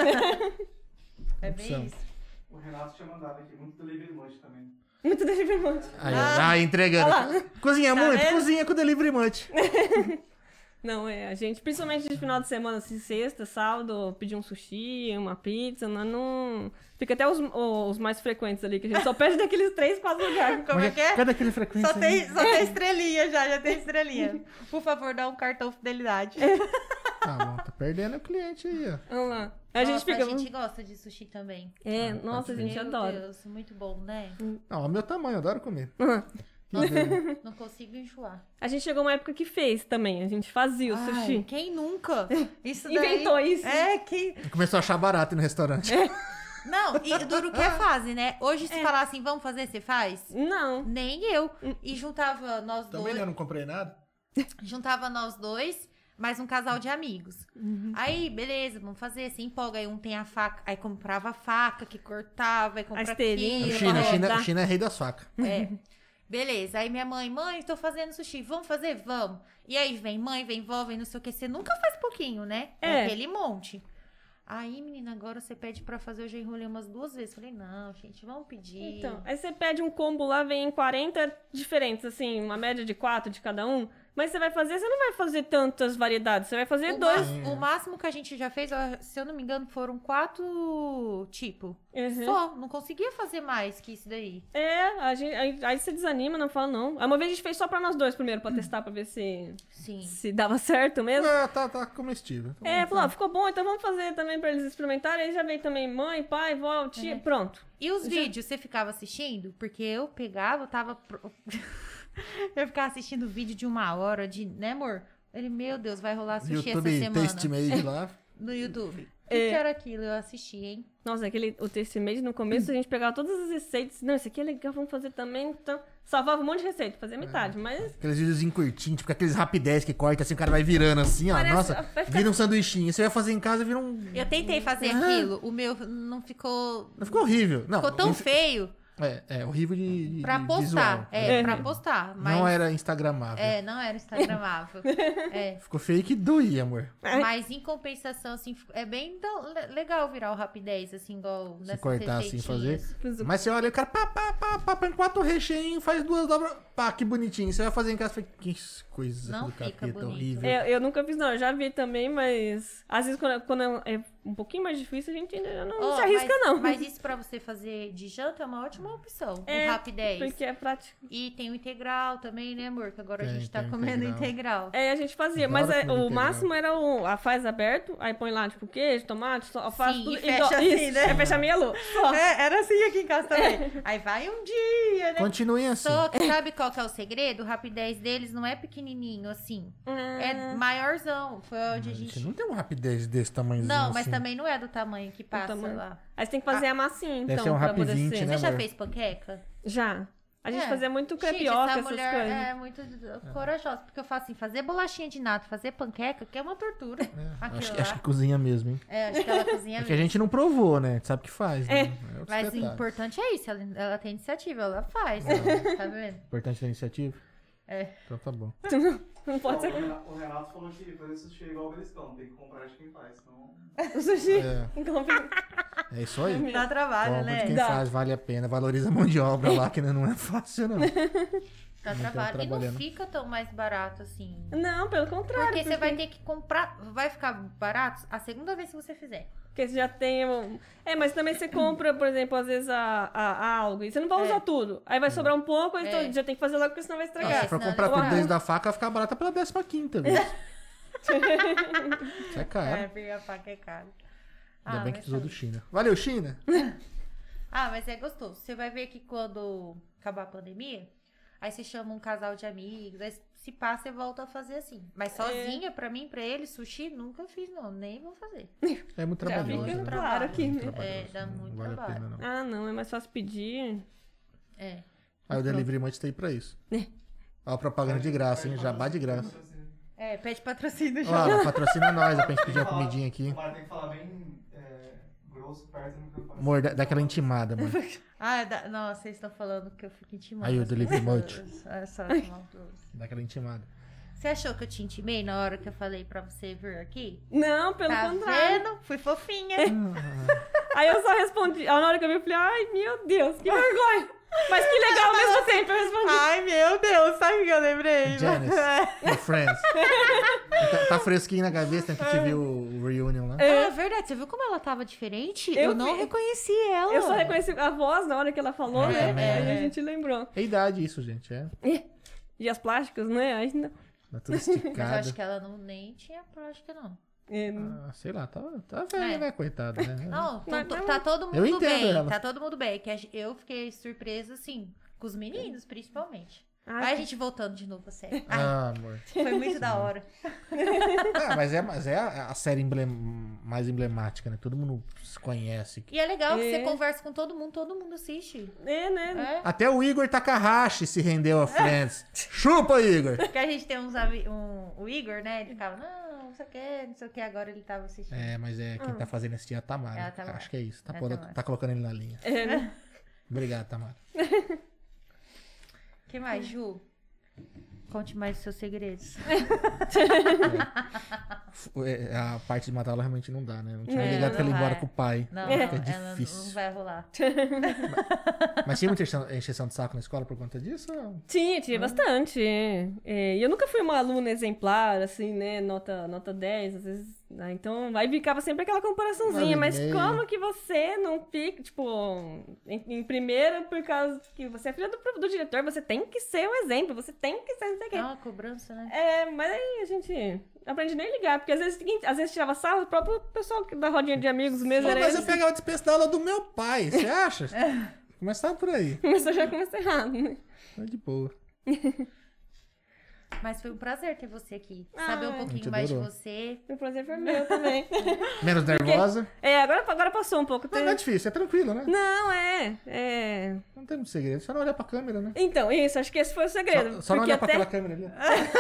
A: É bem isso.
D: O Renato tinha mandado aqui, muito delivery munch também.
C: Muito delivery munch.
B: Aí, entregando. Cozinha muito?
A: vendo?
B: Cozinha com delivery munch.
C: Não, a gente, principalmente de final de semana, assim, sexta, sábado, pedir um sushi, uma pizza, não... Fica até os mais frequentes ali, que a gente só pede daqueles 3, 4 lugares.
A: Como é que é?
B: Cadê aquele frequência?
A: Só tem estrelinha já tem estrelinha. Por favor, dá um cartão fidelidade.
B: Tá bom, tá perdendo o cliente aí, ó.
C: Vamos lá.
A: A gente gosta de sushi também.
C: Nossa, a gente adora.
A: Meu Deus, muito bom, né?
B: Não, é o meu tamanho, eu adoro comer.
A: Não consigo enjoar.
C: A gente chegou uma época que fez também, a gente fazia o sushi.
A: Quem nunca? Isso
C: Inventou
A: daí...
C: isso.
A: Quem...
B: Começou a achar barato no restaurante.
A: Não, e duro que é fase, né? Hoje se falar assim, vamos fazer, você faz?
C: Não.
A: Nem eu. E juntava nós
B: Também
A: dois.
B: eu não comprei nada.
A: Juntava nós dois, mais um casal de amigos. Aí, beleza, vamos fazer, se empolga. Aí um tem a faca, aí comprava a faca que cortava, aí comprava
C: esteirinha.
B: China é rei das facas.
A: Beleza, aí minha mãe, tô fazendo sushi, vamos fazer? Vamos. E aí vem mãe, vem vó, vem não sei o que, você nunca faz pouquinho, né? É aquele monte. Aí, menina, agora você pede pra fazer, eu já enrolei umas 2 vezes. Falei, não, gente, vamos pedir.
C: Então, aí você pede um combo lá, vem 40 diferentes, assim, uma média de 4 de cada um. Mas você não vai fazer tantas variedades, você vai fazer 2.
A: O máximo que a gente já fez, se eu não me engano, foram 4 tipos. Só, não conseguia fazer mais que isso daí.
C: Aí você desanima, não fala não. Aí uma vez a gente fez só pra nós dois primeiro, pra testar, pra ver se dava certo mesmo.
B: Tá comestível.
C: Falou, ficou bom, então vamos fazer também pra eles experimentarem. Aí já veio também mãe, pai, vó, tia, pronto.
A: E os vídeos, você ficava assistindo? Porque eu pegava, eu ficava assistindo vídeo de 1 hora, né, amor? Ele, meu Deus, vai rolar sushi essa semana.
B: Taste-made lá.
A: No YouTube. O que era aquilo? Eu assisti, hein?
C: Nossa, o Taste-made, no começo a gente pegava todas as receitas. Não, isso aqui é legal, vamos fazer também. Então, salvava um monte de receita, fazia metade, mas...
B: Aqueles vídeos em curtinho, tipo aqueles rapidez que corta assim, o cara vai virando assim, ó. Nossa, vira um sanduichinho. Você vai fazer em casa, vira um...
A: Eu tentei fazer aquilo, o meu não ficou...
B: Não ficou horrível. Não,
A: ficou tão feio.
B: É horrível de
A: pra postar,
B: visual.
A: pra postar. Mas...
B: Não era instagramável.
A: Não era instagramável.
B: Ficou feio que doía, amor.
A: Mas em compensação, assim, é bem legal virar o rapidez, assim, igual
B: se cortar assim, fazer. Mas você olha, o cara, põe 4 recheinhos, faz 2 dobras, que bonitinho. Você vai fazer em casa, que coisa
A: não
B: do capeta,
A: bonito.
B: horrível.
C: Eu nunca fiz, não. Eu já vi também, mas às vezes quando é um pouquinho mais difícil, a gente ainda não se arrisca, não.
A: Mas isso pra você fazer de janta é uma ótima opção. O rapidez.
C: Porque é prático.
A: E tem o integral também, né, amor? Que agora a gente tá comendo integral.
C: A gente fazia. Mas o máximo era faz aberto, aí põe lá, tipo, queijo, tomate, alface, tudo.
A: E fecha assim, né?
C: Fecha meia lua.
A: Era assim aqui em casa também. Aí vai um dia, né?
B: Continuem assim.
A: Só que sabe qual que é o segredo? O rapidez deles não é pequenininho, assim. É maiorzão. Foi onde a gente...
B: Não tem uma rapidez desse tamanhozinho.
A: Não, mas
B: assim.
A: também não é do tamanho que passa lá.
C: Aí você tem que fazer a massinha, então,
B: deve ser um
C: pra
B: Rap
C: poder
B: 20,
C: ser.
B: né,
A: Você já
B: amor?
A: fez panqueca?
C: Já. A gente fazia muito
A: Gente,
C: crepioca,
A: essa
C: essas
A: mulher
C: coisas.
A: é muito corajosa. Porque eu faço assim, fazer bolachinha de nata, fazer panqueca, que é uma tortura.
B: Acho que cozinha mesmo, hein?
A: Acho que ela cozinha mesmo.
B: Que a gente não provou, né? A gente sabe que faz, né?
A: Mas o importante é isso, ela tem iniciativa, ela faz, tá vendo?
B: Importante ter iniciativa? Então tá bom.
C: Não pode ser.
D: O Renato falou que fazer sushi é igual o beliscão, tem que comprar de quem faz, senão...
C: O sushi.
B: É isso aí.
A: Dá trabalho,
B: Compra
A: né?
B: de quem faz, vale a pena. Valoriza a mão de obra lá, que não é fácil, não.
A: Dá trabalho. E não fica tão mais barato assim.
C: Não, pelo contrário.
A: Porque você vai ter que comprar. Vai ficar barato a segunda vez que você fizer.
C: Porque você já tem... mas também você compra, por exemplo, às vezes algo. E você não vai usar tudo. Aí vai sobrar um pouco, então já tem que fazer logo, porque senão vai estragar.
B: Se for comprar tudo desde a faca, vai ficar barata pela 15ª vez. Isso é caro.
A: Porque a faca é cara.
B: Ainda bem que tu usou do China. Valeu, China!
A: Mas é gostoso. Você vai ver que quando acabar a pandemia, aí você chama um casal de amigos, aí se passa e volta a fazer assim. Mas sozinha, pra mim, pra eles, sushi, nunca fiz, não. Nem vou fazer.
B: É muito trabalhoso.
C: Fica
B: né?
C: claro aqui, né?
A: Dá muito
B: vale
A: trabalho.
B: a pena, não.
C: Não, é mais fácil pedir.
B: Aí o Delivery Munch tá aí pra isso. Ó, propaganda de graça, hein? Jabá de graça.
A: Pede patrocínio
B: Ó,
A: já.
B: patrocina nós, pra gente pedir uma comidinha aqui.
D: O Mar tem que falar bem grosso, perto do microfone.
B: Amor, dá aquela intimada, mano.
A: Nossa, vocês estão falando que eu fico intimada.
B: Aí o Delivery Munch.
A: Olha só que maldoso.
B: Dá aquela intimada.
A: Você achou que eu te intimei na hora que eu falei pra você vir aqui?
C: Não, pelo
A: Tá
C: contrário.
A: vendo? Fui fofinha.
C: Aí eu só respondi. Na hora que eu vi, eu falei, ai, meu Deus, que vergonha. Mas que legal ao mesmo tempo, eu respondi.
A: Ai, meu Deus, sabe o que eu lembrei?
B: Janice, my friends. Tá fresquinho na cabeça, tem que te ver o reunion lá.
A: É verdade, você viu como ela tava diferente? Eu não reconheci ela.
C: Eu só reconheci a voz na hora que ela falou, né? Aí a gente lembrou.
B: É idade isso, gente,
C: E as plásticas, né? Ainda.
B: Tá tudo
A: Mas eu
B: esticado.
A: acho que ela nem tinha plástica, não.
B: Sei lá, tá velha, né, coitada, né?
A: Não, tá todo
B: Eu
A: mundo
B: entendo
A: bem.
B: ela.
A: Tá todo mundo bem. Que eu fiquei surpresa, assim, com os meninos, principalmente. Aí a gente voltando de novo a série.
B: Amor.
A: Foi muito da hora.
B: Mas é a série mais emblemática, né? Todo mundo se conhece.
A: E é legal que você conversa com todo mundo assiste.
C: Né?
B: Até o Igor Takahashi se rendeu a Friends. Chupa, Igor!
A: Porque a gente tem o Igor, né? Ele ficava, não sei o que, agora ele tava assistindo.
B: Mas quem tá fazendo esse dia é a Tamara.
A: É a Tamara.
B: Acho que é isso.
A: Tamara.
B: Tá colocando ele na linha. Obrigado, Tamara.
A: O que mais, Ju? Conte mais os seus segredos.
B: A parte de matar ela realmente não dá, né? Não tinha ligado que ela ia embora com o pai.
A: Não,
B: Fica
A: ela
B: difícil.
A: não vai rolar.
B: Mas tinha muita encheção de saco na escola por conta disso? Ou...
C: Tinha bastante. E eu nunca fui uma aluna exemplar, assim, né? Nota 10, às vezes. Né? Então, aí ficava sempre aquela comparaçãozinha. Mas como que você não fica, tipo, em primeiro, por causa que você é filha do diretor, você tem que ser um exemplo, você tem que ser não sei o quê.
A: É uma cobrança, né?
C: Mas aí a gente aprende nem a ligar, porque às vezes tirava sarro, o próprio pessoal da rodinha de amigos mesmo.
B: Mas eu pegava dispensa da aula do meu pai, você acha? Começava por aí.
C: Já começou errado, né?
B: Mas de boa.
A: Mas foi um prazer ter você aqui. Saber um pouquinho mais de você.
C: O prazer foi meu também.
B: Menos nervosa?
C: Agora passou um pouco.
B: Não é difícil, é tranquilo, né?
C: Não,
B: Não tem muito segredo, só não olhar pra câmera, né?
C: Então, isso, acho que esse foi o segredo.
B: Só não olhar pra aquela câmera ali.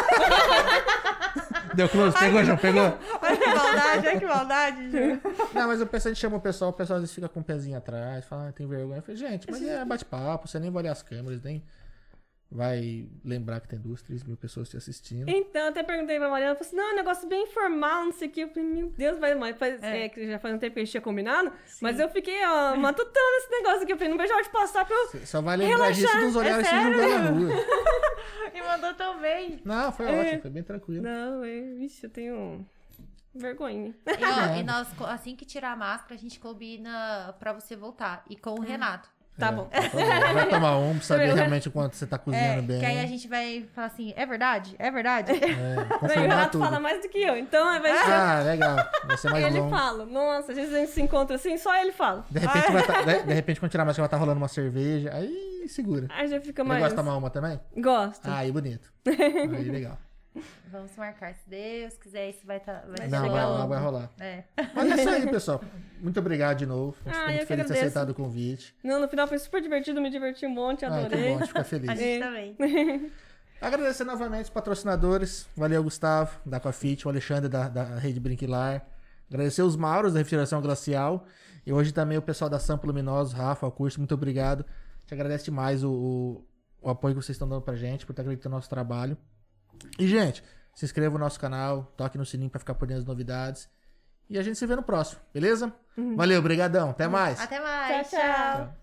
B: Deu close, pegou, João, pegou.
A: Olha que maldade, Ju.
B: Não, mas a gente chama o pessoal às vezes fica com o pezinho atrás, fala, tem vergonha. Eu falei, gente, mas é bate-papo, você nem vai olhar as câmeras, nem vai lembrar que tem 2, 3 mil pessoas te assistindo.
C: Então, eu até perguntei pra Mariana, falei assim, não, é um negócio bem informal, não sei o que. Eu falei, meu Deus, que já faz um tempo que a gente tinha combinado, mas eu fiquei, matutando esse negócio aqui. Eu falei, não vejo a hora de passar pra eu
B: Você só vai lembrar disso dos olhares se julgando na rua.
A: E mandou tão bem.
B: Não, foi ótimo, foi bem tranquilo.
C: Não, vixe, eu tenho vergonha.
A: E nós, assim que tirar a máscara, a gente combina pra você voltar. E com o Renato.
C: Tá bom.
B: Vai tomar pra saber realmente o quanto você tá cozinhando bem.
A: Que aí a gente vai falar assim, é verdade? É verdade?
C: O Renato fala mais do que eu, então vai ser...
B: legal. Vai ser mais longo.
C: Ele fala. Nossa, às vezes a gente se encontra assim, só ele fala.
B: De repente quando tirar a máscara, vai estar rolando uma cerveja. Aí segura.
C: Aí já fica
B: Ele
C: mais...
B: gosta de tomar uma também?
C: Gosto.
B: Aí bonito. Aí legal.
A: Vamos marcar, se Deus quiser, isso vai
B: Vai rolar. Mas é isso aí, pessoal. Muito obrigado de novo. Fico muito feliz de ter aceitado o convite.
C: Não, no final foi super divertido, me diverti um monte, adorei.
B: Que bom, a gente fica feliz.
A: A gente também.
B: Agradecer novamente os patrocinadores. Valeu, Gustavo, da Aquafit, o Alexandre, da Rede Brinquilar. Agradecer os Mauros, da Refrigeração Glacial. E hoje também o pessoal da Sampo Luminosos, Rafa, o curso, muito obrigado. Te agradeço demais o apoio que vocês estão dando pra gente, por estar acreditando no nosso trabalho. E, gente, se inscreva no nosso canal, toque no sininho pra ficar por dentro das novidades. E a gente se vê no próximo, beleza? Valeu, brigadão. Até mais.
A: Até mais.
C: Tchau.